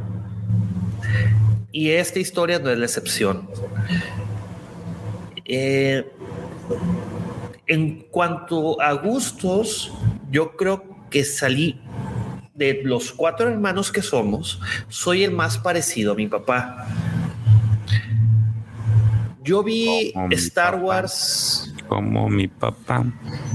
[SPEAKER 10] Y esta historia no es la excepción. Eh, en cuanto a gustos, yo creo que salí de los cuatro hermanos que somos, soy el más parecido a mi papá. Yo vi
[SPEAKER 7] Como
[SPEAKER 10] Star
[SPEAKER 7] mi papá.
[SPEAKER 10] Wars.
[SPEAKER 7] Como mi papá.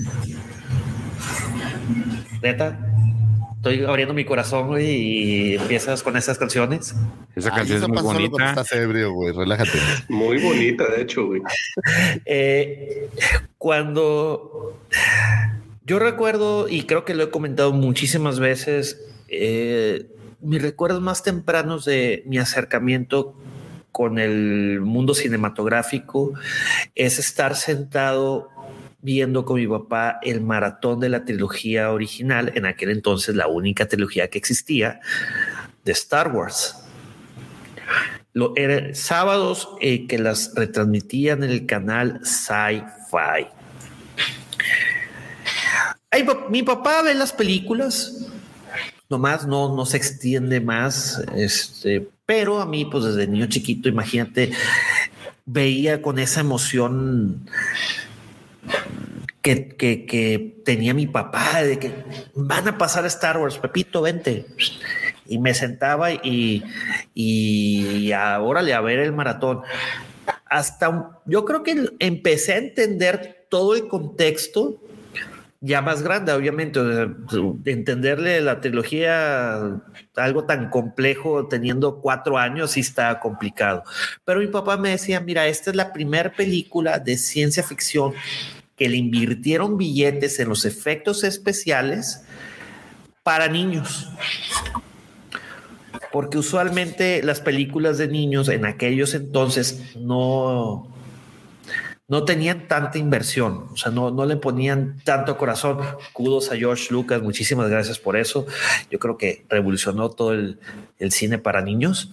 [SPEAKER 10] Neta, estoy abriendo mi corazón, güey, y empiezas con esas canciones.
[SPEAKER 7] Esa
[SPEAKER 4] Ay,
[SPEAKER 7] canción
[SPEAKER 4] eso
[SPEAKER 7] es muy
[SPEAKER 4] pasa solo cuando
[SPEAKER 7] bonita.
[SPEAKER 4] estás ebrio, güey. Relájate.
[SPEAKER 9] Muy bonita, de hecho, güey.
[SPEAKER 10] Eh, cuando yo recuerdo, y creo que lo he comentado muchísimas veces, eh, mis recuerdos más tempranos de mi acercamiento con el mundo cinematográfico es estar sentado viendo con mi papá el maratón de la trilogía original, en aquel entonces la única trilogía que existía, de Star Wars. Lo, eran sábados eh, que las retransmitían en el canal Sci-Fi. Ay, mi papá ve las películas, nomás no, no se extiende más, este, pero a mí, pues desde niño chiquito, imagínate, veía con esa emoción que, que, que tenía mi papá de que van a pasar Star Wars, Pepito, vente. Y me sentaba y, y ahora le a ver el maratón. Hasta un, yo creo que empecé a entender todo el contexto ya más grande, obviamente. O sea, entenderle la trilogía algo tan complejo teniendo cuatro años sí está complicado. Pero mi papá me decía, mira, esta es la primera película de ciencia ficción que le invirtieron billetes en los efectos especiales para niños. Porque usualmente las películas de niños en aquellos entonces no, no tenían tanta inversión, o sea, no, no le ponían tanto corazón. Kudos a George Lucas, muchísimas gracias por eso. Yo creo que revolucionó todo el, el cine para niños.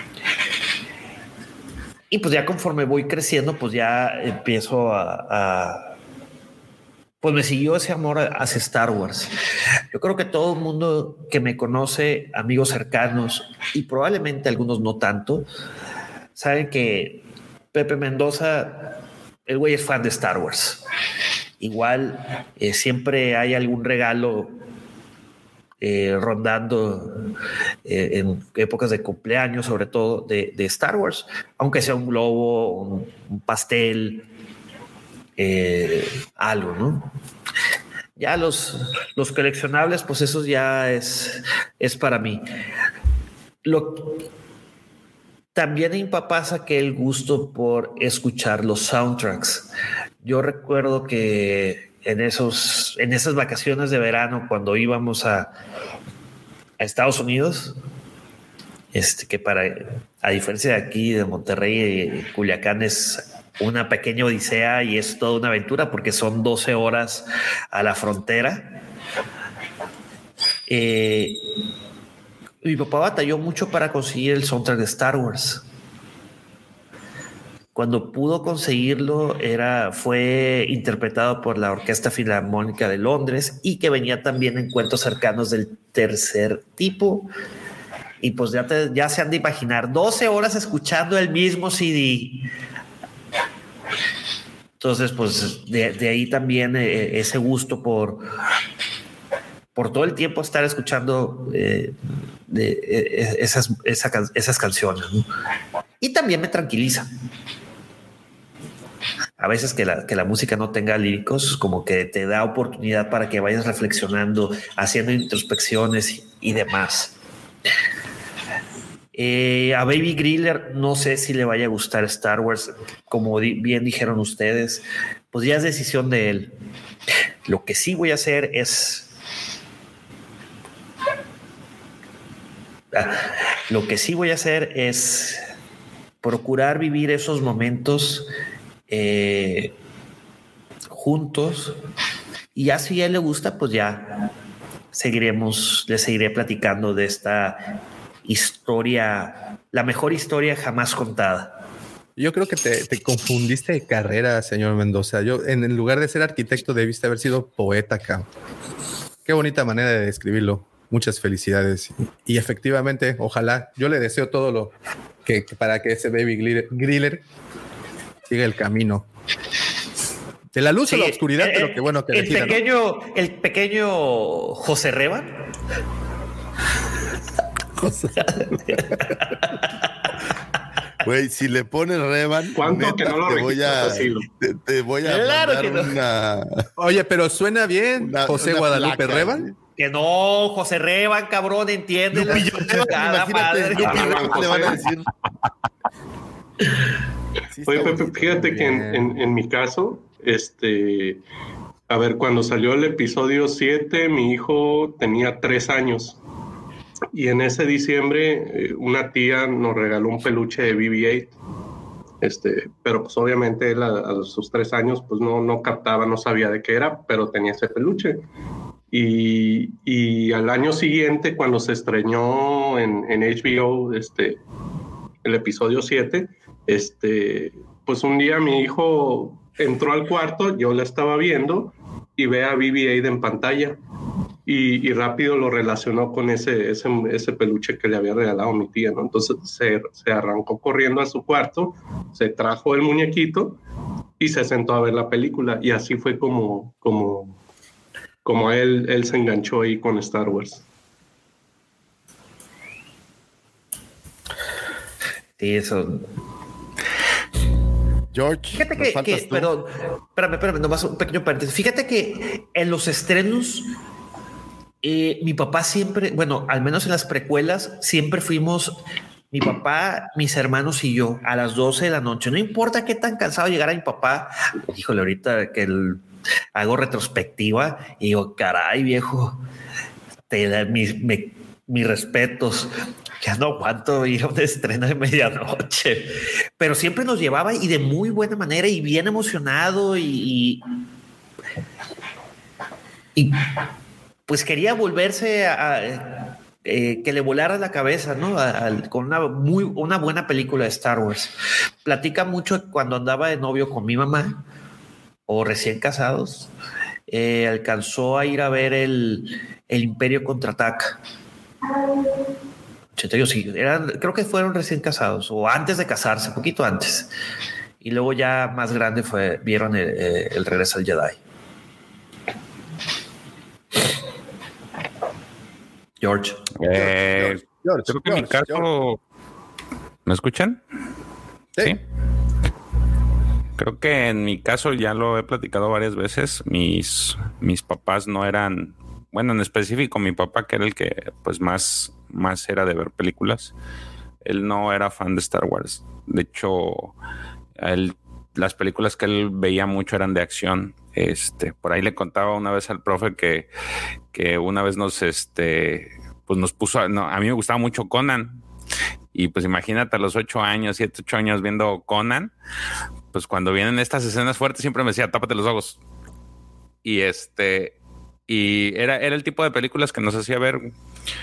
[SPEAKER 10] Y pues ya conforme voy creciendo, pues ya empiezo a... a pues me siguió ese amor hacia Star Wars. Yo creo que todo el mundo que me conoce, amigos cercanos y probablemente algunos no tanto, saben que Pepe Mendoza, el güey es fan de Star Wars. Igual eh, siempre hay algún regalo eh, rondando eh, en épocas de cumpleaños, sobre todo de, de Star Wars, aunque sea un globo, un, un pastel, Eh, algo, ¿no? Ya los, los coleccionables, pues eso ya es, es para mí. Lo, también a mi papá saqué el gusto por escuchar los soundtracks. Yo recuerdo que en, esos, en esas vacaciones de verano, cuando íbamos a, a Estados Unidos, este, que para, a diferencia de aquí, de Monterrey, Culiacán es una pequeña odisea y es toda una aventura porque son doce horas a la frontera. Eh, mi papá batalló mucho para conseguir el soundtrack de Star Wars. Cuando pudo conseguirlo, era, fue interpretado por la Orquesta Filarmónica de Londres y que venía también en cuentos cercanos del tercer tipo. Y pues ya, te, ya se han de imaginar doce horas escuchando el mismo C D. Entonces, pues de, de ahí también eh, ese gusto por, por todo el tiempo estar escuchando eh, de, eh, esas, esa, esas canciones, ¿no? Y también me tranquiliza. A veces que la, que la música no tenga líricos, como que te da oportunidad para que vayas reflexionando, haciendo introspecciones y, y demás. Eh, a Baby Griller no sé si le vaya a gustar Star Wars, como di, bien dijeron ustedes, pues ya es decisión de él. Lo que sí voy a hacer es ah, lo que sí voy a hacer es procurar vivir esos momentos eh, juntos, y ya si a él le gusta, pues ya seguiremos, le seguiré platicando de esta historia, la mejor historia jamás contada.
[SPEAKER 6] Yo creo que te, te confundiste de carrera, señor Mendoza. Yo, en, en lugar de ser arquitecto, debiste haber sido poeta, cabrón. Qué bonita manera de describirlo. Muchas felicidades. Y efectivamente, ojalá, yo le deseo todo lo que, que para que ese Baby Griller siga el camino. De la luz
[SPEAKER 10] Sí,
[SPEAKER 6] a la oscuridad,
[SPEAKER 10] el,
[SPEAKER 6] pero qué bueno que
[SPEAKER 10] el
[SPEAKER 6] decida,
[SPEAKER 10] pequeño, ¿no? El pequeño José Revan.
[SPEAKER 4] José. Güey, si le pones Revan,
[SPEAKER 9] ¿cuánto
[SPEAKER 4] neta,
[SPEAKER 9] que no lo
[SPEAKER 4] te voy a, te, te voy a
[SPEAKER 10] Claro
[SPEAKER 4] mandar
[SPEAKER 10] que no.
[SPEAKER 4] una...
[SPEAKER 6] Oye, pero suena bien,
[SPEAKER 4] Una-
[SPEAKER 6] José
[SPEAKER 4] una
[SPEAKER 6] Guadalupe
[SPEAKER 4] placa,
[SPEAKER 6] Revan.
[SPEAKER 4] ¿sí?
[SPEAKER 10] Que no, José Revan, cabrón, entiende.
[SPEAKER 4] Lupillo Revan, imagínate, Lupillo Revan le van a decir. Sí,
[SPEAKER 9] Oye,
[SPEAKER 4] está
[SPEAKER 9] Pepe,
[SPEAKER 4] bonito.
[SPEAKER 9] fíjate que en,
[SPEAKER 6] Bien.
[SPEAKER 9] en- en mi caso, este, a ver, cuando salió el episodio siete, mi hijo tenía tres años. Y en ese diciembre, eh, una tía nos regaló un peluche de B B ocho. Este, pero pues obviamente él a, a sus tres años pues no, no captaba, no sabía de qué era, pero tenía ese peluche. Y, y al año siguiente, cuando se estrenó en, en H B O este, el episodio siete, este, pues un día mi hijo entró al cuarto, yo la estaba viendo y ve a B B ocho en pantalla. Y, y rápido lo relacionó con ese, ese, ese peluche que le había regalado mi tía, ¿no? Entonces se, se arrancó corriendo a su cuarto, se trajo el muñequito y se sentó a ver la película. Y así fue como, como, como él, él se enganchó ahí con Star Wars.
[SPEAKER 10] Sí, eso.
[SPEAKER 4] George,
[SPEAKER 10] Fíjate
[SPEAKER 4] nos
[SPEAKER 10] que,
[SPEAKER 4] faltas
[SPEAKER 10] que
[SPEAKER 4] tú.
[SPEAKER 10] perdón, espérame, espérame, nomás un pequeño paréntesis. Fíjate que en los estrenos, eh, mi papá siempre, bueno, al menos en las precuelas, siempre fuimos, mi papá, mis hermanos y yo, a las doce de la noche. No importa qué tan cansado llegara mi papá. Híjole, ahorita que el, hago retrospectiva y digo, caray, viejo, te da mis, me, mis respetos. Ya no aguanto ir a un estreno de medianoche, pero siempre nos llevaba y de muy buena manera y bien emocionado y, y, y pues quería volverse a, a eh, que le volara la cabeza, ¿no? A, a, con una muy una buena película de Star Wars. Platica mucho cuando andaba de novio con mi mamá o recién casados, eh, alcanzó a ir a ver el, el Imperio Contraataca. Sí, eran, creo que fueron recién casados o antes de casarse, poquito antes. Y luego ya más grande fue, vieron el, el regreso al Jedi. George.
[SPEAKER 7] Eh,
[SPEAKER 4] George, George,
[SPEAKER 7] creo que
[SPEAKER 4] George,
[SPEAKER 7] en mi caso...
[SPEAKER 4] George.
[SPEAKER 7] ¿Me escuchan?
[SPEAKER 4] Sí.
[SPEAKER 7] Sí. Creo que en mi caso ya lo he platicado varias veces. Mis, mis papás no eran... Bueno, en específico mi papá, que era el que pues más, más era de ver películas, él no era fan de Star Wars. De hecho, él, las películas que él veía mucho eran de acción. Este, por ahí le contaba una vez al profe que, que una vez nos, este, pues nos puso, a, no, a mí me gustaba mucho Conan. Y pues imagínate a los ocho años, siete, ocho años viendo Conan, pues cuando vienen estas escenas fuertes siempre me decía, tápate los ojos. Y este... Y era, era el tipo de películas que nos hacía ver.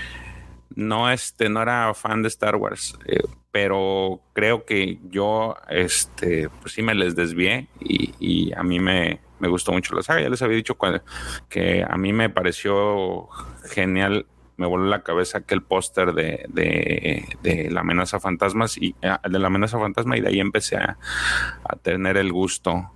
[SPEAKER 7] No, este, no era fan de Star Wars, eh, pero creo que yo, este, pues sí me les desvié y, y a mí me, me gustó mucho la saga. Ya les había dicho cuando, que a mí me pareció genial, me voló la cabeza aquel póster de, de, de la amenaza fantasmas y de la amenaza fantasma y de ahí empecé a, a tener el gusto.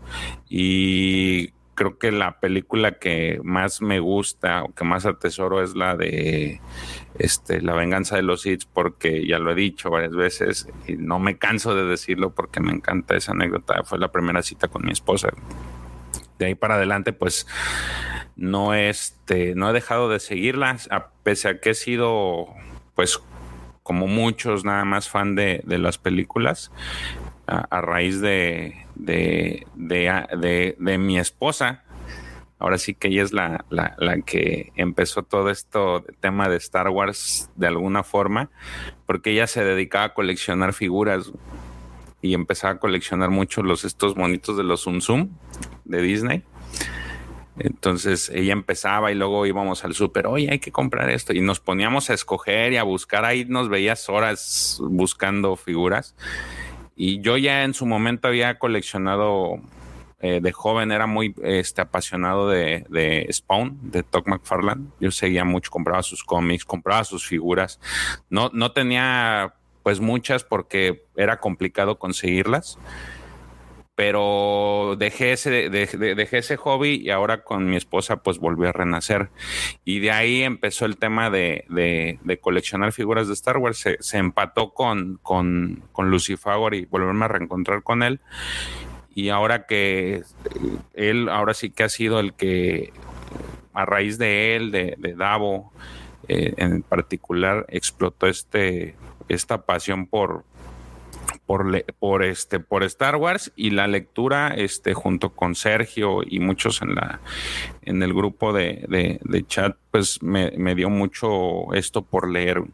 [SPEAKER 7] Y creo que la película que más me gusta o que más atesoro es la de este, La venganza de los Sith, porque ya lo he dicho varias veces y no me canso de decirlo porque me encanta esa anécdota. Fue la primera cita con mi esposa. De ahí para adelante, pues no, este, no he dejado de seguirla, a, pese a que he sido, pues, como muchos, nada más fan de, de las películas. A, a raíz de de, de, de, de mi esposa. Ahora sí que ella es la, la, la que empezó todo esto de tema de Star Wars de alguna forma, porque ella se dedicaba a coleccionar figuras y empezaba a coleccionar mucho los estos monitos de los Zoom Zoom de Disney. Entonces ella empezaba y luego íbamos al súper, oye, hay que comprar esto, y nos poníamos a escoger y a buscar. Ahí nos veías horas buscando figuras. Y yo ya en su momento había coleccionado, eh, de joven era muy este, apasionado de, de Spawn, de Todd McFarlane. Yo seguía mucho, compraba sus cómics, compraba sus figuras. No, no tenía pues muchas porque era complicado conseguirlas, pero pero dejé ese, de, de, dejé ese hobby y ahora con mi esposa pues volví a renacer. Y de ahí empezó el tema de, de, de coleccionar figuras de Star Wars. Se, se empató con, con, con Lucifer y volverme a reencontrar con él. Y ahora que él, ahora sí que ha sido el que, a raíz de él, de, de Davo, eh, en particular, explotó este, esta pasión por Por, le, por este por Star Wars, y la lectura este junto con Sergio y muchos en la en el grupo de, de, de chat, pues me, me dio mucho esto por leer.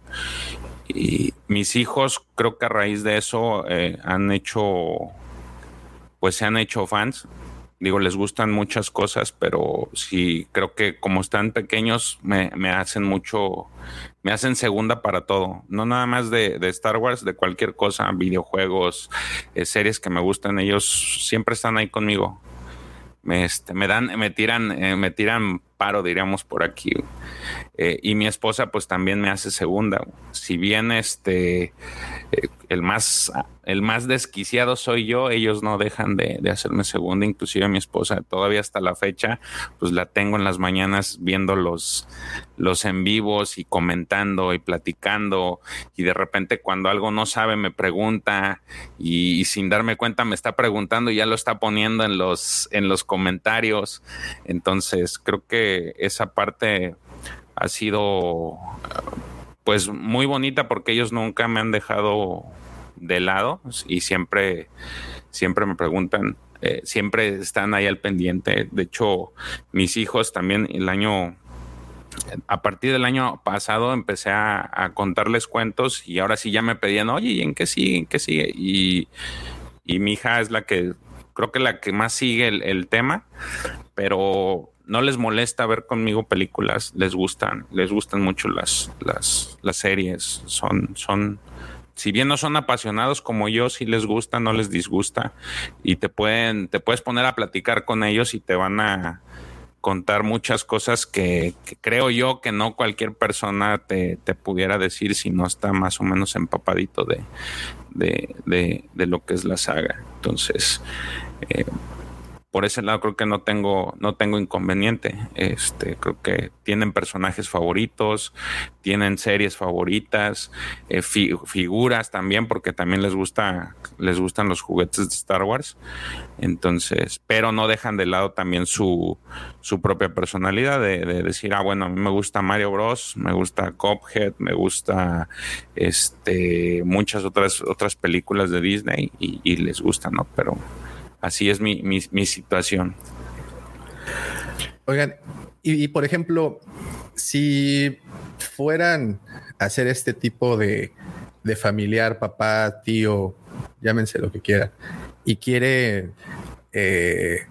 [SPEAKER 7] Y mis hijos, creo que a raíz de eso eh, han hecho pues se han hecho fans. Digo, les gustan muchas cosas, pero sí creo que como están pequeños me, me hacen mucho, me hacen segunda para todo. No nada más de, de Star Wars, de cualquier cosa, videojuegos, eh, series que me gustan. Ellos siempre están ahí conmigo. Me, este, me dan, me tiran, eh, me tiran paro, diríamos por aquí. Eh, y mi esposa pues también me hace segunda. Si bien este eh, el más el más desquiciado soy yo, ellos no dejan de, de hacerme segunda. Inclusive mi esposa todavía hasta la fecha pues la tengo en las mañanas viendo los los en vivos y comentando y platicando, y de repente cuando algo no sabe me pregunta y, y sin darme cuenta me está preguntando y ya lo está poniendo en los en los comentarios. Entonces creo que esa parte ha sido pues muy bonita porque ellos nunca me han dejado de lado y siempre, siempre me preguntan, eh, siempre están ahí al pendiente. De hecho, mis hijos también el año, a partir del año pasado empecé a, a contarles cuentos y ahora sí ya me pedían, oye, ¿y en qué sigue? ¿En qué sigue? Y, y mi hija es la que, creo que la que más sigue el, el tema, pero no les molesta ver conmigo películas, les gustan, les gustan mucho las, las, las series, son, son, si bien no son apasionados como yo, sí les gusta, no les disgusta, y te pueden, te puedes poner a platicar con ellos y te van a contar muchas cosas que, que creo yo que no cualquier persona te, te pudiera decir si no está más o menos empapadito de, de, de, de lo que es la saga. Entonces, eh, por ese lado creo que no tengo no tengo inconveniente. Este, creo que tienen personajes favoritos, tienen series favoritas, eh, fi figuras también, porque también les gusta les gustan los juguetes de Star Wars. Entonces, pero no dejan de lado también su su propia personalidad de, de decir, ah, bueno, a mí me gusta Mario Bros, me gusta Cuphead, me gusta este muchas otras otras películas de Disney y, y les gusta, ¿no? Pero así es mi, mi, mi situación.
[SPEAKER 6] Oigan, y, y por ejemplo, si fueran a hacer este tipo de, de familiar, papá, tío, llámense lo que quieran, y quiere eh,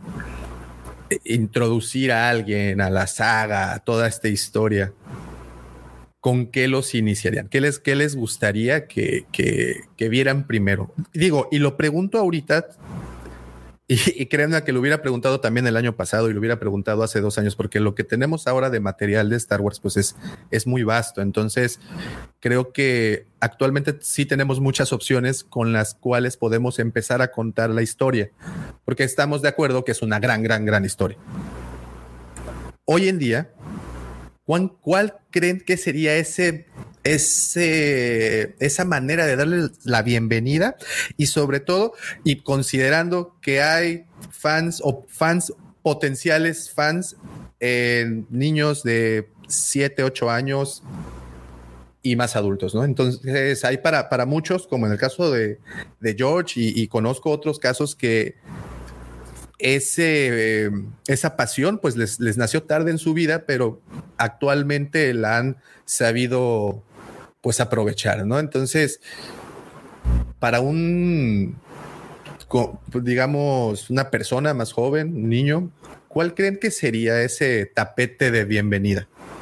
[SPEAKER 6] introducir a alguien a la saga, a toda esta historia, ¿con qué los iniciarían? ¿Qué les, qué les gustaría que, que, que vieran primero? Digo, y lo pregunto ahorita. Y, y créanme que lo hubiera preguntado también el año pasado y lo hubiera preguntado hace dos años, porque lo que tenemos ahora de material de Star Wars pues es, es muy vasto. Entonces creo que actualmente sí tenemos muchas opciones con las cuales podemos empezar a contar la historia, porque estamos de acuerdo que es una gran, gran, gran historia. Hoy en día, ¿cuál, cuál creen que sería ese... Ese, esa manera de darle la bienvenida y sobre todo, y considerando que hay fans o fans potenciales fans, eh, niños de siete, ocho años y más adultos, ¿no? Entonces hay para, para muchos, como en el caso de, de George, y, y conozco otros casos que ese, eh, esa pasión pues les, les nació tarde en su vida, pero actualmente la han sabido pues aprovechar, ¿no? Entonces, para un, digamos, una persona más joven, un niño, ¿cuál creen que sería ese tapete de bienvenida?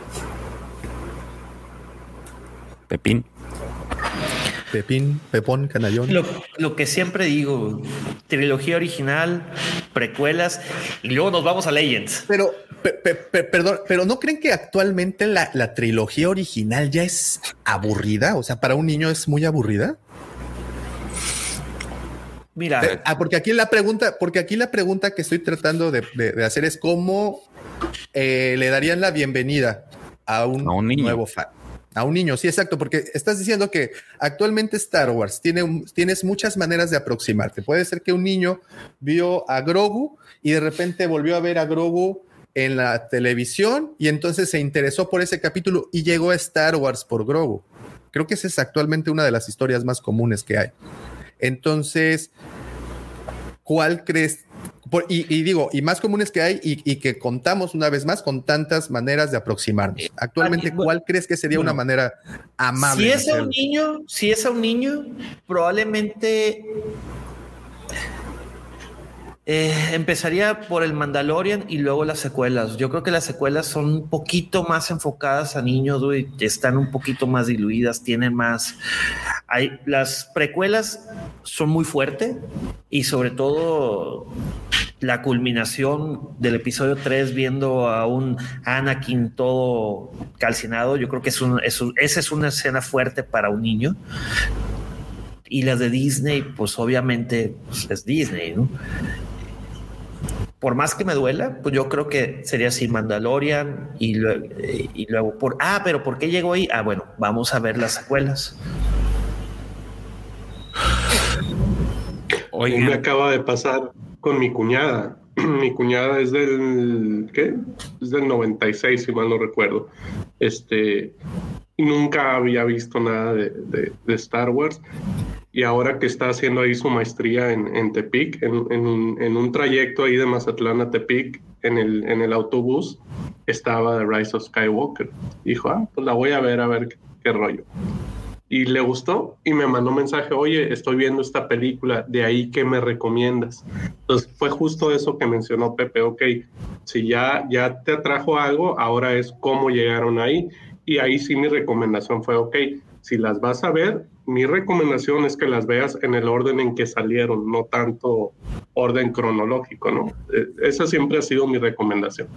[SPEAKER 7] Pepín.
[SPEAKER 6] Pepín, Pepón, Canallón.
[SPEAKER 10] Lo, lo que siempre digo, trilogía original, precuelas, y luego nos vamos a Legends.
[SPEAKER 6] Pero, pe, pe, pe, perdón, pero ¿no creen que actualmente la, la trilogía original ya es aburrida? O sea, para un niño es muy aburrida.
[SPEAKER 10] Mira,
[SPEAKER 6] Pero, ah, porque aquí la pregunta, porque aquí la pregunta que estoy tratando de, de, de hacer es cómo eh, le darían la bienvenida a un,
[SPEAKER 7] a un niño.
[SPEAKER 6] nuevo fan. A un niño, sí, exacto, porque estás diciendo que actualmente Star Wars tiene, tienes muchas maneras de aproximarte. Puede ser que un niño vio a Grogu y de repente volvió a ver a Grogu en la televisión y entonces se interesó por ese capítulo y llegó a Star Wars por Grogu. Creo que esa es actualmente una de las historias más comunes que hay. Entonces, ¿cuál crees? Por, y, y digo, y más comunes que hay y, y que contamos una vez más con tantas maneras de aproximarnos. Actualmente, ¿cuál crees que sería bueno, una manera amable?
[SPEAKER 10] Si es a un niño, si es a un niño, probablemente eh, empezaría por el Mandalorian y luego las secuelas. Yo creo que las secuelas son un poquito más enfocadas a niños, güey, están un poquito más diluidas, tienen más. Hay, las precuelas son muy fuertes y sobre todo la culminación del episodio tres viendo a un Anakin todo calcinado, yo creo que es un, es un, esa es una escena fuerte para un niño. Y las de Disney, pues obviamente pues es Disney, ¿no? Por más que me duela, pues yo creo que sería así Mandalorian y luego, y luego por ah, pero ¿por qué llegó ahí? Ah, bueno, vamos a ver las secuelas.
[SPEAKER 9] Oigan. Me acaba de pasar con mi cuñada. Mi cuñada es del ¿qué? Es del noventa y seis, si mal no recuerdo. Este nunca había visto nada de, de, de Star Wars. Y ahora que está haciendo ahí su maestría en, en Tepic, en, en, un, en un trayecto ahí de Mazatlán a Tepic, en el, en el autobús, estaba The Rise of Skywalker. Dijo, ah, pues la voy a ver, a ver qué, qué rollo. Y le gustó y me mandó un mensaje, oye, estoy viendo esta película, de ahí, ¿qué me recomiendas? Entonces fue justo eso que mencionó Pepe, ok, si ya, ya te atrajo algo, ahora es cómo llegaron ahí. Y ahí sí mi recomendación fue, ok, si las vas a ver, mi recomendación es que las veas en el orden en que salieron, no tanto orden cronológico, ¿no? Esa siempre ha sido mi recomendación.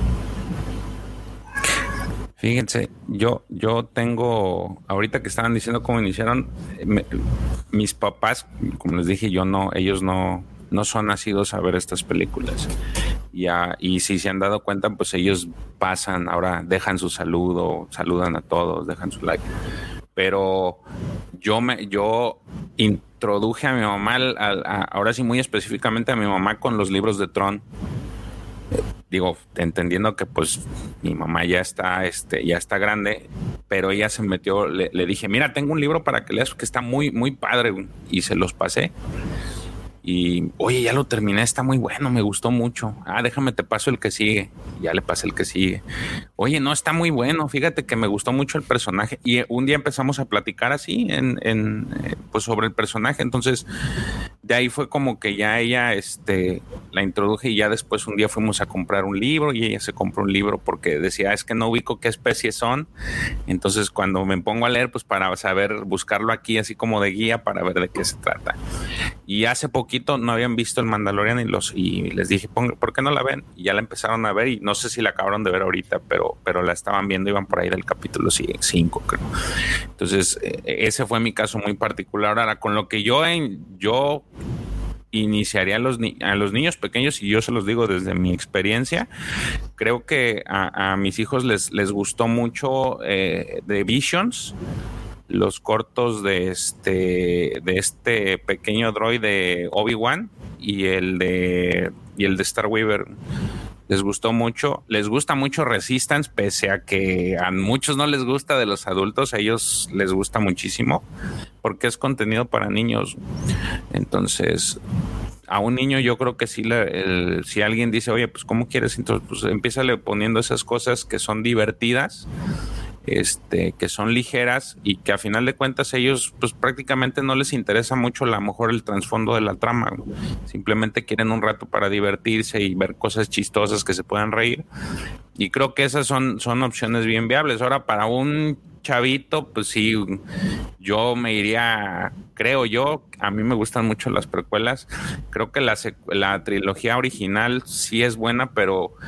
[SPEAKER 7] Fíjense, yo, yo tengo, ahorita que estaban diciendo cómo iniciaron, me, mis papás, como les dije, yo no, ellos no, no son nacidos a ver estas películas. Ya, y si se han dado cuenta, pues ellos pasan, ahora dejan su saludo, saludan a todos, dejan su like. Pero yo me yo introduje a mi mamá, al, al, a, ahora sí muy específicamente a mi mamá con los libros de Tron. Digo, entendiendo que pues mi mamá ya está, este, ya está grande, pero ella se metió, le, le dije, mira, tengo un libro para que leas que está muy, muy padre, y se los pasé. Y, oye, ya lo terminé, está muy bueno, me gustó mucho. Ah, déjame, te paso el que sigue. Ya le pasé el que sigue. Oye, no, está muy bueno, fíjate que me gustó mucho el personaje. Y un día empezamos a platicar así, en, en, pues sobre el personaje. Entonces, de ahí fue como que ya ella, este, la introduje y ya después un día fuimos a comprar un libro y ella se compró un libro porque decía, es que no ubico qué especies son. Entonces, cuando me pongo a leer, pues para saber, buscarlo aquí así como de guía para ver de qué se trata. Y hace poquito no habían visto el Mandalorian y los y les dije, ¿por qué no la ven? Y ya la empezaron a ver y no sé si la acabaron de ver ahorita, pero, pero la estaban viendo, iban por ahí del capítulo cinco, creo. Entonces, eh, ese fue mi caso muy particular. Ahora, con lo que yo, en, yo iniciaría a los, ni- a los niños pequeños, y yo se los digo desde mi experiencia, creo que a, a mis hijos les, les gustó mucho eh, The Visions, los cortos de este de este pequeño droide Obi-Wan y el de y el de Star Weaver. Les gustó mucho, les gusta mucho Resistance, pese a que a muchos no les gusta de los adultos, a ellos les gusta muchísimo porque es contenido para niños. Entonces, a un niño yo creo que sí, la, el, si alguien dice, oye, pues ¿cómo quieres? Entonces, pues empiézale poniendo esas cosas que son divertidas, este, que son ligeras y que a final de cuentas ellos pues prácticamente no les interesa mucho a lo mejor el trasfondo de la trama, simplemente quieren un rato para divertirse y ver cosas chistosas que se puedan reír, y creo que esas son, son opciones bien viables. Ahora, para un chavito, pues sí, yo me iría, creo yo, a mí me gustan mucho las precuelas, creo que la, secu- la trilogía original sí es buena, pero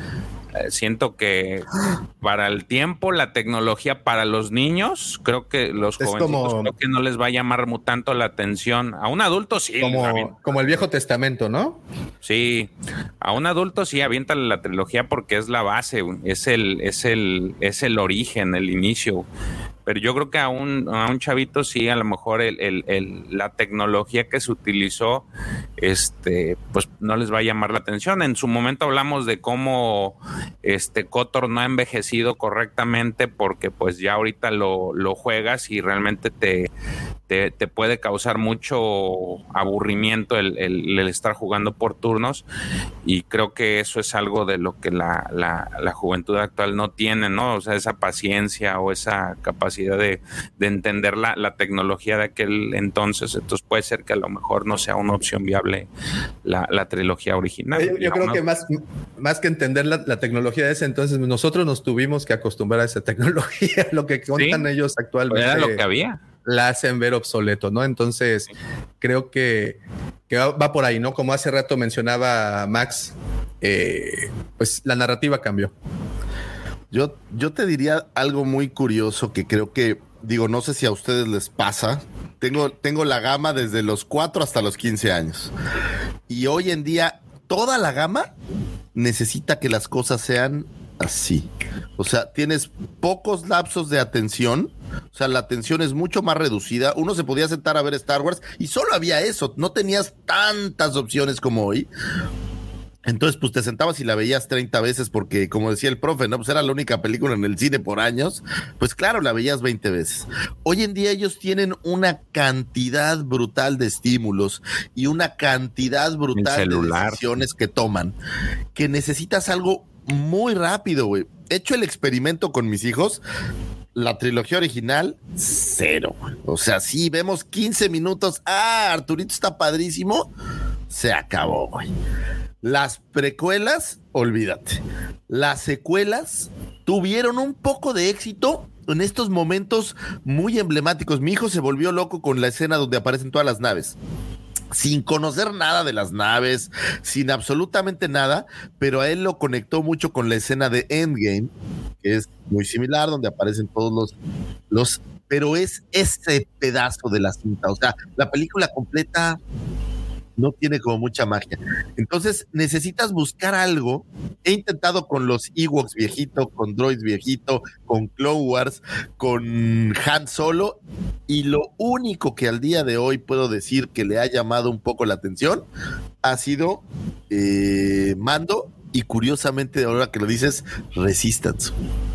[SPEAKER 7] Eh, siento que para el tiempo, la tecnología para los niños, creo que los
[SPEAKER 6] Es
[SPEAKER 7] jovencitos
[SPEAKER 6] como-
[SPEAKER 7] creo que no les va a llamar mu- tanto la atención. A un adulto sí.
[SPEAKER 6] Como,
[SPEAKER 7] avienta-
[SPEAKER 6] como el Viejo Testamento, ¿no?
[SPEAKER 7] Sí, a un adulto sí aviéntale la trilogía porque es la base, güey. es el, es el, es el origen, el inicio. Pero yo creo que a un, a un chavito sí, a lo mejor el, el, el, la tecnología que se utilizó, este, pues no les va a llamar la atención. En su momento hablamos de cómo este KOTOR no ha envejecido correctamente porque pues ya ahorita lo, lo juegas y realmente te, te, te puede causar mucho aburrimiento el, el, el estar jugando por turnos, y creo que eso es algo de lo que la, la, la juventud actual no tiene, ¿no? O sea, esa paciencia o esa capacidad de, de entender la, la tecnología de aquel entonces. Entonces puede ser que a lo mejor no sea una opción viable la, la trilogía original.
[SPEAKER 6] Yo, yo creo que más, más que entender la, la tecnología de ese entonces, nosotros nos tuvimos que acostumbrar a esa tecnología. Lo que cuentan
[SPEAKER 7] Sí,
[SPEAKER 6] ellos actualmente
[SPEAKER 7] era lo que había.
[SPEAKER 6] La hacen ver obsoleto, ¿no? Entonces, sí. creo que, que va, va por ahí, ¿no? Como hace rato mencionaba Max, eh, pues la narrativa cambió.
[SPEAKER 4] Yo, yo te diría algo muy curioso que creo que, digo, no sé si a ustedes les pasa. Tengo, tengo la gama desde los cuatro hasta los quince años. Y hoy en día, toda la gama necesita que las cosas sean así. O sea, tienes pocos lapsos de atención. O sea, la atención es mucho más reducida. Uno se podía sentar a ver Star Wars y solo había eso. No tenías tantas opciones como hoy. Entonces, pues te sentabas y la veías treinta veces porque, como decía el profe, ¿no? Pues era la única película en el cine por años. Pues claro, la veías veinte veces. Hoy en día ellos tienen una cantidad brutal de estímulos y una cantidad brutal de decisiones que toman, que necesitas algo muy rápido, güey. He hecho el experimento con mis hijos. La trilogía original, cero. O sea, sí, vemos quince minutos. Ah, Arturito está padrísimo. Se acabó, güey. Las precuelas, olvídate. Las secuelas tuvieron un poco de éxito en estos momentos muy emblemáticos. Mi hijo se volvió loco con la escena donde aparecen todas las naves. Sin conocer nada de las naves, sin absolutamente nada, pero a él lo conectó mucho con la escena de Endgame, que es muy similar, donde aparecen todos los, los, pero es ese pedazo de la cinta. O sea, la película completa no tiene como mucha magia. Entonces necesitas buscar algo. He intentado con los Ewoks viejito, con Droids viejito, con Clone Wars, con Han Solo, y lo único que al día de hoy puedo decir que le ha llamado un poco la atención ha sido eh, Mando, y curiosamente ahora que lo dices, Resistance.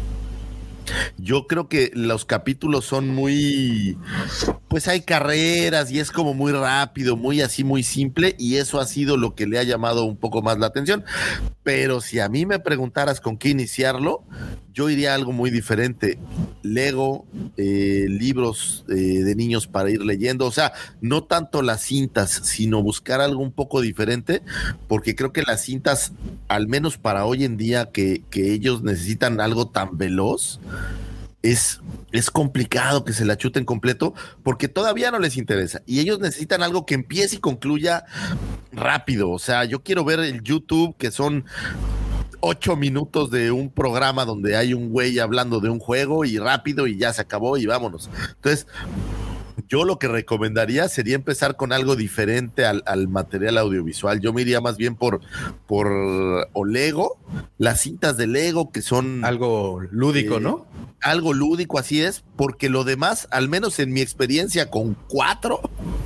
[SPEAKER 4] Yo creo que los capítulos son muy, pues hay carreras y es como muy rápido, muy así, muy simple, y eso ha sido lo que le ha llamado un poco más la atención. Pero si a mí me preguntaras con qué iniciarlo, yo iría a algo muy diferente. Lego, eh, libros eh, de niños para ir leyendo, o sea, no tanto las cintas, sino buscar algo un poco diferente, porque creo que las cintas, al menos para hoy en día, que, que ellos necesitan algo tan veloz, Es, es complicado que se la chuten completo porque todavía no les interesa y ellos necesitan algo que empiece y concluya rápido. O sea, yo quiero ver el YouTube, que son ocho minutos de un programa donde hay un güey hablando de un juego y rápido y ya se acabó y vámonos. Entonces, yo lo que recomendaría sería empezar con algo diferente al, al material audiovisual. Yo me iría más bien por, por o Lego, las cintas de Lego, que son
[SPEAKER 6] algo lúdico, eh, ¿no?
[SPEAKER 4] Algo lúdico, así es, porque lo demás, al menos en mi experiencia con cuatro,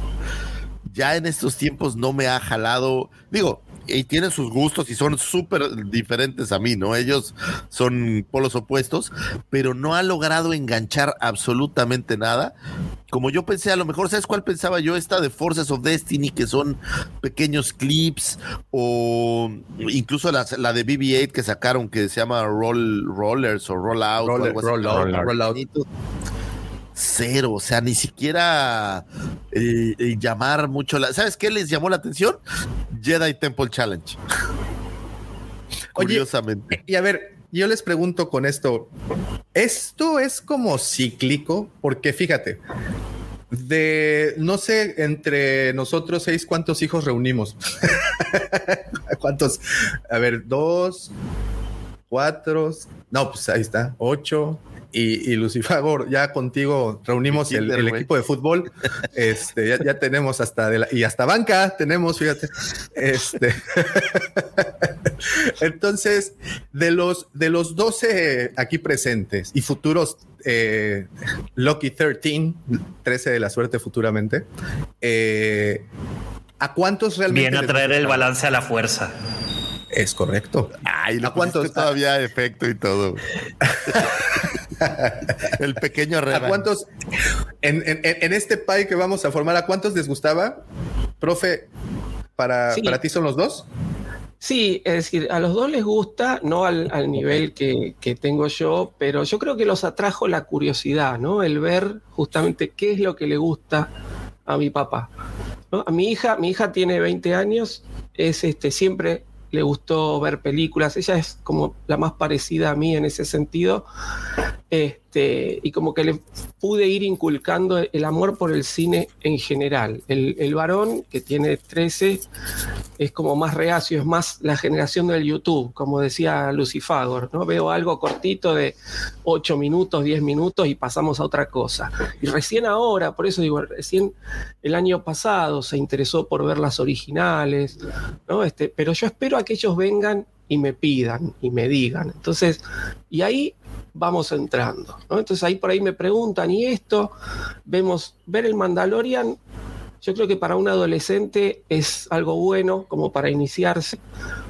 [SPEAKER 4] ya en estos tiempos no me ha jalado. Digo, y tienen sus gustos y son súper diferentes a mí, ¿no? Ellos son polos opuestos, pero no ha logrado enganchar absolutamente nada. Como yo pensé, a lo mejor, ¿sabes cuál pensaba yo? Esta de Forces of Destiny, que son pequeños clips, o incluso la, la de B B ocho que sacaron, que se llama Roll, Rollers o Roll Out.
[SPEAKER 6] Roll,
[SPEAKER 4] o algo así.
[SPEAKER 6] roll, out, roll out.
[SPEAKER 4] Cero, o sea, ni siquiera el, el llamar mucho la... ¿Sabes qué les llamó la atención? Jedi Temple Challenge. Curiosamente.
[SPEAKER 6] Oye, y a ver, yo les pregunto con esto, ¿esto es como cíclico? Porque fíjate, de, no sé, entre nosotros seis, ¿cuántos hijos reunimos? ¿Cuántos? A ver, dos... cuatro, no, pues ahí está, ocho. Y, y Lucifagor, ya contigo reunimos el, el equipo de fútbol. Este, ya, ya tenemos hasta de la, y hasta banca tenemos, fíjate. Este, entonces, de los de los doce aquí presentes y futuros eh, Lucky trece, trece de la suerte futuramente, eh, ¿a cuántos realmente
[SPEAKER 10] viene a traer el balance a la fuerza?
[SPEAKER 6] Es correcto.
[SPEAKER 4] Ay, ¿a cuántos todavía efecto y todo? El pequeño rebaño.
[SPEAKER 6] ¿A cuántos en, en, en este pie que vamos a formar, a cuántos les gustaba? Profe, ¿para, sí. ¿para ti son los dos?
[SPEAKER 8] Sí, es decir, a los dos les gusta, no al, al nivel que, que tengo yo, pero yo creo que los atrajo la curiosidad, ¿no? El ver justamente qué es lo que le gusta a mi papá, ¿no? A mi hija, mi hija tiene veinte años, es este, siempre le gustó ver películas, ella es como la más parecida a mí en ese sentido, este, y como que le pude ir inculcando el amor por el cine en general. El, el varón, que tiene trece, es como más reacio, es más la generación del YouTube, como decía Lucifagor, ¿no? Veo algo cortito de ocho minutos, diez minutos y pasamos a otra cosa. Y recién ahora, por eso digo, recién el año pasado se interesó por ver las originales, ¿no? Este, pero yo espero a que ellos vengan y me pidan y me digan. Entonces, y ahí vamos entrando, ¿no? Entonces ahí por ahí me preguntan, ¿y esto? Vemos, ver el Mandalorian, yo creo que para un adolescente es algo bueno como para iniciarse,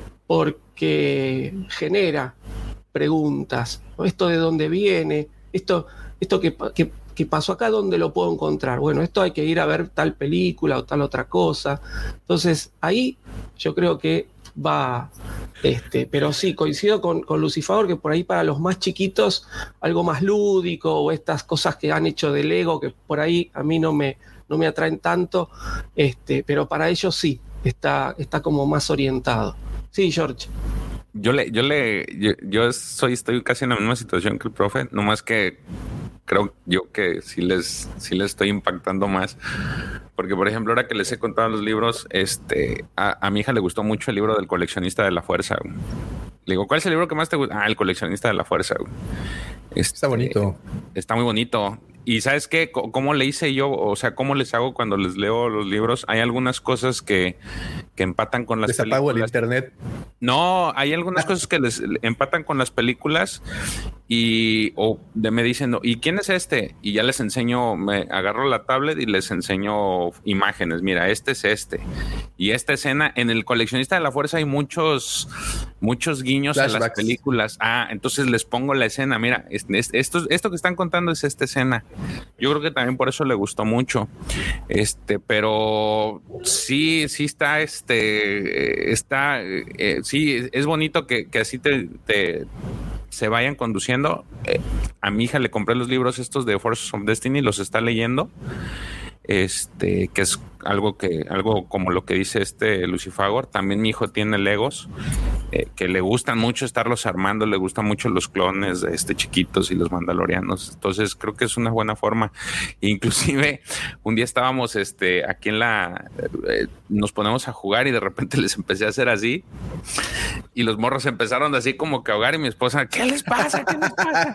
[SPEAKER 8] porque genera preguntas, ¿no? Esto de dónde viene, esto, esto que, que, que pasó acá, ¿dónde lo puedo encontrar? Bueno, esto hay que ir a ver tal película o tal otra cosa. Entonces ahí yo creo que va, este, pero sí, coincido con, con Lucifagor, que por ahí para los más chiquitos algo más lúdico, o estas cosas que han hecho de Lego, que por ahí a mí no me, no me atraen tanto, este, pero para ellos sí, está, está como más orientado. Sí, George.
[SPEAKER 7] Yo le, yo le, yo, yo soy, estoy casi en la misma situación que el profe, nomás que creo yo que sí les, sí les estoy impactando más. Porque, por ejemplo, ahora que les he contado los libros, este, a, a mi hija le gustó mucho el libro del coleccionista de la fuerza. Güey. Le digo, ¿cuál es el libro que más te gusta? Ah, el coleccionista de la fuerza. Güey. Este,
[SPEAKER 6] está bonito.
[SPEAKER 7] Está muy bonito. Y ¿sabes qué? ¿Cómo le hice yo? O sea, ¿cómo les hago cuando les leo los libros? Hay algunas cosas que, que empatan con las
[SPEAKER 6] ¿Les películas. ¿Les apago el internet?
[SPEAKER 7] No, hay algunas cosas que les empatan con las películas y o de, me dicen, ¿y quién es este? Y ya les enseño, me agarro la tablet y les enseño imágenes. Mira, este es este. Y esta escena, en el coleccionista de la fuerza hay muchos, muchos guiños Flashbacks. A las películas. Ah, entonces les pongo la escena. Mira, esto, esto que están contando es esta escena. Yo creo que también por eso le gustó mucho. Este, pero sí, sí está, este, está, eh, sí, es bonito que, que así te, te se vayan conduciendo. Eh, a mi hija le compré los libros estos de Forces of Destiny, los está leyendo. Este, que es algo que, algo como lo que dice este Lucifagor. También mi hijo tiene Legos, eh, que le gustan mucho estarlos armando, le gustan mucho los clones de este chiquitos y los mandalorianos. Entonces creo que es una buena forma. Inclusive un día estábamos este, aquí en la, eh, nos ponemos a jugar y de repente les empecé a hacer así y los morros empezaron así como que a ahogar y mi esposa, ¿qué les pasa? ¿Qué les pasa?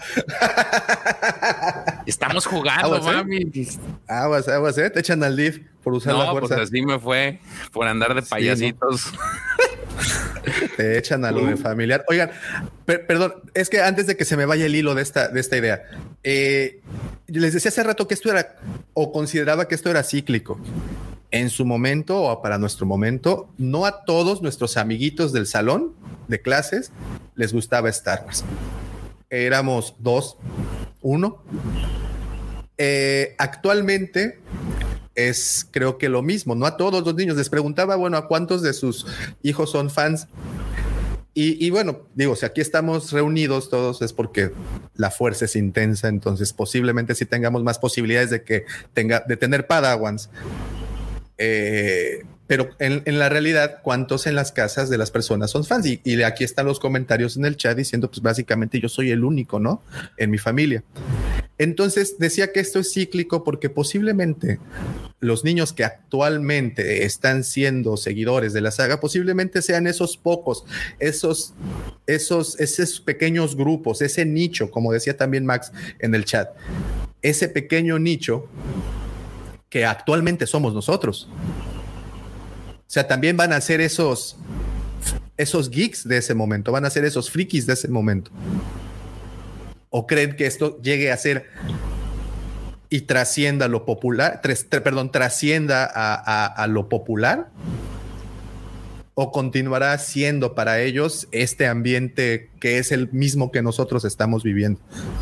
[SPEAKER 7] Estamos jugando, aguas, mami.
[SPEAKER 6] ¿eh? Aguas, aguas, ¿eh? Te echan al D I F por usar
[SPEAKER 7] no,
[SPEAKER 6] la fuerza.
[SPEAKER 7] Pues así me fue, por andar de payasitos.
[SPEAKER 6] Sí, ¿no? Te echan a lo de familiar. Oigan, per perdón, es que antes de que se me vaya el hilo de esta, de esta idea, eh, les decía hace rato que esto era, o consideraba que esto era cíclico. En su momento, o para nuestro momento, no a todos nuestros amiguitos del salón de clases les gustaba Star Wars. Éramos dos, uno. Eh, actualmente es creo que lo mismo, no a todos los niños. Les preguntaba, bueno, a cuántos de sus hijos son fans. Y, y bueno, digo, si aquí estamos reunidos todos es porque la fuerza es intensa, entonces posiblemente sí tengamos más posibilidades de que tenga, de tener padawans. Eh, pero en, en la realidad, ¿cuántos en las casas de las personas son fans? Y, y aquí están los comentarios en el chat diciendo, pues básicamente yo soy el único, ¿no? En mi familia. Entonces decía que esto es cíclico porque posiblemente los niños que actualmente están siendo seguidores de la saga posiblemente sean esos pocos, esos, esos, esos pequeños grupos, ese nicho, como decía también Max en el chat, ese pequeño nicho que actualmente somos nosotros. O sea, también van a ser esos, esos geeks de ese momento, van a ser esos frikis de ese momento. ¿O creen que esto llegue a ser y trascienda lo popular, tras, tra, perdón, trascienda a, a, a lo popular? ¿O continuará siendo para ellos este ambiente que es el mismo que nosotros estamos viviendo?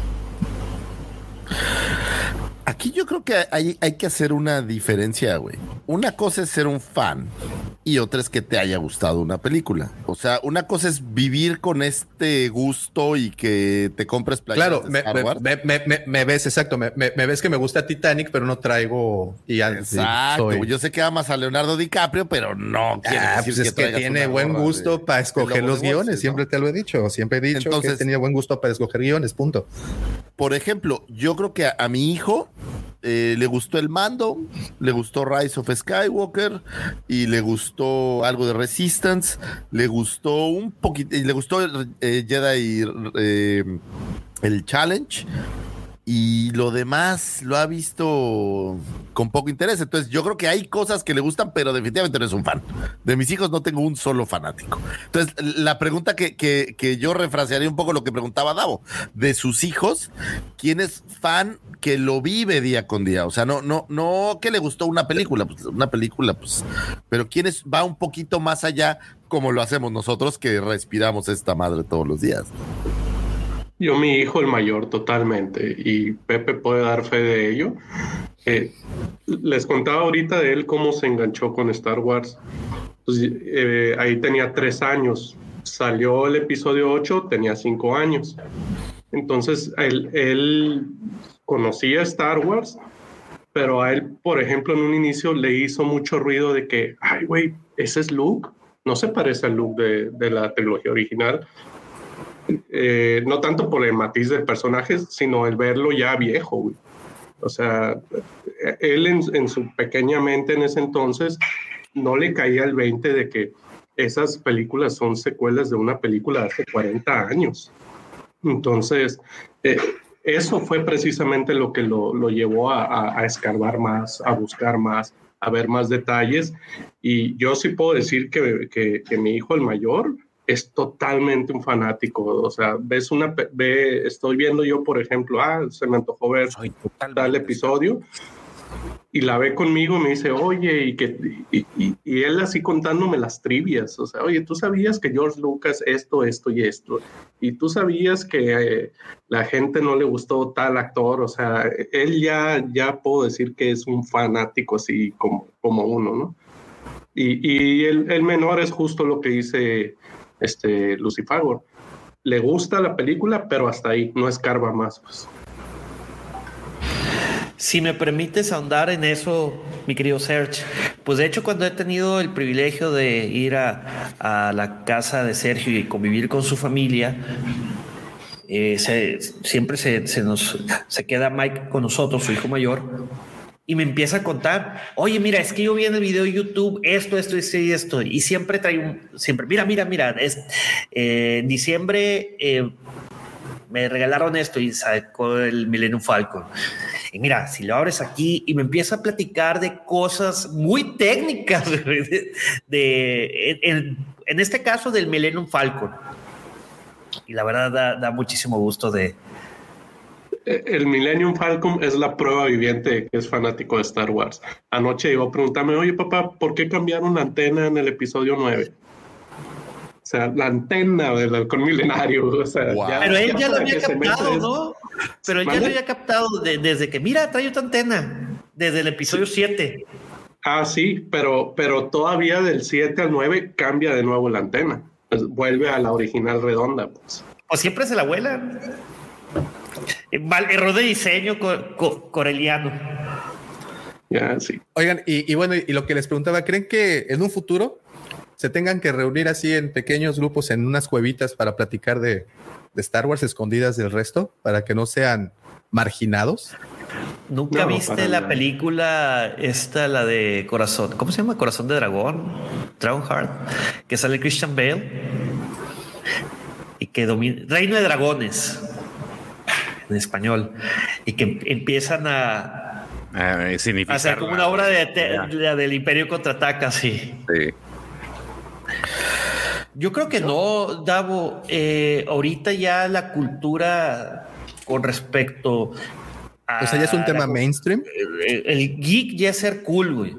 [SPEAKER 4] Aquí yo creo que hay, hay que hacer una diferencia, güey. Una cosa es ser un fan y otra es que te haya gustado una película. O sea, una cosa es vivir con este gusto y que te compres playeras.
[SPEAKER 6] Claro,
[SPEAKER 4] de
[SPEAKER 6] me,
[SPEAKER 4] Star Wars.
[SPEAKER 6] Me, me, me, me ves, exacto, me, me, me ves que me gusta Titanic, pero no traigo... Y ya,
[SPEAKER 4] exacto, soy... yo sé que amas a Leonardo DiCaprio, pero no quiere
[SPEAKER 6] ah,
[SPEAKER 4] decir
[SPEAKER 6] pues
[SPEAKER 4] que,
[SPEAKER 6] es que tiene buen gusto de, para escoger los guiones, bolsillo, siempre ¿no? Te lo he dicho, siempre he dicho Entonces, que tenía buen gusto para escoger guiones, punto.
[SPEAKER 4] Por ejemplo, yo creo que a, a mi hijo eh, le gustó el Mando, le gustó Rise of Skywalker y le gustó algo de Resistance, le gustó un poquito, y le gustó eh, Jedi eh, el Challenge. Y lo demás lo ha visto con poco interés. Entonces yo creo que hay cosas que le gustan, pero definitivamente no es un fan. De mis hijos no tengo un solo fanático. Entonces la pregunta que, que, que yo refrasearía un poco lo que preguntaba Davo. De sus hijos, ¿quién es fan que lo vive día con día? O sea, no, no, no que le gustó una película, pues una película, pues, pero ¿quién es, va un poquito más allá como lo hacemos nosotros que respiramos esta madre todos los días?
[SPEAKER 9] Yo, mi hijo, el mayor, totalmente, y Pepe puede dar fe de ello. Eh, les contaba ahorita de él cómo se enganchó con Star Wars. Pues, eh, ahí tenía tres años. Salió el episodio ocho, tenía cinco años. Entonces, él, él conocía Star Wars, pero a él, por ejemplo, en un inicio le hizo mucho ruido de que, ay, güey, ese es Luke. No se parece al Luke de, de la trilogía original. Eh, no tanto por el matiz del personaje, sino el verlo ya viejo, güey. O sea, él en, en su pequeña mente en ese entonces no le caía el veinte de que esas películas son secuelas de una película de hace cuarenta años. Entonces, eh, eso fue precisamente lo que lo, lo llevó a, a, a escarbar más, a buscar más, a ver más detalles. Y yo sí puedo decir que, que, que mi hijo, el mayor, es totalmente un fanático. O sea, ves una, ve, estoy viendo yo, por ejemplo, ah, se me antojó ver tal episodio, y la ve conmigo y me dice, oye, y, que, y, y, y él así contándome las trivias, o sea, oye, tú sabías que George Lucas esto, esto y esto, y tú sabías que eh, la gente no le gustó tal actor, o sea, él ya, ya puedo decir que es un fanático así como, como uno, ¿no? Y, y el, el menor es justo lo que dice este Lucifer, le gusta la película, pero hasta ahí, no escarba más, pues.
[SPEAKER 10] Si me permites ahondar en eso, mi querido Serge, pues de hecho cuando he tenido el privilegio de ir a, a la casa de Sergio y convivir con su familia, eh, se, siempre se, se, nos, se queda Mike con nosotros, su hijo mayor, y me empieza a contar, oye, mira, es que yo vi en el video de YouTube esto, esto, esto y esto, y siempre trae un, siempre, mira, mira, mira, es, eh, en diciembre eh, me regalaron esto y sacó el Millennium Falcon. Y mira, si lo abres aquí, y me empieza a platicar de cosas muy técnicas, de, de en, en este caso del Millennium Falcon. Y la verdad da, da muchísimo gusto de...
[SPEAKER 9] El Millennium Falcon es la prueba viviente de que es fanático de Star Wars. Anoche iba a preguntarme, oye papá, ¿por qué cambiaron la antena en el episodio nueve? O sea, la antena del halcón milenario. O sea,
[SPEAKER 10] wow. ya, Pero él ya, ya lo había captado, ¿no? Pero él ¿Vale? ya lo había captado de, desde que, mira, trae otra antena, desde el episodio sí. siete.
[SPEAKER 9] Ah, sí, pero, pero todavía del siete al nueve cambia de nuevo la antena. Pues vuelve a la original redonda. Pues,
[SPEAKER 10] pues siempre se la vuelan. Error de diseño cor, cor, coreliano.
[SPEAKER 9] Ya, sí.
[SPEAKER 6] Oigan, y, y bueno, y lo que les preguntaba, ¿creen que en un futuro se tengan que reunir así en pequeños grupos en unas cuevitas para platicar de, de Star Wars escondidas del resto, para que no sean marginados.
[SPEAKER 10] ¿Nunca
[SPEAKER 9] No,
[SPEAKER 10] viste
[SPEAKER 9] para
[SPEAKER 10] la
[SPEAKER 9] nada.
[SPEAKER 10] película esta, la de Corazón? ¿Cómo se llama? Corazón de Dragón. Dragonheart. Que sale Christian Bale. Y que domina. Reino de Dragones. En español. Y que empiezan a
[SPEAKER 7] Eh, significa
[SPEAKER 10] hacer como una obra de, de- la del Imperio Contraataca, sí.
[SPEAKER 7] Sí.
[SPEAKER 10] Yo creo que no, Davo. Eh, ahorita ya la cultura con respecto a.
[SPEAKER 6] O sea, ya es un tema
[SPEAKER 10] la-
[SPEAKER 6] mainstream.
[SPEAKER 10] El, el geek ya es ser cool, güey.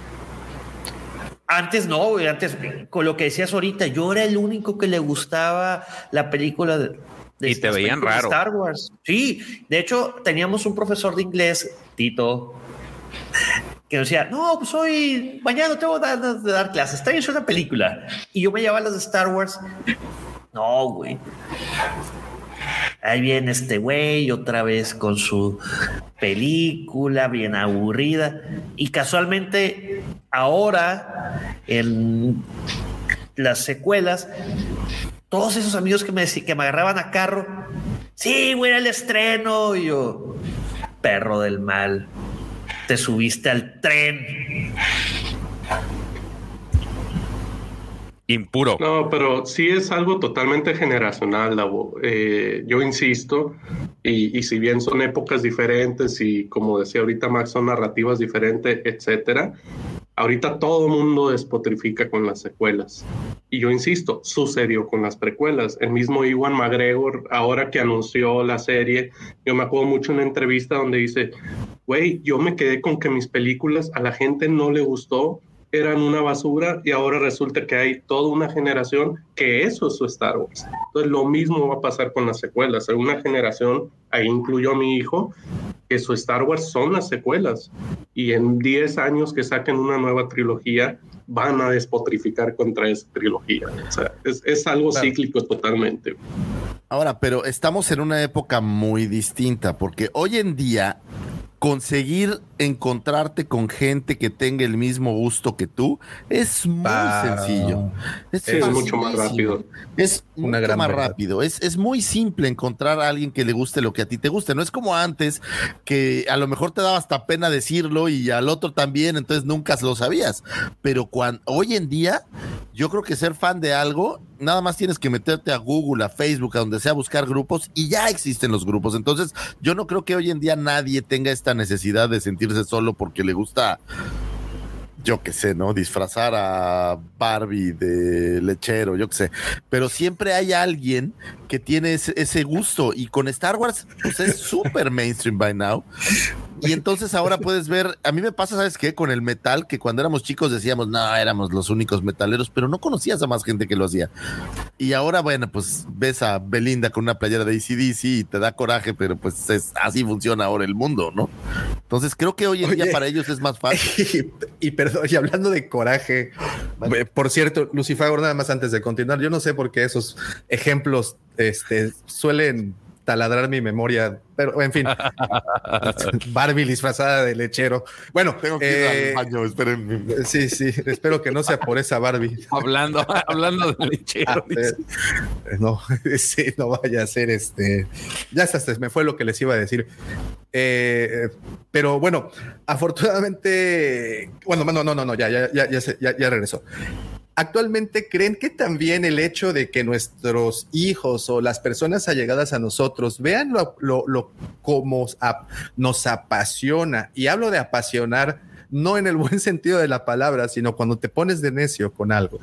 [SPEAKER 10] Antes no, güey. Antes, con lo que decías ahorita, yo era el único que le gustaba la película de. de
[SPEAKER 7] Y te
[SPEAKER 10] las
[SPEAKER 7] veían
[SPEAKER 10] películas de
[SPEAKER 7] raro.
[SPEAKER 10] Star Wars. Sí, de hecho, teníamos un profesor de inglés, Tito, que nos decía, no, pues hoy, mañana tengo ganas de dar clases, está bien, es una película. Y yo me llevaba las de Star Wars. No, güey. Ahí viene este güey otra vez con su película bien aburrida. Y casualmente ahora en las secuelas, todos esos amigos que me, dec- que me agarraban a carro, sí, güey, era el estreno. Y yo, perro del mal, te subiste al tren.
[SPEAKER 7] Impuro.
[SPEAKER 9] No, pero sí es algo totalmente generacional, Davo. Eh, yo insisto, y, y si bien son épocas diferentes y como decía ahorita Max, son narrativas diferentes, etcétera, ahorita todo el mundo despotrifica con las secuelas. Y yo insisto, sucedió con las precuelas. El mismo Ewan McGregor, ahora que anunció la serie, yo me acuerdo mucho en una entrevista donde dice, güey, yo me quedé con que mis películas a la gente no le gustó, eran una basura, y ahora resulta que hay toda una generación que eso es su Star Wars. Entonces lo mismo va a pasar con las secuelas. Hay una generación, ahí incluyo a mi hijo, que su Star Wars son las secuelas, y en diez años que saquen una nueva trilogía van a despotrificar contra esa trilogía. O sea, es, es algo
[SPEAKER 4] Claro.
[SPEAKER 9] cíclico totalmente.
[SPEAKER 4] Ahora, pero estamos en una época muy distinta, porque hoy en día conseguir encontrarte con gente que tenga el mismo gusto que tú es muy
[SPEAKER 6] Ah,
[SPEAKER 4] sencillo. Es,
[SPEAKER 9] Sí, es mucho más
[SPEAKER 4] facilísimo.
[SPEAKER 9] rápido.
[SPEAKER 4] Es
[SPEAKER 6] Una
[SPEAKER 4] mucho
[SPEAKER 6] gran
[SPEAKER 4] más
[SPEAKER 6] verdad.
[SPEAKER 4] rápido. Es, es muy simple encontrar a alguien que le guste lo que a ti te guste. No es como antes, que a lo mejor te daba hasta pena decirlo y al otro también, entonces nunca lo sabías. Pero cuando, hoy en día, yo creo que ser fan de algo, nada más tienes que meterte a Google, a Facebook, a donde sea, buscar grupos, y ya existen los grupos. Entonces, yo no creo que hoy en día nadie tenga esta necesidad de sentirse solo porque le gusta, yo qué sé, ¿no? Disfrazar a Barbie de lechero, yo qué sé. Pero siempre hay alguien que tiene ese, ese gusto. Y con Star Wars, pues es súper mainstream by now. Y entonces ahora puedes ver, a mí me pasa, ¿sabes qué? Con el metal, que cuando éramos chicos decíamos, no, éramos los únicos metaleros, pero no conocías a más gente que lo hacía. Y ahora, bueno, pues ves a Belinda con una playera de A C D C y te da coraje, pero pues es, así funciona ahora el mundo, ¿no? Entonces creo que hoy en día
[SPEAKER 6] Oye.
[SPEAKER 4] para ellos es más fácil.
[SPEAKER 6] Y, y perdón, y hablando de coraje,
[SPEAKER 4] Vale.
[SPEAKER 6] eh, por cierto, Lucifago, nada más antes de continuar, yo no sé por qué esos ejemplos este, suelen taladrar mi memoria, pero en fin, Barbie disfrazada de lechero. Bueno,
[SPEAKER 4] Tengo que
[SPEAKER 6] eh,
[SPEAKER 4] ir al baño, esperen.
[SPEAKER 6] sí, sí, espero que no sea por esa Barbie.
[SPEAKER 7] Hablando, hablando de lechero.
[SPEAKER 6] Ah,
[SPEAKER 7] dice.
[SPEAKER 6] eh, no, sí, no vaya a ser este. Ya hasta se me fue lo que les iba a decir. Eh, pero bueno, afortunadamente, bueno, no, no, no, no, ya, ya, ya, ya, se- ya, ya regresó. Actualmente, ¿creen que también el hecho de que nuestros hijos o las personas allegadas a nosotros vean lo, lo, lo como ap- nos apasiona? Y hablo de apasionar no en el buen sentido de la palabra, sino cuando te pones de necio con algo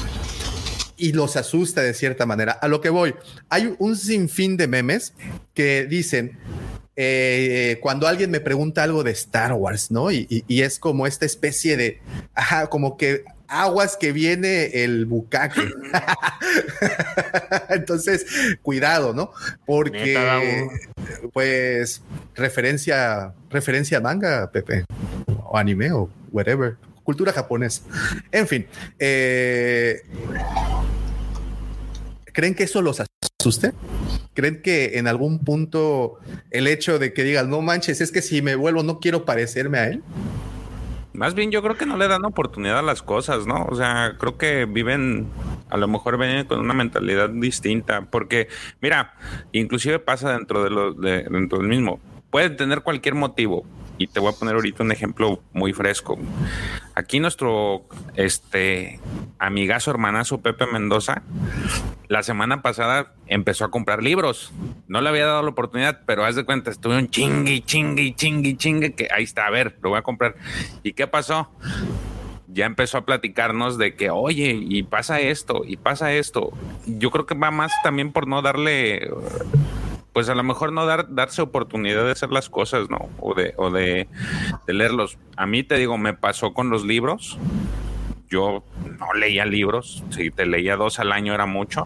[SPEAKER 6] y los asusta de cierta manera. A lo que voy, hay un sinfín de memes que dicen, eh, cuando alguien me pregunta algo de Star Wars, ¿no? Y, y, y es como esta especie de, ajá, como que aguas que viene el bucaque. Entonces, cuidado, ¿no?
[SPEAKER 10] Neta,
[SPEAKER 6] Porque,
[SPEAKER 10] Davo.
[SPEAKER 6] pues, referencia, referencia a manga, Pepe, o anime, o whatever, cultura japonesa. En fin, eh, ¿creen que eso los asuste? ¿Creen que en algún punto el hecho de que digan, no manches, es que si me vuelvo no quiero parecerme a él?
[SPEAKER 7] Más bien yo creo que no le dan oportunidad a las cosas, ¿no? O sea, creo que viven, a lo mejor vienen con una mentalidad distinta, porque mira, inclusive pasa dentro de lo de, dentro del mismo. puede tener cualquier motivo. Y te voy a poner ahorita un ejemplo muy fresco. Aquí nuestro este, amigazo, hermanazo Pepe Mendoza, la semana pasada empezó a comprar libros. No le había dado la oportunidad, pero haz de cuenta, estuve un chingue, chingue, chingue, chingue, que ahí está, a ver, lo voy a comprar. ¿Y qué pasó? Ya empezó a platicarnos de que, oye, y pasa esto, y pasa esto. Yo creo que va más también por no darle... pues a lo mejor no dar, darse oportunidad de hacer las cosas, ¿no? O de, o de, de leerlos. A mí, te digo, me pasó con los libros. Yo no leía libros. Si te leía dos al año era mucho.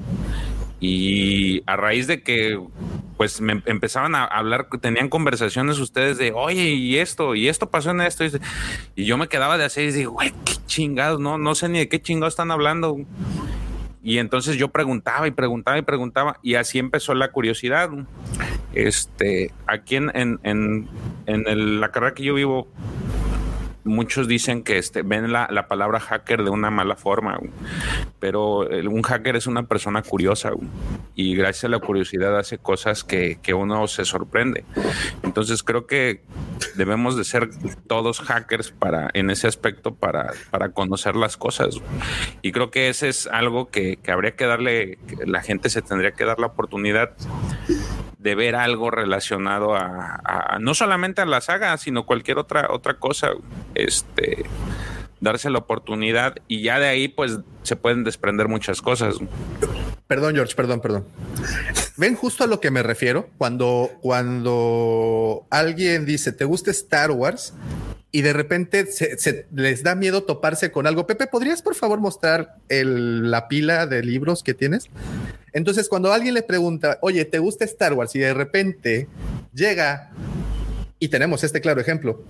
[SPEAKER 7] Y a raíz de que pues me empezaban a hablar, tenían conversaciones ustedes de, oye, y esto, y esto pasó en esto. Y yo me quedaba de así y digo, güey, qué chingados, no, no sé ni de qué chingados están hablando. Y entonces yo preguntaba y preguntaba y preguntaba y así empezó la curiosidad. Este, aquí en, en, en, en el, la carrera que yo vivo, muchos dicen que este, ven la, la palabra hacker de una mala forma, pero un hacker es una persona curiosa y gracias a la curiosidad hace cosas que, que uno se sorprende. Entonces creo que debemos de ser todos hackers para, en ese aspecto para, para conocer las cosas. Y creo que ese es algo que, que habría que darle, que la gente se tendría que dar la oportunidad de ver algo relacionado a, a no solamente a la saga, sino cualquier otra, otra cosa, este, darse la oportunidad y ya de ahí pues se pueden desprender muchas cosas.
[SPEAKER 6] Perdón, George, perdón, perdón. ¿Ven justo a lo que me refiero? Cuando, cuando alguien dice, ¿te gusta Star Wars? Y de repente se, se les da miedo toparse con algo. Pepe, ¿podrías por favor mostrar el, la pila de libros que tienes? Entonces, cuando alguien le pregunta, oye, ¿te gusta Star Wars? Y de repente llega y tenemos este claro ejemplo.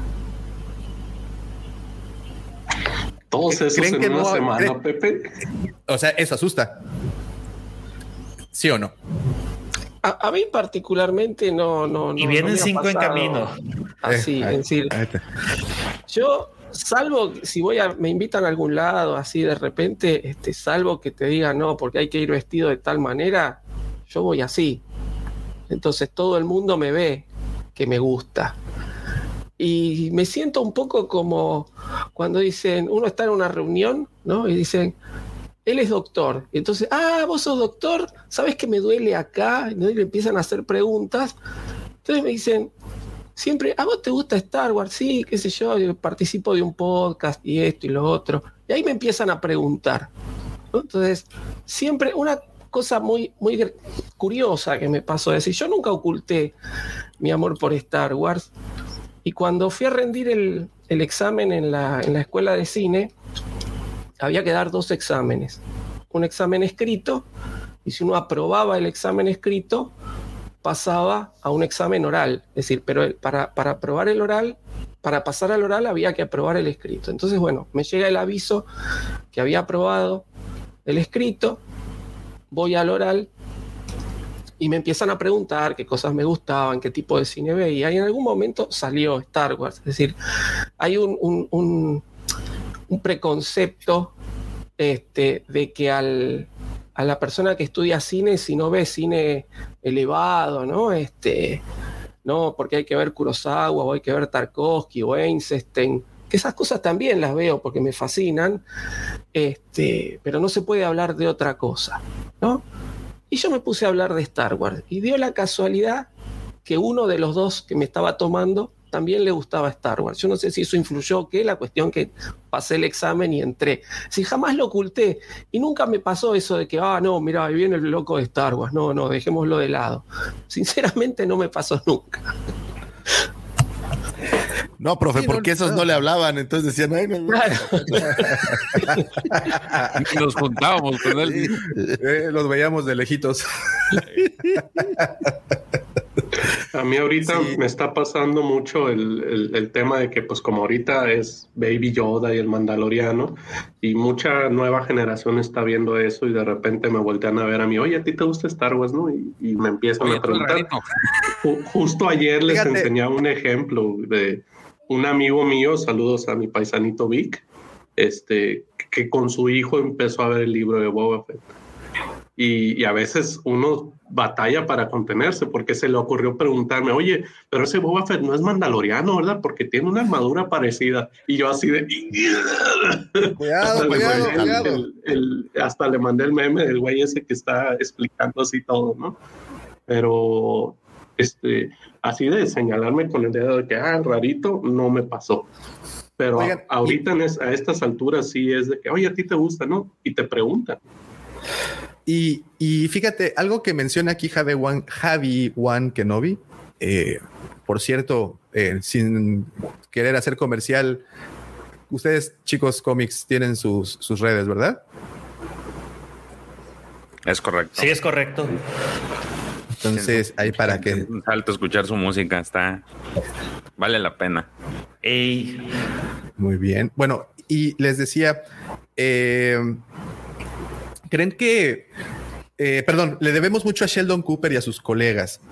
[SPEAKER 9] Todos esos en una no, semana, ¿creen? Pepe.
[SPEAKER 6] O sea, eso asusta. ¿Sí o no?
[SPEAKER 8] A, a mí particularmente no... no
[SPEAKER 10] y
[SPEAKER 8] no,
[SPEAKER 10] vienen
[SPEAKER 8] no
[SPEAKER 10] cinco en camino.
[SPEAKER 8] Así,
[SPEAKER 6] eh,
[SPEAKER 8] es decir, yo, salvo si voy a, me invitan a algún lado, así de repente, este, salvo que te digan no, porque hay que ir vestido de tal manera, yo voy así. Entonces todo el mundo me ve que me gusta. Y me siento un poco como cuando dicen, uno está en una reunión, ¿no? Y dicen, él es doctor. Y entonces, ah, vos sos doctor, ¿sabes que me duele acá? ¿No? Y le empiezan a hacer preguntas. Entonces me dicen, siempre, ¿a vos te gusta Star Wars? Sí, qué sé yo, yo participo de un podcast y esto y lo otro. Y ahí me empiezan a preguntar, ¿no? Entonces, siempre una cosa muy, muy curiosa que me pasó, es decir, yo nunca oculté mi amor por Star Wars. Y cuando fui a rendir el, el examen en la, en la escuela de cine, había que dar dos exámenes. Un examen escrito, y si uno aprobaba el examen escrito, pasaba a un examen oral. Es decir, pero para, para aprobar el oral, para pasar al oral había que aprobar el escrito. Entonces, bueno, me llega el aviso que había aprobado el escrito, voy al oral, y me empiezan a preguntar qué cosas me gustaban, qué tipo de cine veía, y en algún momento salió Star Wars. Es decir, hay un, un, un, un preconcepto este, de que al, a la persona que estudia cine, si no ve cine elevado, ¿no? Este, no, porque hay que ver Kurosawa, o hay que ver Tarkovsky, o Einstein, que esas cosas también las veo porque me fascinan, este, pero no se puede hablar de otra cosa, ¿no? Y yo me puse a hablar de Star Wars y dio la casualidad que uno de los dos que me estaba tomando también le gustaba Star Wars. Yo no sé si eso influyó o qué, la cuestión que pasé el examen y entré. Si jamás lo oculté y nunca me pasó eso de que, ah, no, mira, ahí viene el loco de Star Wars. No, no, dejémoslo de lado. Sinceramente no me pasó nunca.
[SPEAKER 4] No, profe, sí, porque no, esos no. no le hablaban, entonces decían, ay, no, no. Claro.
[SPEAKER 7] Nos juntábamos con él.
[SPEAKER 6] Sí. Eh, los veíamos de lejitos.
[SPEAKER 9] A mí ahorita sí. me está pasando mucho el, el, el tema de que, pues como ahorita es Baby Yoda y el Mandaloriano, y mucha nueva generación está viendo eso y de repente me voltean a ver a mí, oye, ¿a ti te gusta Star Wars, no? Y, y me empiezan oye, a preguntar. Justo ayer les Fíjate. enseñaba un ejemplo de un amigo mío, saludos a mi paisanito Vic, este, que con su hijo empezó a ver el libro de Boba Fett. Y, y a veces uno batalla para contenerse, porque se le ocurrió preguntarme, oye, pero ese Boba Fett no es mandaloriano, ¿verdad? Porque tiene una armadura parecida. Y yo así de...
[SPEAKER 6] Cuidado,
[SPEAKER 9] hasta,
[SPEAKER 6] cuidado,
[SPEAKER 9] le
[SPEAKER 6] cuidado.
[SPEAKER 9] el, el, hasta le mandé el meme del güey ese que está explicando así todo, ¿no? Pero, este, así de señalarme con el dedo de que, ah, rarito, no me pasó. Pero Oigan, ahorita y... en es, a estas alturas sí es de que, oye, a ti te gusta, ¿no? Y te preguntan.
[SPEAKER 6] Y, y fíjate, algo que menciona aquí Javi Wan, Javi Wan Kenobi, eh, por cierto, eh, sin querer hacer comercial, ustedes, chicos cómics, tienen sus, sus redes, ¿verdad?
[SPEAKER 7] Es correcto.
[SPEAKER 10] Sí, es correcto.
[SPEAKER 6] Entonces, ahí para que...
[SPEAKER 7] Un salto a escuchar su música, está... Vale la pena.
[SPEAKER 10] Ey.
[SPEAKER 6] Muy bien. Bueno, y les decía... Eh, ¿Creen que, eh, perdón, le debemos mucho a Sheldon Cooper y a sus colegas?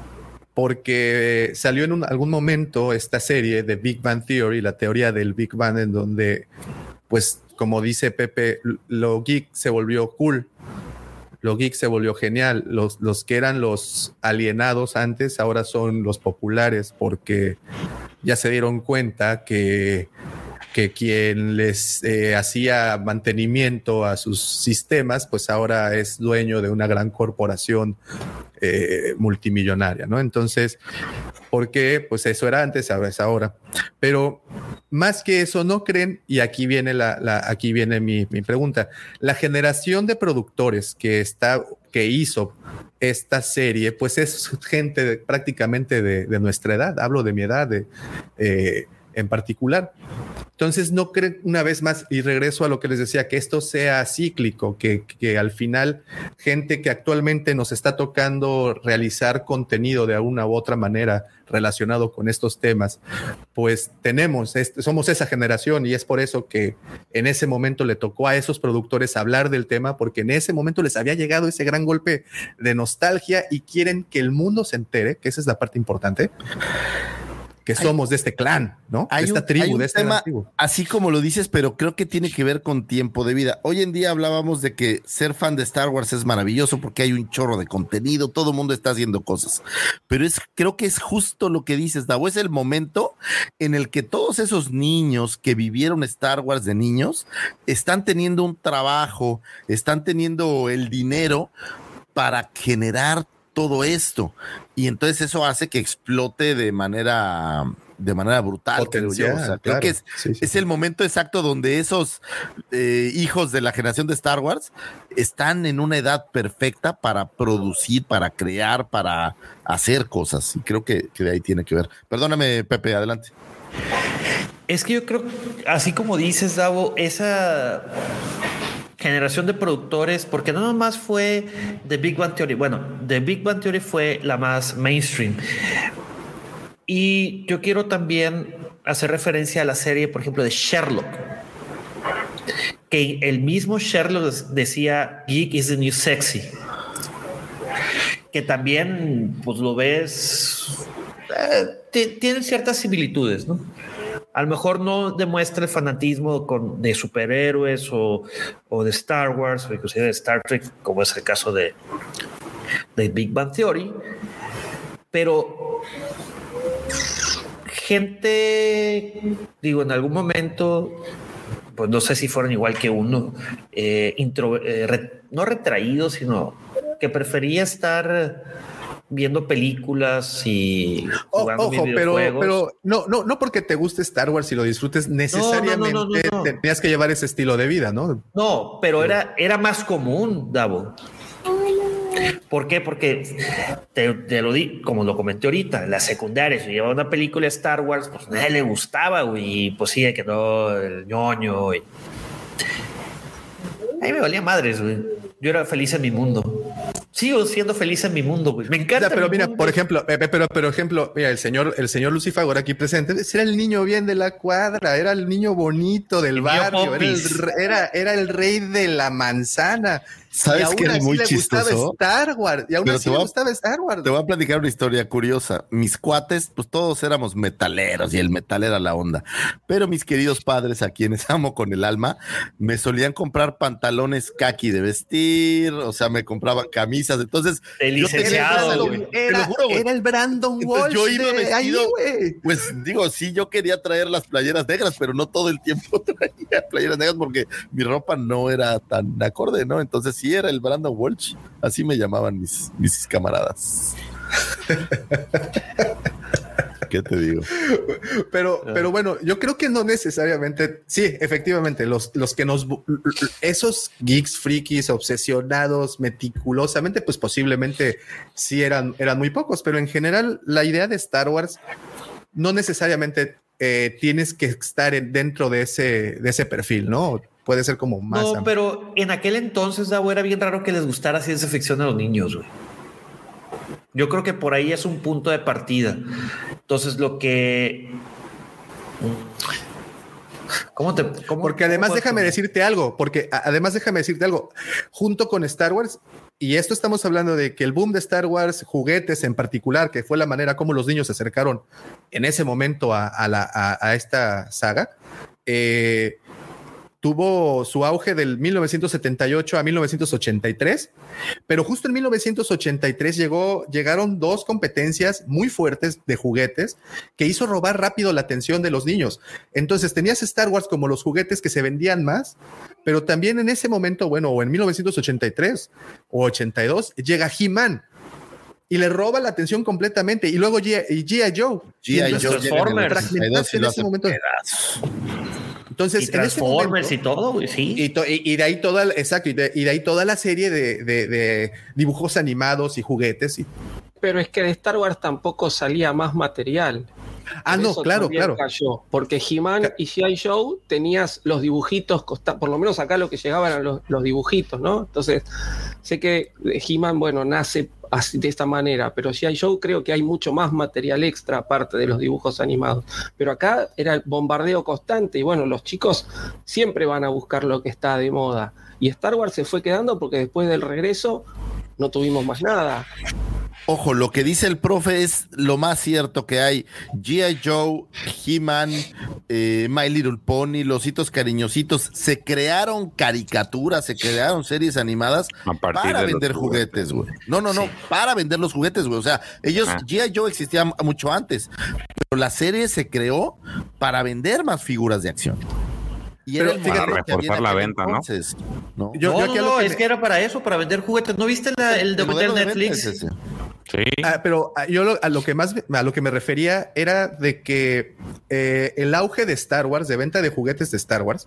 [SPEAKER 6] Porque salió en un, algún momento esta serie de Big Bang Theory, la teoría del Big Bang, en donde, pues, como dice Pepe, lo geek se volvió cool, lo geek se volvió genial. Los, los que eran los alienados antes ahora son los populares, porque ya se dieron cuenta que... que quien les eh, hacía mantenimiento a sus sistemas, pues ahora es dueño de una gran corporación eh, multimillonaria, ¿no? Entonces, ¿por qué? Pues eso era antes, ahora es ahora. Pero más que eso, ¿no creen? Y aquí viene la, la aquí viene mi, mi pregunta. La generación de productores que está, que hizo esta serie, pues es gente de, prácticamente de, de nuestra edad. Hablo de mi edad, de eh, en particular. Entonces, no creen, una vez más, y regreso a lo que les decía, que esto sea cíclico, que, que al final gente que actualmente nos está tocando realizar contenido de alguna u otra manera relacionado con estos temas, pues tenemos, este, somos esa generación, y es por eso que en ese momento le tocó a esos productores hablar del tema, porque en ese momento les había llegado ese gran golpe de nostalgia y quieren que el mundo se entere, que esa es la parte importante, que somos hay, de este clan, ¿no?
[SPEAKER 4] Hay
[SPEAKER 6] de esta
[SPEAKER 4] un,
[SPEAKER 6] tribu,
[SPEAKER 4] hay un
[SPEAKER 6] de este
[SPEAKER 4] tema,
[SPEAKER 6] tribu.
[SPEAKER 4] Así como lo dices, pero creo que tiene que ver con tiempo de vida. Hoy en día hablábamos de que ser fan de Star Wars es maravilloso porque hay un chorro de contenido, todo el mundo está haciendo cosas. Pero es, creo que es justo lo que dices, Davo, es el momento en el que todos esos niños que vivieron Star Wars de niños están teniendo un trabajo, están teniendo el dinero para generar todo esto, y entonces eso hace que explote de manera de manera brutal, creo yo. O sea, claro. Creo que es, sí, sí, es el momento exacto donde esos eh, hijos de la generación de Star Wars están en una edad perfecta para producir, para crear, para hacer cosas, y creo que, que de ahí tiene que ver. Perdóname, Pepe, adelante.
[SPEAKER 10] Es que yo creo, así como dices, Davo, esa generación de productores, porque no nomás fue The Big Bang Theory, bueno, The Big Bang Theory fue la más mainstream, y yo quiero también hacer referencia a la serie, por ejemplo, de Sherlock, que el mismo Sherlock decía geek is the new sexy, que también pues lo ves, eh, tienen ciertas similitudes, ¿no? A lo mejor no demuestra el fanatismo con, de superhéroes o, o de Star Wars o inclusive de Star Trek, como es el caso de, de Big Bang Theory, pero gente, digo, en algún momento, pues no sé si fueron igual que uno, eh, intro, eh, re, no retraído, sino que prefería estar viendo películas y jugando
[SPEAKER 6] Ojo,
[SPEAKER 10] videojuegos.
[SPEAKER 6] pero, pero no, no, no porque te guste Star Wars y lo disfrutes necesariamente no, no, no, no, no. tenías que llevar ese estilo de vida, ¿no?
[SPEAKER 10] No, pero era, era más común, Davo. ¿Por qué? Porque te, te lo di, como lo comenté ahorita, en la secundaria, si llevaba una película de Star Wars, pues a nadie le gustaba, güey, y pues sí, quedó el ñoño, güey. A mí me valía madres, güey. Yo era feliz en mi mundo. Sigo siendo feliz en mi mundo, güey. Me encanta.
[SPEAKER 6] Ya, pero mira,
[SPEAKER 10] mundo.
[SPEAKER 6] por ejemplo, pero, pero ejemplo, mira, el señor, el señor Lucifagor aquí presente, era el niño bien de la cuadra, era el niño bonito del
[SPEAKER 10] el
[SPEAKER 6] barrio, era el,
[SPEAKER 10] era,
[SPEAKER 6] era, era el rey de la manzana.
[SPEAKER 4] ¿Sabes qué es muy
[SPEAKER 6] le
[SPEAKER 4] chistoso?
[SPEAKER 6] Gustaba Star Wars, y aún
[SPEAKER 4] Pero
[SPEAKER 6] así
[SPEAKER 4] te
[SPEAKER 6] le
[SPEAKER 4] voy a-
[SPEAKER 6] gustaba Star Wars.
[SPEAKER 4] Te voy a platicar una historia curiosa. Mis cuates, pues todos éramos metaleros y el metal era la onda. Pero mis queridos padres, a quienes amo con el alma, me solían comprar pantalones kaki de vestir, o sea, me compraban camisas. Entonces,
[SPEAKER 10] El
[SPEAKER 4] yo tenía-
[SPEAKER 10] licenciado,
[SPEAKER 4] te lo-
[SPEAKER 10] güey.
[SPEAKER 4] te lo
[SPEAKER 6] Era,
[SPEAKER 4] juro, güey.
[SPEAKER 6] era el Brandon
[SPEAKER 4] Entonces,
[SPEAKER 6] Walsh
[SPEAKER 4] yo iba
[SPEAKER 6] de ahí,
[SPEAKER 4] vestido,
[SPEAKER 6] güey.
[SPEAKER 4] pues digo, sí, yo quería traer las playeras negras, pero no todo el tiempo traía playeras negras porque mi ropa no era tan acorde, ¿no? Entonces sí era el Brandon Walsh, así me llamaban mis, mis camaradas. ¿Qué te digo?
[SPEAKER 6] Pero, pero bueno, yo creo que no necesariamente. Sí, efectivamente, los, los que nos. Esos geeks, frikis, obsesionados meticulosamente, pues posiblemente sí eran, eran muy pocos, pero en general, la idea de Star Wars no necesariamente eh, tienes que estar en- dentro de ese, de ese perfil, ¿no? Puede ser como más.
[SPEAKER 10] No,
[SPEAKER 6] amplio.
[SPEAKER 10] pero en aquel entonces, Davo, era bien raro que les gustara ciencia ficción a los niños, güey. Yo creo que por ahí es un punto de partida. Entonces, lo que... ¿Cómo te...? Cómo,
[SPEAKER 6] Porque además
[SPEAKER 10] cómo
[SPEAKER 6] déjame
[SPEAKER 10] puedes-
[SPEAKER 6] decirte algo, porque a- además déjame decirte algo, junto con Star Wars, y esto estamos hablando de que el boom de Star Wars, juguetes en particular, que fue la manera como los niños se acercaron en ese momento a, a la, a, a esta saga, eh, tuvo su auge del mil novecientos setenta y ocho a mil novecientos ochenta y tres, pero justo en mil novecientos ochenta y tres llegó, llegaron dos competencias muy fuertes de juguetes que hizo robar rápido la atención de los niños. Entonces tenías Star Wars como los juguetes que se vendían más, pero también en ese momento, bueno, o en mil novecientos ochenta y tres o ochenta y dos, llega He-Man y le roba la atención completamente. Y luego G I. Joe.
[SPEAKER 4] G I.
[SPEAKER 6] entonces
[SPEAKER 4] Joe llega en el
[SPEAKER 6] fragmentaste
[SPEAKER 4] ochenta y dos y
[SPEAKER 6] en
[SPEAKER 4] lo
[SPEAKER 6] ese
[SPEAKER 4] hace
[SPEAKER 6] momento. Entonces,
[SPEAKER 10] Y
[SPEAKER 6] en ese
[SPEAKER 10] Transformers
[SPEAKER 6] momento,
[SPEAKER 10] y todo, güey, sí.
[SPEAKER 6] y, to- y- y de ahí toda, exacto, y de, y de ahí toda la serie de, de- de dibujos animados y juguetes. Y,
[SPEAKER 8] Pero es que de Star Wars tampoco salía más material.
[SPEAKER 6] ah,
[SPEAKER 8] Por
[SPEAKER 6] no,
[SPEAKER 8] eso
[SPEAKER 6] claro,
[SPEAKER 8] también
[SPEAKER 6] claro.
[SPEAKER 8] cayó, porque He-Man y G I. Joe tenías los dibujitos, costa- por lo menos acá lo que llegaban eran los, los dibujitos, ¿no? Entonces, sé que He-Man, bueno, nace así, de esta manera, pero G I. Joe creo que hay mucho más material extra aparte de los dibujos animados. Pero acá era el bombardeo constante y bueno, los chicos siempre van a buscar lo que está de moda. Y Star Wars se fue quedando porque después del regreso no tuvimos más nada.
[SPEAKER 4] Ojo, lo que dice el profe es lo más cierto que hay. G I. Joe, He-Man, eh, My Little Pony, los hitos cariñositos, se crearon caricaturas, se crearon series animadas
[SPEAKER 7] A partir
[SPEAKER 4] para
[SPEAKER 7] de los
[SPEAKER 4] vender juguetes, güey. No, no, no, para vender los juguetes, güey. O sea, ellos,
[SPEAKER 7] Ah.
[SPEAKER 4] G I. Joe existía m- mucho antes, pero la serie se creó para vender más figuras de acción. Y
[SPEAKER 6] Pero
[SPEAKER 4] era el
[SPEAKER 6] fíjate,
[SPEAKER 4] modelo que había
[SPEAKER 7] reforzar
[SPEAKER 4] en
[SPEAKER 7] la
[SPEAKER 4] aquel
[SPEAKER 7] venta, ¿no?
[SPEAKER 4] entonces, ¿no?
[SPEAKER 6] Yo-
[SPEAKER 10] no,
[SPEAKER 6] yo
[SPEAKER 10] no,
[SPEAKER 6] aquí a lo
[SPEAKER 10] no,
[SPEAKER 6] que
[SPEAKER 10] es
[SPEAKER 6] me-
[SPEAKER 10] que era para eso, para vender juguetes. ¿No viste la- el documental
[SPEAKER 4] modelo
[SPEAKER 10] de
[SPEAKER 4] de venta
[SPEAKER 10] Netflix?
[SPEAKER 4] es ese.
[SPEAKER 7] Sí.
[SPEAKER 6] Ah, pero ah, yo lo- a lo que más a lo que me refería era de que eh, el auge de Star Wars, de venta de juguetes de Star Wars,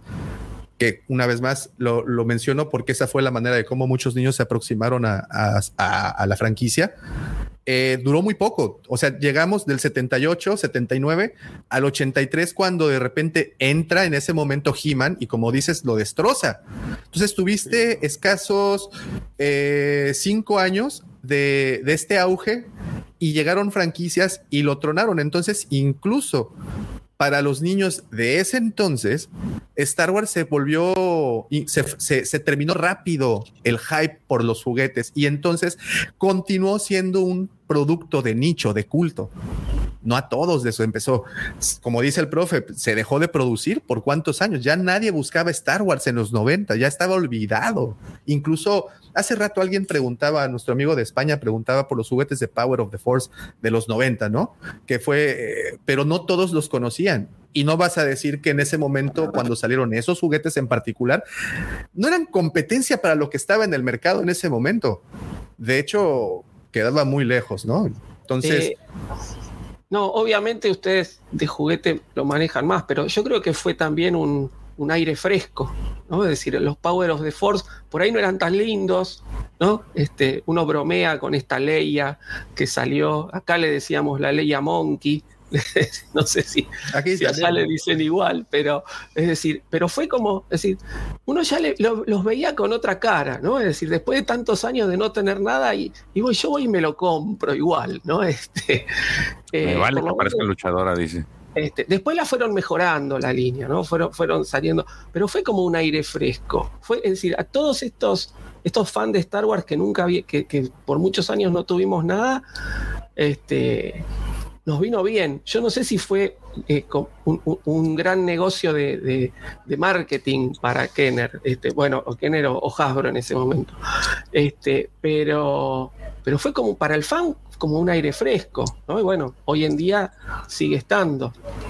[SPEAKER 6] que una vez más lo, lo menciono porque esa fue la manera de cómo muchos niños se aproximaron a, a- a- a la franquicia. Eh, duró muy poco, o sea, llegamos del setenta y ocho, setenta y nueve al ochenta y tres cuando de repente entra en ese momento He-Man y como dices, lo destroza. Entonces tuviste escasos eh, cinco años de, de este auge y llegaron franquicias y lo tronaron. Entonces, incluso para los niños de ese entonces, Star Wars se volvió y se, se, se terminó rápido el hype por los juguetes y entonces continuó siendo un producto de nicho, de culto. No a todos de eso empezó. Como dice el profe, se dejó de producir por cuántos años. Ya nadie buscaba Star Wars en los noventa, ya estaba olvidado. Incluso hace rato alguien preguntaba, a nuestro amigo de España preguntaba por los juguetes de Power of the Force de los noventa, ¿no? Que fue, eh, pero no todos los conocían. Y no vas a decir que en ese momento, cuando salieron esos juguetes en particular, no eran competencia para lo que estaba en el mercado en ese momento. De hecho, quedaba muy lejos, ¿no? Entonces...
[SPEAKER 8] Eh, no, obviamente ustedes de juguete lo manejan más, pero yo creo que fue también un, un aire fresco, ¿no? Es decir, los Power of the Force por ahí no eran tan lindos, ¿no? Este, uno bromea con esta Leia que salió, acá le decíamos la Leia Monkey, no sé si,
[SPEAKER 6] Aquí
[SPEAKER 8] si allá le dicen igual, pero es decir, pero fue como, es decir, uno ya le- lo- los veía con otra cara, ¿no? Es decir, después de tantos años de no tener nada, y, y voy, yo voy y me lo compro igual, ¿no? Este,
[SPEAKER 7] Me
[SPEAKER 8] eh,
[SPEAKER 7] vale
[SPEAKER 8] por
[SPEAKER 7] que
[SPEAKER 8] lo
[SPEAKER 7] parezca
[SPEAKER 8] menos-
[SPEAKER 7] luchadora, dice.
[SPEAKER 8] Este, después la fueron mejorando la línea, ¿no? Fueron, fueron saliendo, pero fue como un aire fresco. Fue, es decir, a todos estos, estos fans de Star Wars que nunca había, que, que por muchos años no tuvimos nada, este, nos vino bien. Yo no sé si fue eh, un, un, un gran negocio de, de, de marketing para Kenner, este, bueno, o Kenner o, o Hasbro en ese momento, este, pero, pero fue como para el fan, como un aire fresco, ¿no? Y bueno, hoy en día sigue estando.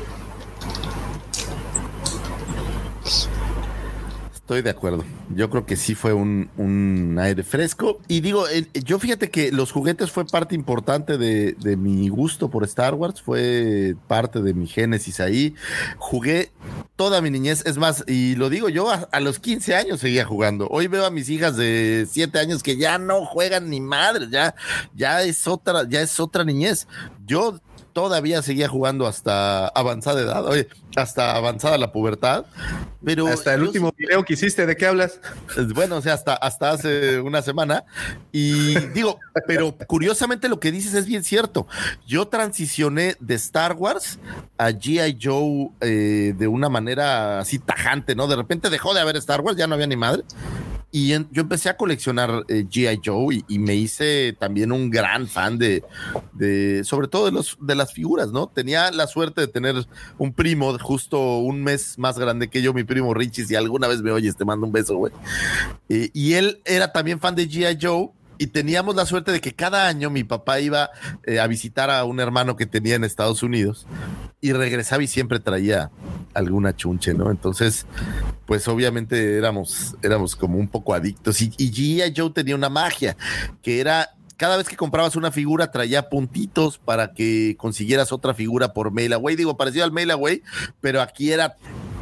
[SPEAKER 4] Estoy de acuerdo. Yo creo que sí fue un, un aire fresco. Y digo, eh, yo fíjate que los juguetes fue parte importante de, de mi gusto por Star Wars. Fue parte de mi génesis ahí. Jugué toda mi niñez. Es más, y lo digo yo, a, a los quince años seguía jugando. Hoy veo a mis hijas de siete años que ya no juegan ni madre. Ya, ya es otra, ya es otra niñez. Yo todavía seguía jugando hasta avanzada edad, oye, hasta avanzada la pubertad, pero
[SPEAKER 6] hasta el yo, último video que hiciste, ¿de qué hablas?
[SPEAKER 4] Bueno, o sea, hasta, hasta hace una semana, y digo, pero curiosamente lo que dices es bien cierto. Yo transicioné de Star Wars a G I. Joe eh, de una manera así tajante, ¿no? De repente dejó de haber Star Wars, ya no había ni madre. Y en, yo empecé a coleccionar eh, G I. Joe y, y me hice también un gran fan de, de sobre todo de, los, de las figuras, ¿no? Tenía la suerte de tener un primo justo un mes más grande que yo, mi primo Richie, si alguna vez me oyes, te mando un beso, güey. Eh, y él era también fan de G I. Joe y teníamos la suerte de que cada año mi papá iba eh, a visitar a un hermano que tenía en Estados Unidos y regresaba y siempre traía alguna chunche, ¿no? Entonces, pues obviamente éramos, éramos como un poco adictos y, y G I. Joe tenía una magia que era cada vez que comprabas una figura traía puntitos para que consiguieras otra figura por mail away, digo, parecido al mail away, pero aquí era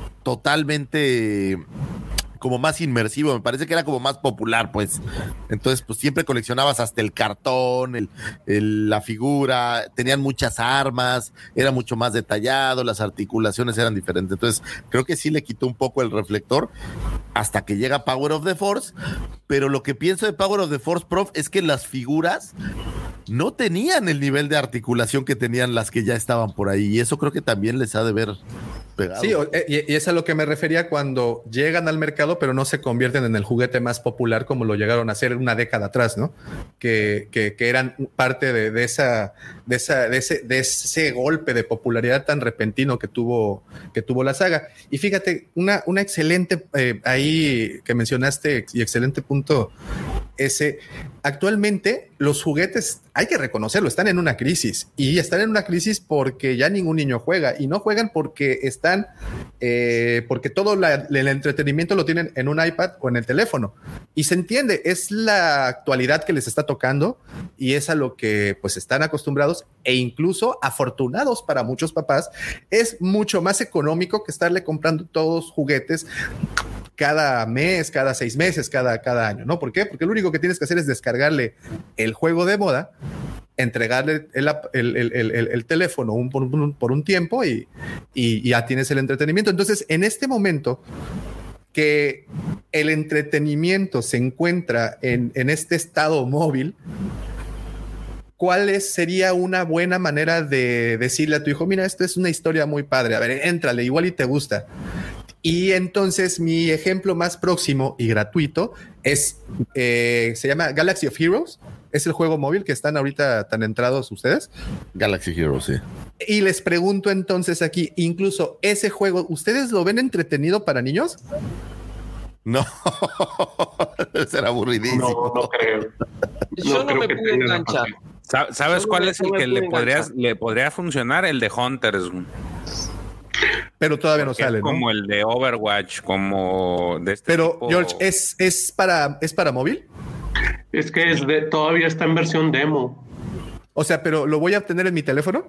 [SPEAKER 4] totalmente como más inmersivo, me parece que era como más popular, pues. Entonces, pues siempre coleccionabas hasta el cartón, el, el, la figura, tenían muchas armas, era mucho más detallado, las articulaciones eran diferentes. Entonces, creo que sí le quitó un poco el reflector hasta que llega Power of the Force, pero lo que pienso de Power of the Force, prof, es que las figuras no tenían el nivel de articulación que tenían las que ya estaban por ahí, y eso creo que también les ha de ver pegado.
[SPEAKER 6] Sí, y, y es a lo que me refería cuando llegan al mercado, pero no se convierten en el juguete más popular como lo llegaron a hacer una década atrás, ¿no? Que, que, que eran parte de, de, esa, de, esa, de, ese, de ese golpe de popularidad tan repentino que tuvo, que tuvo la saga. Y fíjate, una, una excelente eh, ahí que mencionaste y excelente punto ese. Actualmente los juguetes, hay que reconocerlo, están en una crisis y están en una crisis porque ya ningún niño juega y no juegan porque están, eh, porque todo la, el entretenimiento lo tienen en un iPad o en el teléfono y se entiende, es la actualidad que les está tocando y es a lo que pues están acostumbrados e incluso afortunados para muchos papás, es mucho más económico que estarle comprando todos juguetes cada mes, cada seis meses, cada, cada año, ¿no? ¿Por qué? Porque lo único que tienes que hacer es descargarle el juego de moda, entregarle el, el, el, el, el teléfono un, por, un, por un tiempo y, y ya tienes el entretenimiento. Entonces, en este momento que el entretenimiento se encuentra en, en este estado móvil, ¿cuál es, sería una buena manera de decirle a tu hijo, mira, esto es una historia muy padre, a ver, éntrale, igual y te gusta? Y entonces mi ejemplo más próximo y gratuito es, eh, se llama Galaxy of Heroes. Es el juego móvil que están ahorita tan entrados ustedes.
[SPEAKER 4] Galaxy Heroes, sí.
[SPEAKER 6] Y les pregunto entonces aquí, incluso ese juego, ¿ustedes lo ven entretenido para niños?
[SPEAKER 4] No, será aburridísimo.
[SPEAKER 9] No, no creo.
[SPEAKER 8] Yo no, no me pude enganchar.
[SPEAKER 7] ¿Sabes cuál es el que le podría, le podría funcionar? El de Hunters.
[SPEAKER 6] Pero todavía no
[SPEAKER 7] Porque
[SPEAKER 6] sale,
[SPEAKER 7] es
[SPEAKER 6] ¿no?
[SPEAKER 7] Como el de Overwatch, como de este
[SPEAKER 6] Pero,
[SPEAKER 7] tipo.
[SPEAKER 6] George, ¿es, es, para, ¿es para móvil?
[SPEAKER 9] Es que es de, todavía está en versión demo.
[SPEAKER 6] O sea, pero ¿lo voy a obtener en mi teléfono?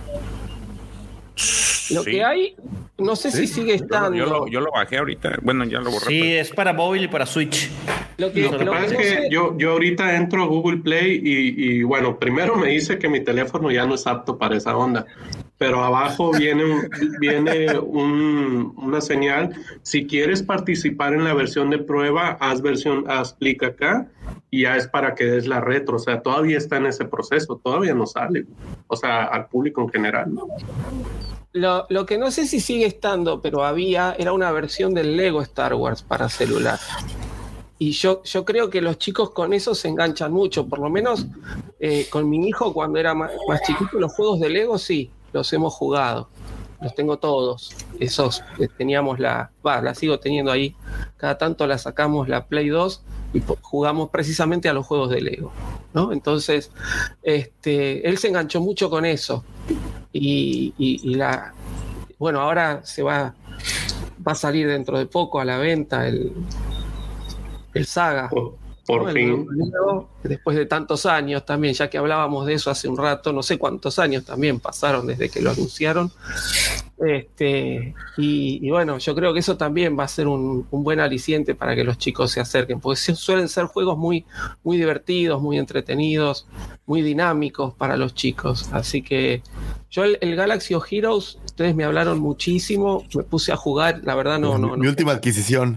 [SPEAKER 8] Lo
[SPEAKER 7] Sí.
[SPEAKER 8] que hay, no sé
[SPEAKER 6] ¿Sí?
[SPEAKER 8] si sigue estando.
[SPEAKER 7] Yo, yo, lo, yo lo bajé ahorita. Bueno, ya lo borré.
[SPEAKER 10] Sí, es para móvil y para Switch.
[SPEAKER 8] Lo que,
[SPEAKER 9] Lo que
[SPEAKER 8] lo
[SPEAKER 9] pasa
[SPEAKER 8] que
[SPEAKER 9] es
[SPEAKER 8] no
[SPEAKER 9] que
[SPEAKER 8] sé-
[SPEAKER 9] yo, yo ahorita entro a Google Play y, y bueno, primero me dice que mi teléfono ya no es apto para esa onda, pero abajo viene, un- viene un- una señal. Si quieres participar en la versión de prueba, haz versión, haz clic acá y ya es para que des la retro. O sea, todavía está en ese proceso, todavía no sale. O sea, al público en general, ¿no?
[SPEAKER 8] Lo, lo que no sé si sigue estando, pero había, era una versión del Lego Star Wars para celular. Y yo, yo creo que los chicos con eso se enganchan mucho, por lo menos eh, con mi hijo cuando era más, más chiquito, los juegos de Lego sí, los hemos jugado, los tengo todos, esos eh, teníamos la, va, la sigo teniendo ahí, cada tanto la sacamos la Play dos y jugamos precisamente a los juegos de Lego, ¿no? Entonces, este, él se enganchó mucho con eso y, y, y la, bueno, ahora se va, va a salir dentro de poco a la venta el el Saga,
[SPEAKER 9] por, por
[SPEAKER 8] ¿no?
[SPEAKER 9] fin.
[SPEAKER 8] El Lego, después de tantos años también, ya que hablábamos de eso hace un rato, no sé cuántos años también pasaron desde que lo anunciaron. Este, y, y bueno, yo creo que eso también va a ser un, un buen aliciente para que los chicos se acerquen, porque suelen ser juegos muy, muy divertidos, muy entretenidos, muy dinámicos para los chicos. Así que yo el, el Galaxy of Heroes, ustedes me hablaron muchísimo, me puse a jugar, la verdad no... no
[SPEAKER 4] mi
[SPEAKER 8] no,
[SPEAKER 4] última adquisición.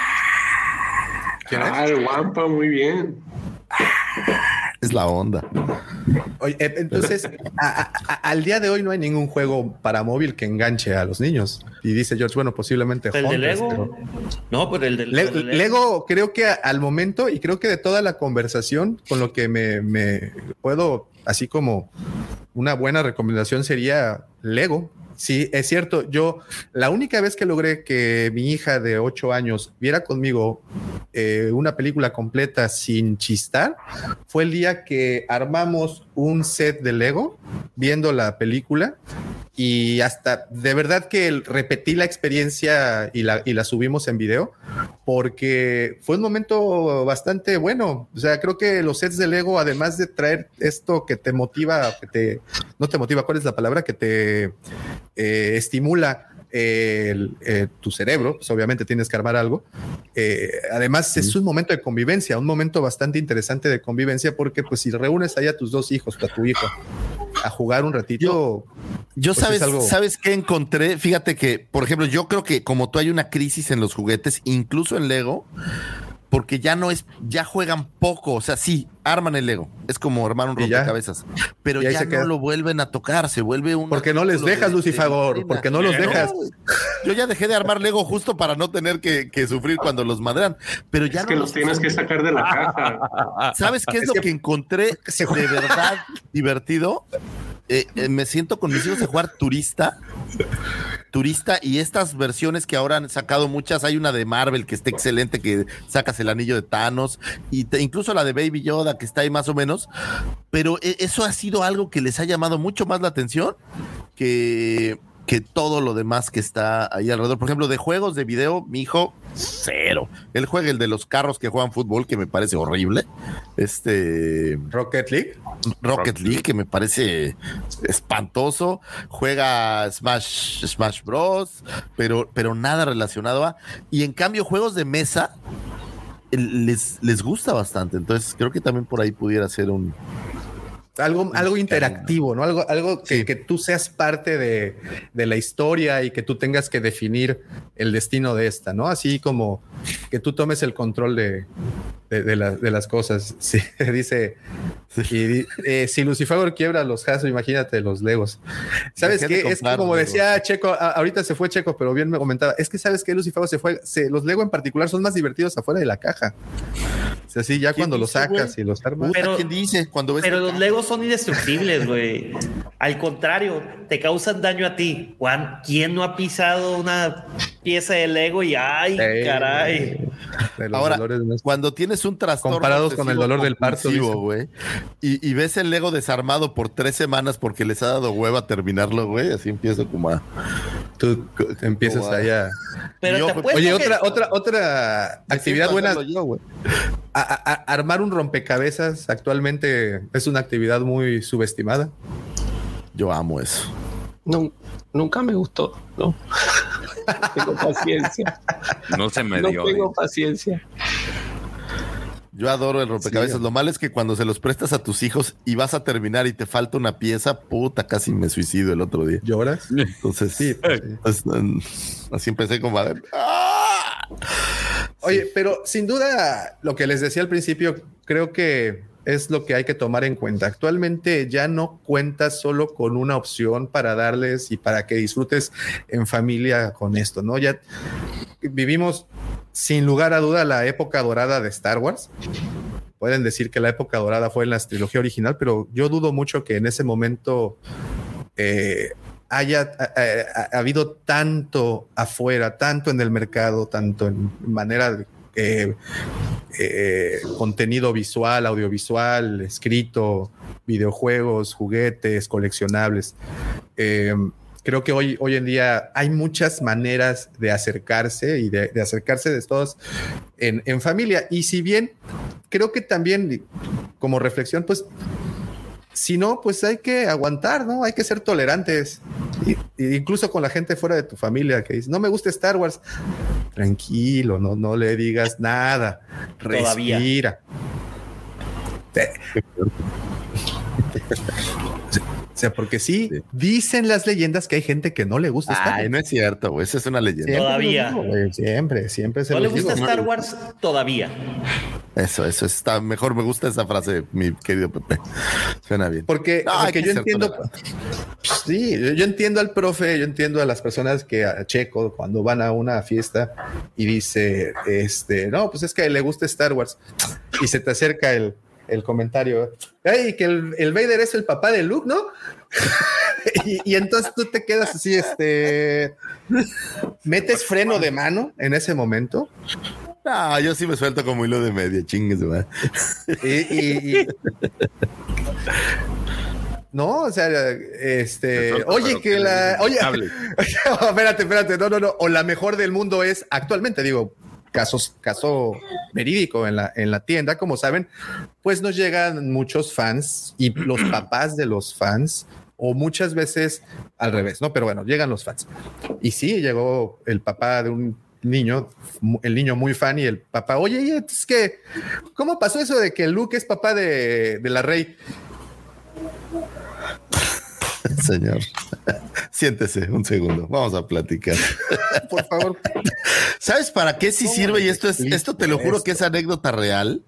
[SPEAKER 9] Ah, el Wampa, muy bien.
[SPEAKER 4] Es la onda.
[SPEAKER 6] Oye, entonces, a, a, al día de hoy no hay ningún juego para móvil que enganche a los niños. Y dice George, bueno, posiblemente
[SPEAKER 10] ¿El
[SPEAKER 6] Hunters,
[SPEAKER 10] de Lego?
[SPEAKER 6] pero...
[SPEAKER 10] No, pero el de,
[SPEAKER 6] Le,
[SPEAKER 10] el de Lego.
[SPEAKER 6] Lego, creo que al momento, y creo que de toda la conversación, con lo que me, me puedo, así como una buena recomendación sería Lego. Sí, es cierto. Yo, la única vez que logré que mi hija de ocho años viera conmigo eh, una película completa sin chistar fue el día que armamos un set de Lego viendo la película. Y hasta de verdad que repetí la experiencia y la, y la subimos en video porque fue un momento bastante bueno. O sea, creo que los sets de Lego, además de traer esto que te motiva, que te, no te motiva, ¿cuál es la palabra? Que te eh, estimula eh, el, eh, tu cerebro, pues obviamente tienes que armar algo. Eh, además, es un momento de convivencia, un momento bastante interesante de convivencia porque pues si reúnes ahí a tus dos hijos, a tu hijo, a jugar un ratito...
[SPEAKER 4] Yo, yo
[SPEAKER 6] pues
[SPEAKER 4] sabes,
[SPEAKER 6] algo...
[SPEAKER 4] ¿sabes qué encontré? Fíjate que, por ejemplo, yo creo que como tú hay una crisis en los juguetes, incluso en Lego, porque ya no es, ya juegan poco, o sea, sí, arman el Lego, es como armar un rompecabezas, pero ya no lo vuelven a tocar, se vuelve un...
[SPEAKER 6] Porque no les dejas, de, Lucifagor, de porque no los no, dejas.
[SPEAKER 4] Yo ya dejé de armar Lego justo para no tener que, que sufrir cuando los madrean, pero ya
[SPEAKER 9] es
[SPEAKER 4] no
[SPEAKER 9] que los tienes que sacar de la caja.
[SPEAKER 4] ¿Sabes qué es, es lo que, que encontré de verdad divertido? Eh, eh, me siento con mis hijos de jugar turista turista y estas versiones que ahora han sacado muchas, hay una de Marvel que está excelente, que sacas el anillo de Thanos y te, incluso la de Baby Yoda que está ahí más o menos, pero eso ha sido algo que les ha llamado mucho más la atención que, que todo lo demás que está ahí alrededor. Por ejemplo, de juegos de video, mi hijo, cero. Él juega el de los carros que juegan fútbol, que me parece horrible. Este...
[SPEAKER 6] Rocket League.
[SPEAKER 4] Rocket League, que me parece espantoso. Juega Smash, Smash Bros, pero, pero nada relacionado a... Y en cambio, juegos de mesa les, les gusta bastante. Entonces, creo que también por ahí pudiera ser un...
[SPEAKER 6] Algo, algo interactivo, ¿no? Algo, algo que, sí. que tú seas parte de, de la historia y que tú tengas que definir el destino de esta, ¿no? Así como que tú tomes el control de, de, de, la, de las cosas. Sí, dice, sí. Y, eh, si Lucifagor quiebra los Hasbro, imagínate los Legos. ¿Sabes qué? Es que como decía Checo, a, ahorita se fue Checo, pero bien me comentaba, es que ¿sabes qué? Lucifagor se fue, se, los Lego en particular son más divertidos afuera de la caja. O sea, sí, ya cuando los sacas wey? y los armas.
[SPEAKER 10] Pero,
[SPEAKER 4] ¿quién dice? Cuando ves
[SPEAKER 10] pero los caja? Legos son indestructibles, güey. Al contrario, te causan daño a ti. Juan, ¿quién no ha pisado una pieza de Lego y ay, hey, caray?
[SPEAKER 4] Ahora, cuando tienes un trastorno
[SPEAKER 6] comparados con el dolor del parto,
[SPEAKER 4] güey, y, y ves el Lego desarmado por tres semanas porque les ha dado hueva terminarlo, güey, así empieza como a...
[SPEAKER 6] Tú empiezas
[SPEAKER 4] como a...
[SPEAKER 6] allá.
[SPEAKER 10] Pero
[SPEAKER 6] yo,
[SPEAKER 10] te
[SPEAKER 6] oye,
[SPEAKER 10] que...
[SPEAKER 6] otra, otra, otra actividad buena. Yo, a, a, a armar un rompecabezas actualmente es una actividad muy subestimada.
[SPEAKER 4] Yo amo eso.
[SPEAKER 8] No, nunca me gustó, no. No tengo paciencia.
[SPEAKER 7] No se me
[SPEAKER 8] no
[SPEAKER 7] dio.
[SPEAKER 8] No tengo
[SPEAKER 7] de...
[SPEAKER 8] paciencia.
[SPEAKER 4] Yo adoro el rompecabezas. Sí, lo malo es que cuando se los prestas a tus hijos y vas a terminar y te falta una pieza, puta, casi me suicido el otro día.
[SPEAKER 6] ¿Lloras?
[SPEAKER 4] Entonces, sí. Pues, así empecé como a ver. ¡Ah!
[SPEAKER 6] Oye, sí. pero sin duda, lo que les decía al principio, creo que es lo que hay que tomar en cuenta. Actualmente ya no cuentas solo con una opción para darles y para que disfrutes en familia con esto, ¿no? Ya vivimos sin lugar a duda la época dorada de Star Wars. Pueden decir que la época dorada fue en la trilogía original, pero yo dudo mucho que en ese momento eh, haya ha, ha, ha habido tanto afuera, tanto en el mercado, tanto en manera de eh, eh, contenido visual, audiovisual, escrito, videojuegos, juguetes, coleccionables. Eh, creo que hoy, hoy en día hay muchas maneras de acercarse y de, de acercarse de todos en, en familia. Y si bien creo que también como reflexión, pues si no, pues hay que aguantar, ¿no? Hay que ser tolerantes. Y, y incluso con la gente fuera de tu familia que dice, no me gusta Star Wars. Tranquilo, no, no le digas nada. Respira. O sea, porque sí, sí, dicen las leyendas que hay gente que no le gusta Star Wars.
[SPEAKER 4] Ay, no es cierto, güey. Esa es una leyenda.
[SPEAKER 10] Siempre todavía.
[SPEAKER 6] Digo, güey, siempre, siempre se
[SPEAKER 10] ¿No
[SPEAKER 6] lo
[SPEAKER 10] le gusta
[SPEAKER 6] digo.
[SPEAKER 10] Star Wars? Todavía.
[SPEAKER 4] Eso, eso está mejor. Me gusta esa frase, mi querido Pepe. Suena bien.
[SPEAKER 6] Porque,
[SPEAKER 4] no,
[SPEAKER 6] porque yo entiendo. Sí, yo, yo entiendo al profe, yo entiendo a las personas que a Checo, cuando van a una fiesta y dice, este, no, pues es que le gusta Star Wars. Y se te acerca el. el comentario, ay, que el, el Vader es el papá de Luke, ¿no? y, y entonces tú te quedas así, este, metes freno de mano en ese momento.
[SPEAKER 4] No, yo sí me suelto como hilo de media, chingues, güey.
[SPEAKER 6] y, y, y... No, o sea, este, oye, que la, oye, espérate, espérate, no, no, no, o la mejor del mundo es actualmente, digo, casos, caso verídico en la, en la tienda, como saben, pues nos llegan muchos fans y los papás de los fans, o muchas veces al revés, ¿no? Pero bueno, llegan los fans. Y sí, llegó el papá de un niño, el niño muy fan y el papá, oye, es que, ¿cómo pasó eso de que Luke es papá de, de la Rey?
[SPEAKER 4] Señor, siéntese un segundo, vamos a platicar.
[SPEAKER 6] Por favor.
[SPEAKER 4] ¿Sabes para qué sí sirve? Y esto es, esto te lo juro que es anécdota real.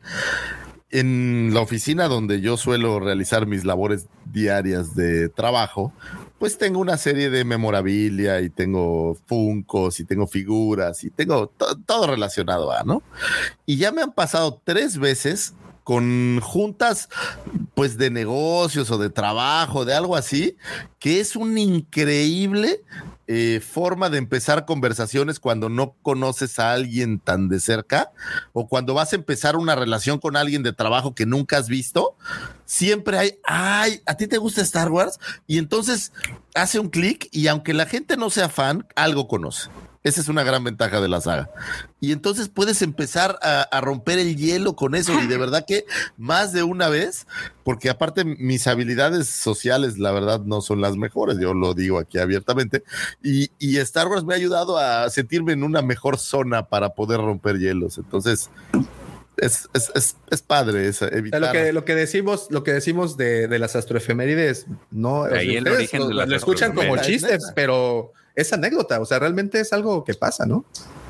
[SPEAKER 4] En la oficina donde yo suelo realizar mis labores diarias de trabajo, pues tengo una serie de memorabilia y tengo funcos y tengo figuras y tengo to- todo relacionado a, ¿no? Y ya me han pasado tres veces con juntas pues de negocios o de trabajo, de algo así, que es una increíble eh, forma de empezar conversaciones cuando no conoces a alguien tan de cerca o cuando vas a empezar una relación con alguien de trabajo que nunca has visto. Siempre hay, ay, ¿a ti te gusta Star Wars? Y entonces hace un clic y aunque la gente no sea fan, algo conoce. Esa es una gran ventaja de la saga. Y entonces puedes empezar a, a romper el hielo con eso. Y de verdad que más de una vez, porque aparte mis habilidades sociales, la verdad, no son las mejores. Yo lo digo aquí abiertamente. Y, y Star Wars me ha ayudado a sentirme en una mejor zona para poder romper hielos. Entonces, es, es, es, es padre esa, evitar.
[SPEAKER 6] Lo que, lo que decimos, lo que decimos de, de las astroefemérides, no,
[SPEAKER 7] ahí el origen
[SPEAKER 6] lo,
[SPEAKER 7] de las
[SPEAKER 6] lo escuchan como chistes, pero es anécdota, o sea, realmente es algo que pasa, ¿no?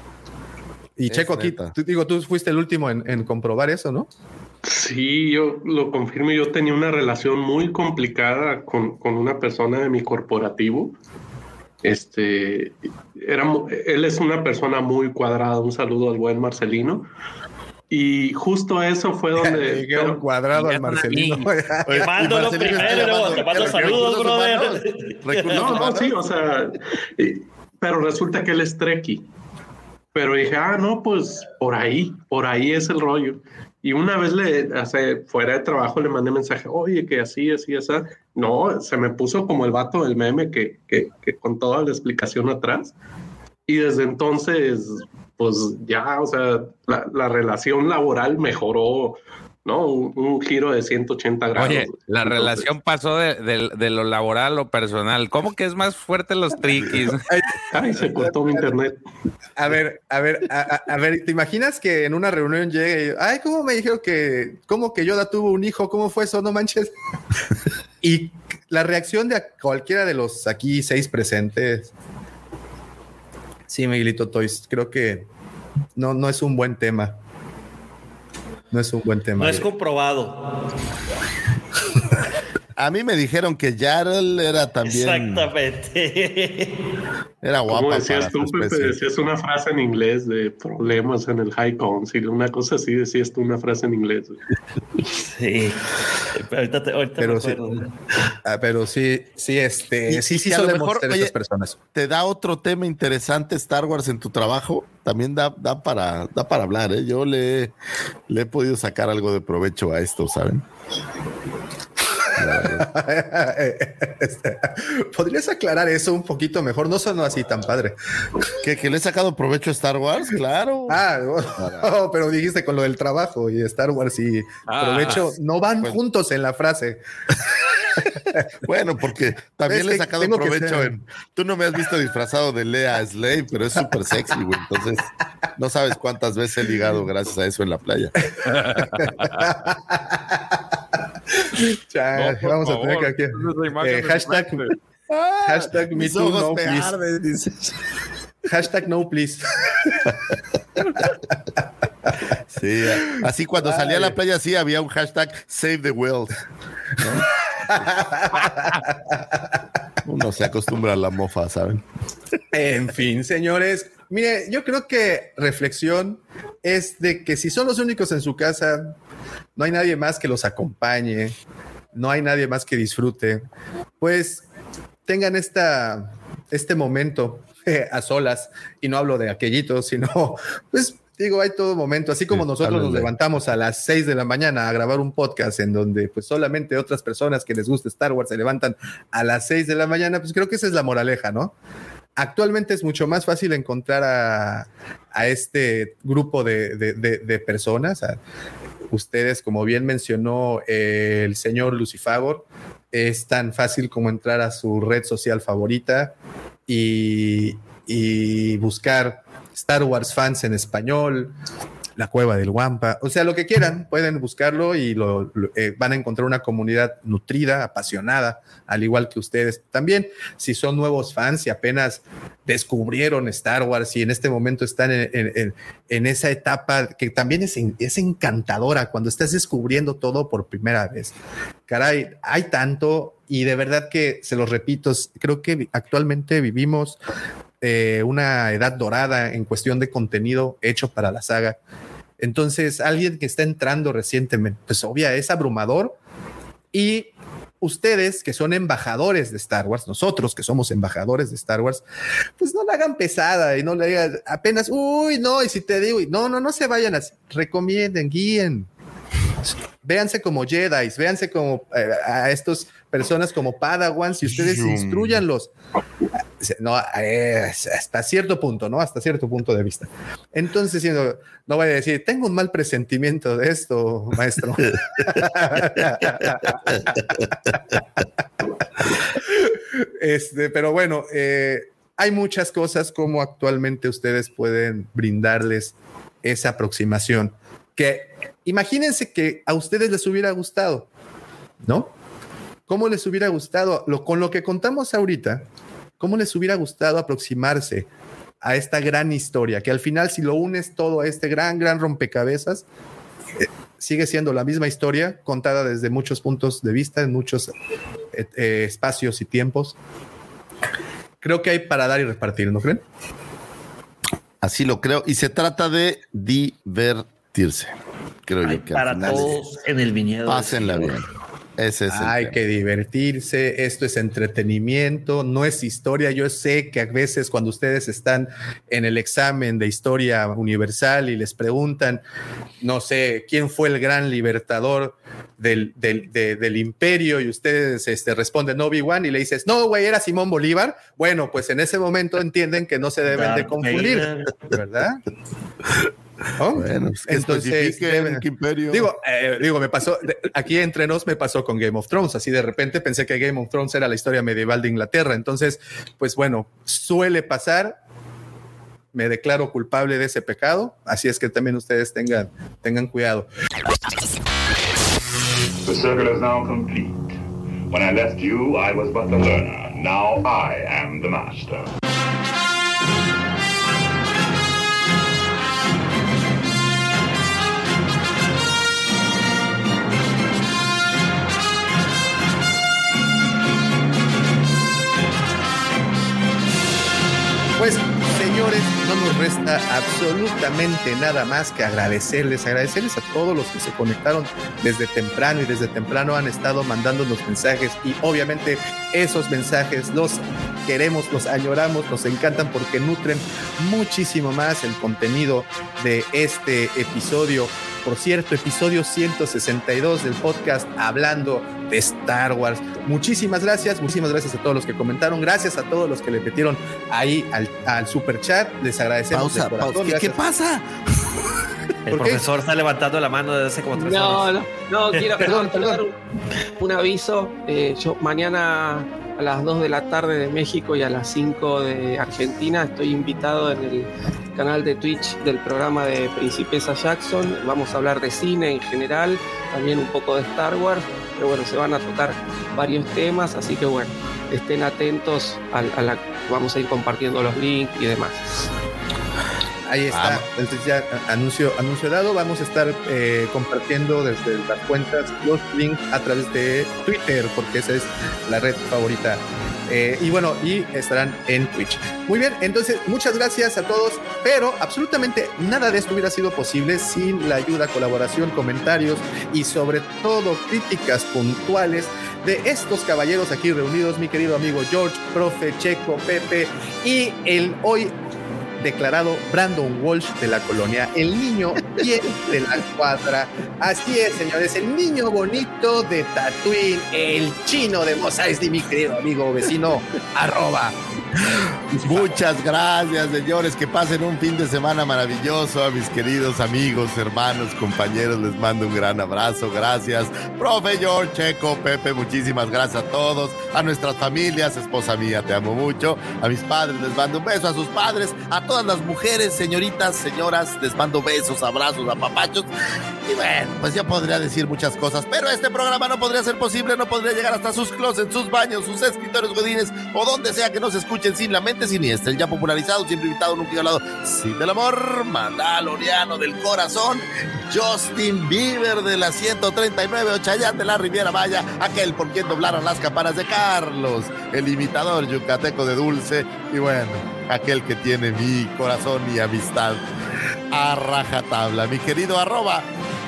[SPEAKER 6] Y es Checo, neta. Aquí, tú, digo, tú fuiste el último en, en comprobar eso, ¿no?
[SPEAKER 9] Sí, yo lo confirmo. Yo tenía una relación muy complicada con, con una persona de mi corporativo. Este, era, él es una persona muy cuadrada. Un saludo al buen Marcelino. Y justo eso fue donde...
[SPEAKER 6] pero, cuadrado al Marcelino.
[SPEAKER 10] Quemándolo primero, te mando saludos, brother.
[SPEAKER 9] No, no, sí, o sea... Pero resulta que él es Trekkie. Pero dije, ah, no, pues por ahí, por ahí es el rollo. Y una vez le, hace, fuera de trabajo, le mandé mensaje, oye, que así, así, así. No, se me puso como el vato del meme que, que, que con toda la explicación atrás. Y desde entonces, pues ya, o sea, la, la relación laboral mejoró, ¿no? Un, un giro de ciento ochenta grados.
[SPEAKER 7] Oye, la entonces, relación pasó de, de, de lo laboral a lo personal. ¿Cómo que es más fuerte los triquis?
[SPEAKER 9] Ay, se cortó mi internet.
[SPEAKER 6] A ver, a ver, a, a ver, ¿te imaginas que en una reunión llegue y, ay, ¿cómo me dijeron que, cómo que Yoda tuvo un hijo? ¿Cómo fue eso? No manches. Y la reacción de cualquiera de los aquí seis presentes... Sí, Miguelito Toys, creo que no, no es un buen tema. no es un buen tema.
[SPEAKER 10] No es comprobado.
[SPEAKER 4] A mí me dijeron que Yarl era también.
[SPEAKER 10] Exactamente.
[SPEAKER 4] Era guapa.
[SPEAKER 9] Como decías tú, Pepe, decías una frase en inglés de problemas en el High Council, una cosa así, decías tú una frase en inglés.
[SPEAKER 10] Sí. Ahorita, te, ahorita
[SPEAKER 6] pero,
[SPEAKER 10] me
[SPEAKER 6] sí, ah, pero sí, sí, este,
[SPEAKER 4] y,
[SPEAKER 6] sí, sí,
[SPEAKER 4] y
[SPEAKER 6] son
[SPEAKER 4] a lo mejor,
[SPEAKER 6] esas
[SPEAKER 4] oye,
[SPEAKER 6] personas.
[SPEAKER 4] Te da otro tema interesante Star Wars en tu trabajo. También da, da para, da para hablar, ¿eh? Yo le, le he podido sacar algo de provecho a esto, ¿saben?
[SPEAKER 6] ¿Podrías aclarar eso un poquito mejor? No sonó así tan padre.
[SPEAKER 4] ¿Que, que le he sacado provecho a Star Wars? Claro.
[SPEAKER 6] Ah, oh, pero dijiste con lo del trabajo y Star Wars y ah, provecho no van pues, juntos en la frase.
[SPEAKER 4] Bueno, porque también le he sacado provecho en... Tú no me has visto disfrazado de Leia Slave, pero es súper sexy, güey. Entonces, no sabes cuántas veces he ligado gracias a eso en la playa. Ya, no, vamos favor, a tener que aquí eh, hashtag ah, hashtag me too, no please. Hashtag no please. Sí, así cuando Ay. salía a la playa sí había un hashtag save the world, ¿no? Uno se acostumbra a la mofa, ¿saben?
[SPEAKER 6] En fin, señores, mire, yo creo que reflexión es de que si son los únicos en su casa, no hay nadie más que los acompañe, no hay nadie más que disfrute, pues tengan esta, este momento eh, a solas, y no hablo de aquellitos, sino pues digo, hay todo momento, así como sí, nosotros háblale. Nos levantamos a las seis de la mañana a grabar un podcast en donde pues solamente otras personas que les gusta Star Wars se levantan a las seis de la mañana, pues creo que esa es la moraleja, ¿no? Actualmente es mucho más fácil encontrar a, a este grupo de, de, de, de personas, a ustedes, como bien mencionó eh, el señor Lucifagor, es tan fácil como entrar a su red social favorita y, y buscar Star Wars fans en español, la Cueva del Wampa, o sea, lo que quieran, pueden buscarlo y lo, lo, eh, van a encontrar una comunidad nutrida, apasionada, al igual que ustedes. También, si son nuevos fans y apenas descubrieron Star Wars y en este momento están en, en, en, en esa etapa que también es, es encantadora cuando estás descubriendo todo por primera vez. Caray, hay tanto y de verdad que, se los repito, creo que actualmente vivimos Eh, una edad dorada en cuestión de contenido hecho para la saga. Entonces, alguien que está entrando recientemente, pues obvia, es abrumador. Y ustedes que son embajadores de Star Wars, nosotros que somos embajadores de Star Wars, pues no la hagan pesada y no le digan apenas, uy, no, y si te digo, no, no, no se vayan así, recomienden, guíen. Véanse como Jedi, véanse como eh, a estas personas como Padawans y ustedes instruyanlos. No, eh, hasta cierto punto, ¿no? Hasta cierto punto de vista. Entonces, no, no voy a decir, tengo un mal presentimiento de esto, maestro. este, pero bueno, eh, hay muchas cosas como actualmente ustedes pueden brindarles esa aproximación. Que imagínense que a ustedes les hubiera gustado, ¿no? ¿Cómo les hubiera gustado? Lo, con lo que contamos ahorita, ¿cómo les hubiera gustado aproximarse a esta gran historia? Que al final, si lo unes todo a este gran, gran rompecabezas, eh, sigue siendo la misma historia contada desde muchos puntos de vista, en muchos eh, eh, espacios y tiempos. Creo que hay para dar y repartir, ¿no creen?
[SPEAKER 4] Así lo creo. Y se trata de divertirse. Creo
[SPEAKER 10] Ay,
[SPEAKER 4] yo que
[SPEAKER 10] para todos es, en el viñedo.
[SPEAKER 4] Pásenla bien. Ese es
[SPEAKER 6] Hay que divertirse, esto es entretenimiento, no es historia. Yo sé que a veces cuando ustedes están en el examen de historia universal y les preguntan, no sé, quién fue el gran libertador del, del, de, del imperio y ustedes este, responden Obi-Wan y le dices, no, güey, era Simón Bolívar. Bueno, pues en ese momento entienden que no se deben de confundir, ¿verdad? ¿Oh?
[SPEAKER 4] Bueno, pues
[SPEAKER 6] entonces deben, digo, eh, digo, me pasó aquí entre nos, me pasó con Game of Thrones. Así de repente pensé que Game of Thrones era la historia medieval de Inglaterra. Entonces, pues bueno, suele pasar. Me declaro culpable de ese pecado. Así es que también ustedes tengan, tengan cuidado.
[SPEAKER 5] The circle is now complete. When I left you, I was but the learner. Now I am the master.
[SPEAKER 6] señores, no nos resta absolutamente nada más que agradecerles, agradecerles a todos los que se conectaron desde temprano y desde temprano han estado mandándonos mensajes y obviamente esos mensajes los queremos, los añoramos, nos encantan porque nutren muchísimo más el contenido de este episodio. Por cierto, episodio ciento sesenta y dos del podcast Hablando de Star Wars. Muchísimas gracias, muchísimas gracias a todos los que comentaron, gracias a todos los que le metieron ahí al, al super chat, les agradecemos.
[SPEAKER 10] Pausa,
[SPEAKER 6] de corazón.
[SPEAKER 10] pausa. ¿Qué, ¿Qué pasa? El profesor está levantando la mano desde hace como tres
[SPEAKER 8] no,
[SPEAKER 10] horas.
[SPEAKER 8] No, no, quiero, perdón, quiero dar un, un aviso. Eh, yo mañana a las dos de la tarde de México y a las cinco de Argentina estoy invitado en el canal de Twitch del programa de Principesa Jackson. Vamos a hablar de cine en general, también un poco de Star Wars, pero bueno, se van a tocar varios temas, así que bueno, estén atentos a, a la, vamos a ir compartiendo los links y demás.
[SPEAKER 6] Ahí está, entonces ya anuncio, anuncio dado, vamos a estar eh, compartiendo desde las cuentas los links a través de Twitter, porque esa es la red favorita. Eh, y bueno, y estarán en Twitch. Muy bien, entonces muchas gracias a todos, pero absolutamente nada de esto hubiera sido posible sin la ayuda, colaboración, comentarios y sobre todo críticas puntuales de estos caballeros aquí reunidos, mi querido amigo George, profe, Checo, Pepe y el hoy declarado Brandon Walsh de la colonia, el niño bien de la cuadra. Así es, señores, el niño bonito de Tatooine, el chino de Mos Eisley, mi querido amigo vecino, arroba.
[SPEAKER 4] Muchas gracias, señores, que pasen un fin de semana maravilloso. A mis queridos amigos, hermanos, compañeros, les mando un gran abrazo. Gracias, profe George, Checo, Pepe, muchísimas gracias a todos, a nuestras familias, esposa mía, te amo mucho, a mis padres les mando un beso, a sus padres, a todas las mujeres, señoritas, señoras, les mando besos, abrazos, apapachos. Y bueno, pues ya podría decir muchas cosas, pero este programa no podría ser posible, no podría llegar hasta sus closets, sus baños, sus escritorios godines o donde sea que nos escuchen sin la mente siniestra. El ya popularizado, siempre invitado, nunca igualado, sin del amor, mandaloriano del corazón, Justin Bieber de la ciento treinta y nueve o Chayanne de la Riviera Maya, aquel por quien doblaron las campanas de Carlos, el imitador yucateco de Dulce y bueno, aquel que tiene mi corazón y amistad a rajatabla, mi querido arroba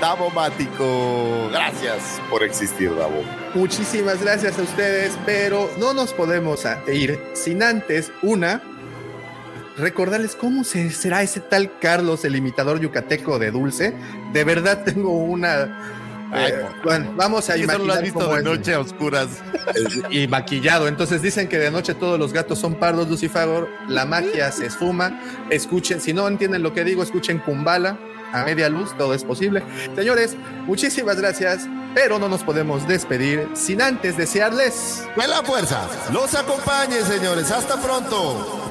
[SPEAKER 4] Davomático. Gracias por existir, Davo.
[SPEAKER 6] Muchísimas gracias a ustedes, pero no nos podemos ir sin antes, una, recordarles cómo se, será ese tal Carlos, el imitador yucateco de Dulce. De verdad tengo una... Ay, eh, bueno, vamos a imaginar.
[SPEAKER 4] Eso lo has visto de noche a oscuras.
[SPEAKER 6] Y maquillado. Entonces dicen que de noche todos los gatos son pardos, Lucifagor. La magia se esfuma. Escuchen, si no entienden lo que digo, escuchen Kumbala. A media luz, todo es posible. Señores, muchísimas gracias, pero no nos podemos despedir sin antes desearles
[SPEAKER 4] que la fuerza los acompañe, señores. Hasta pronto.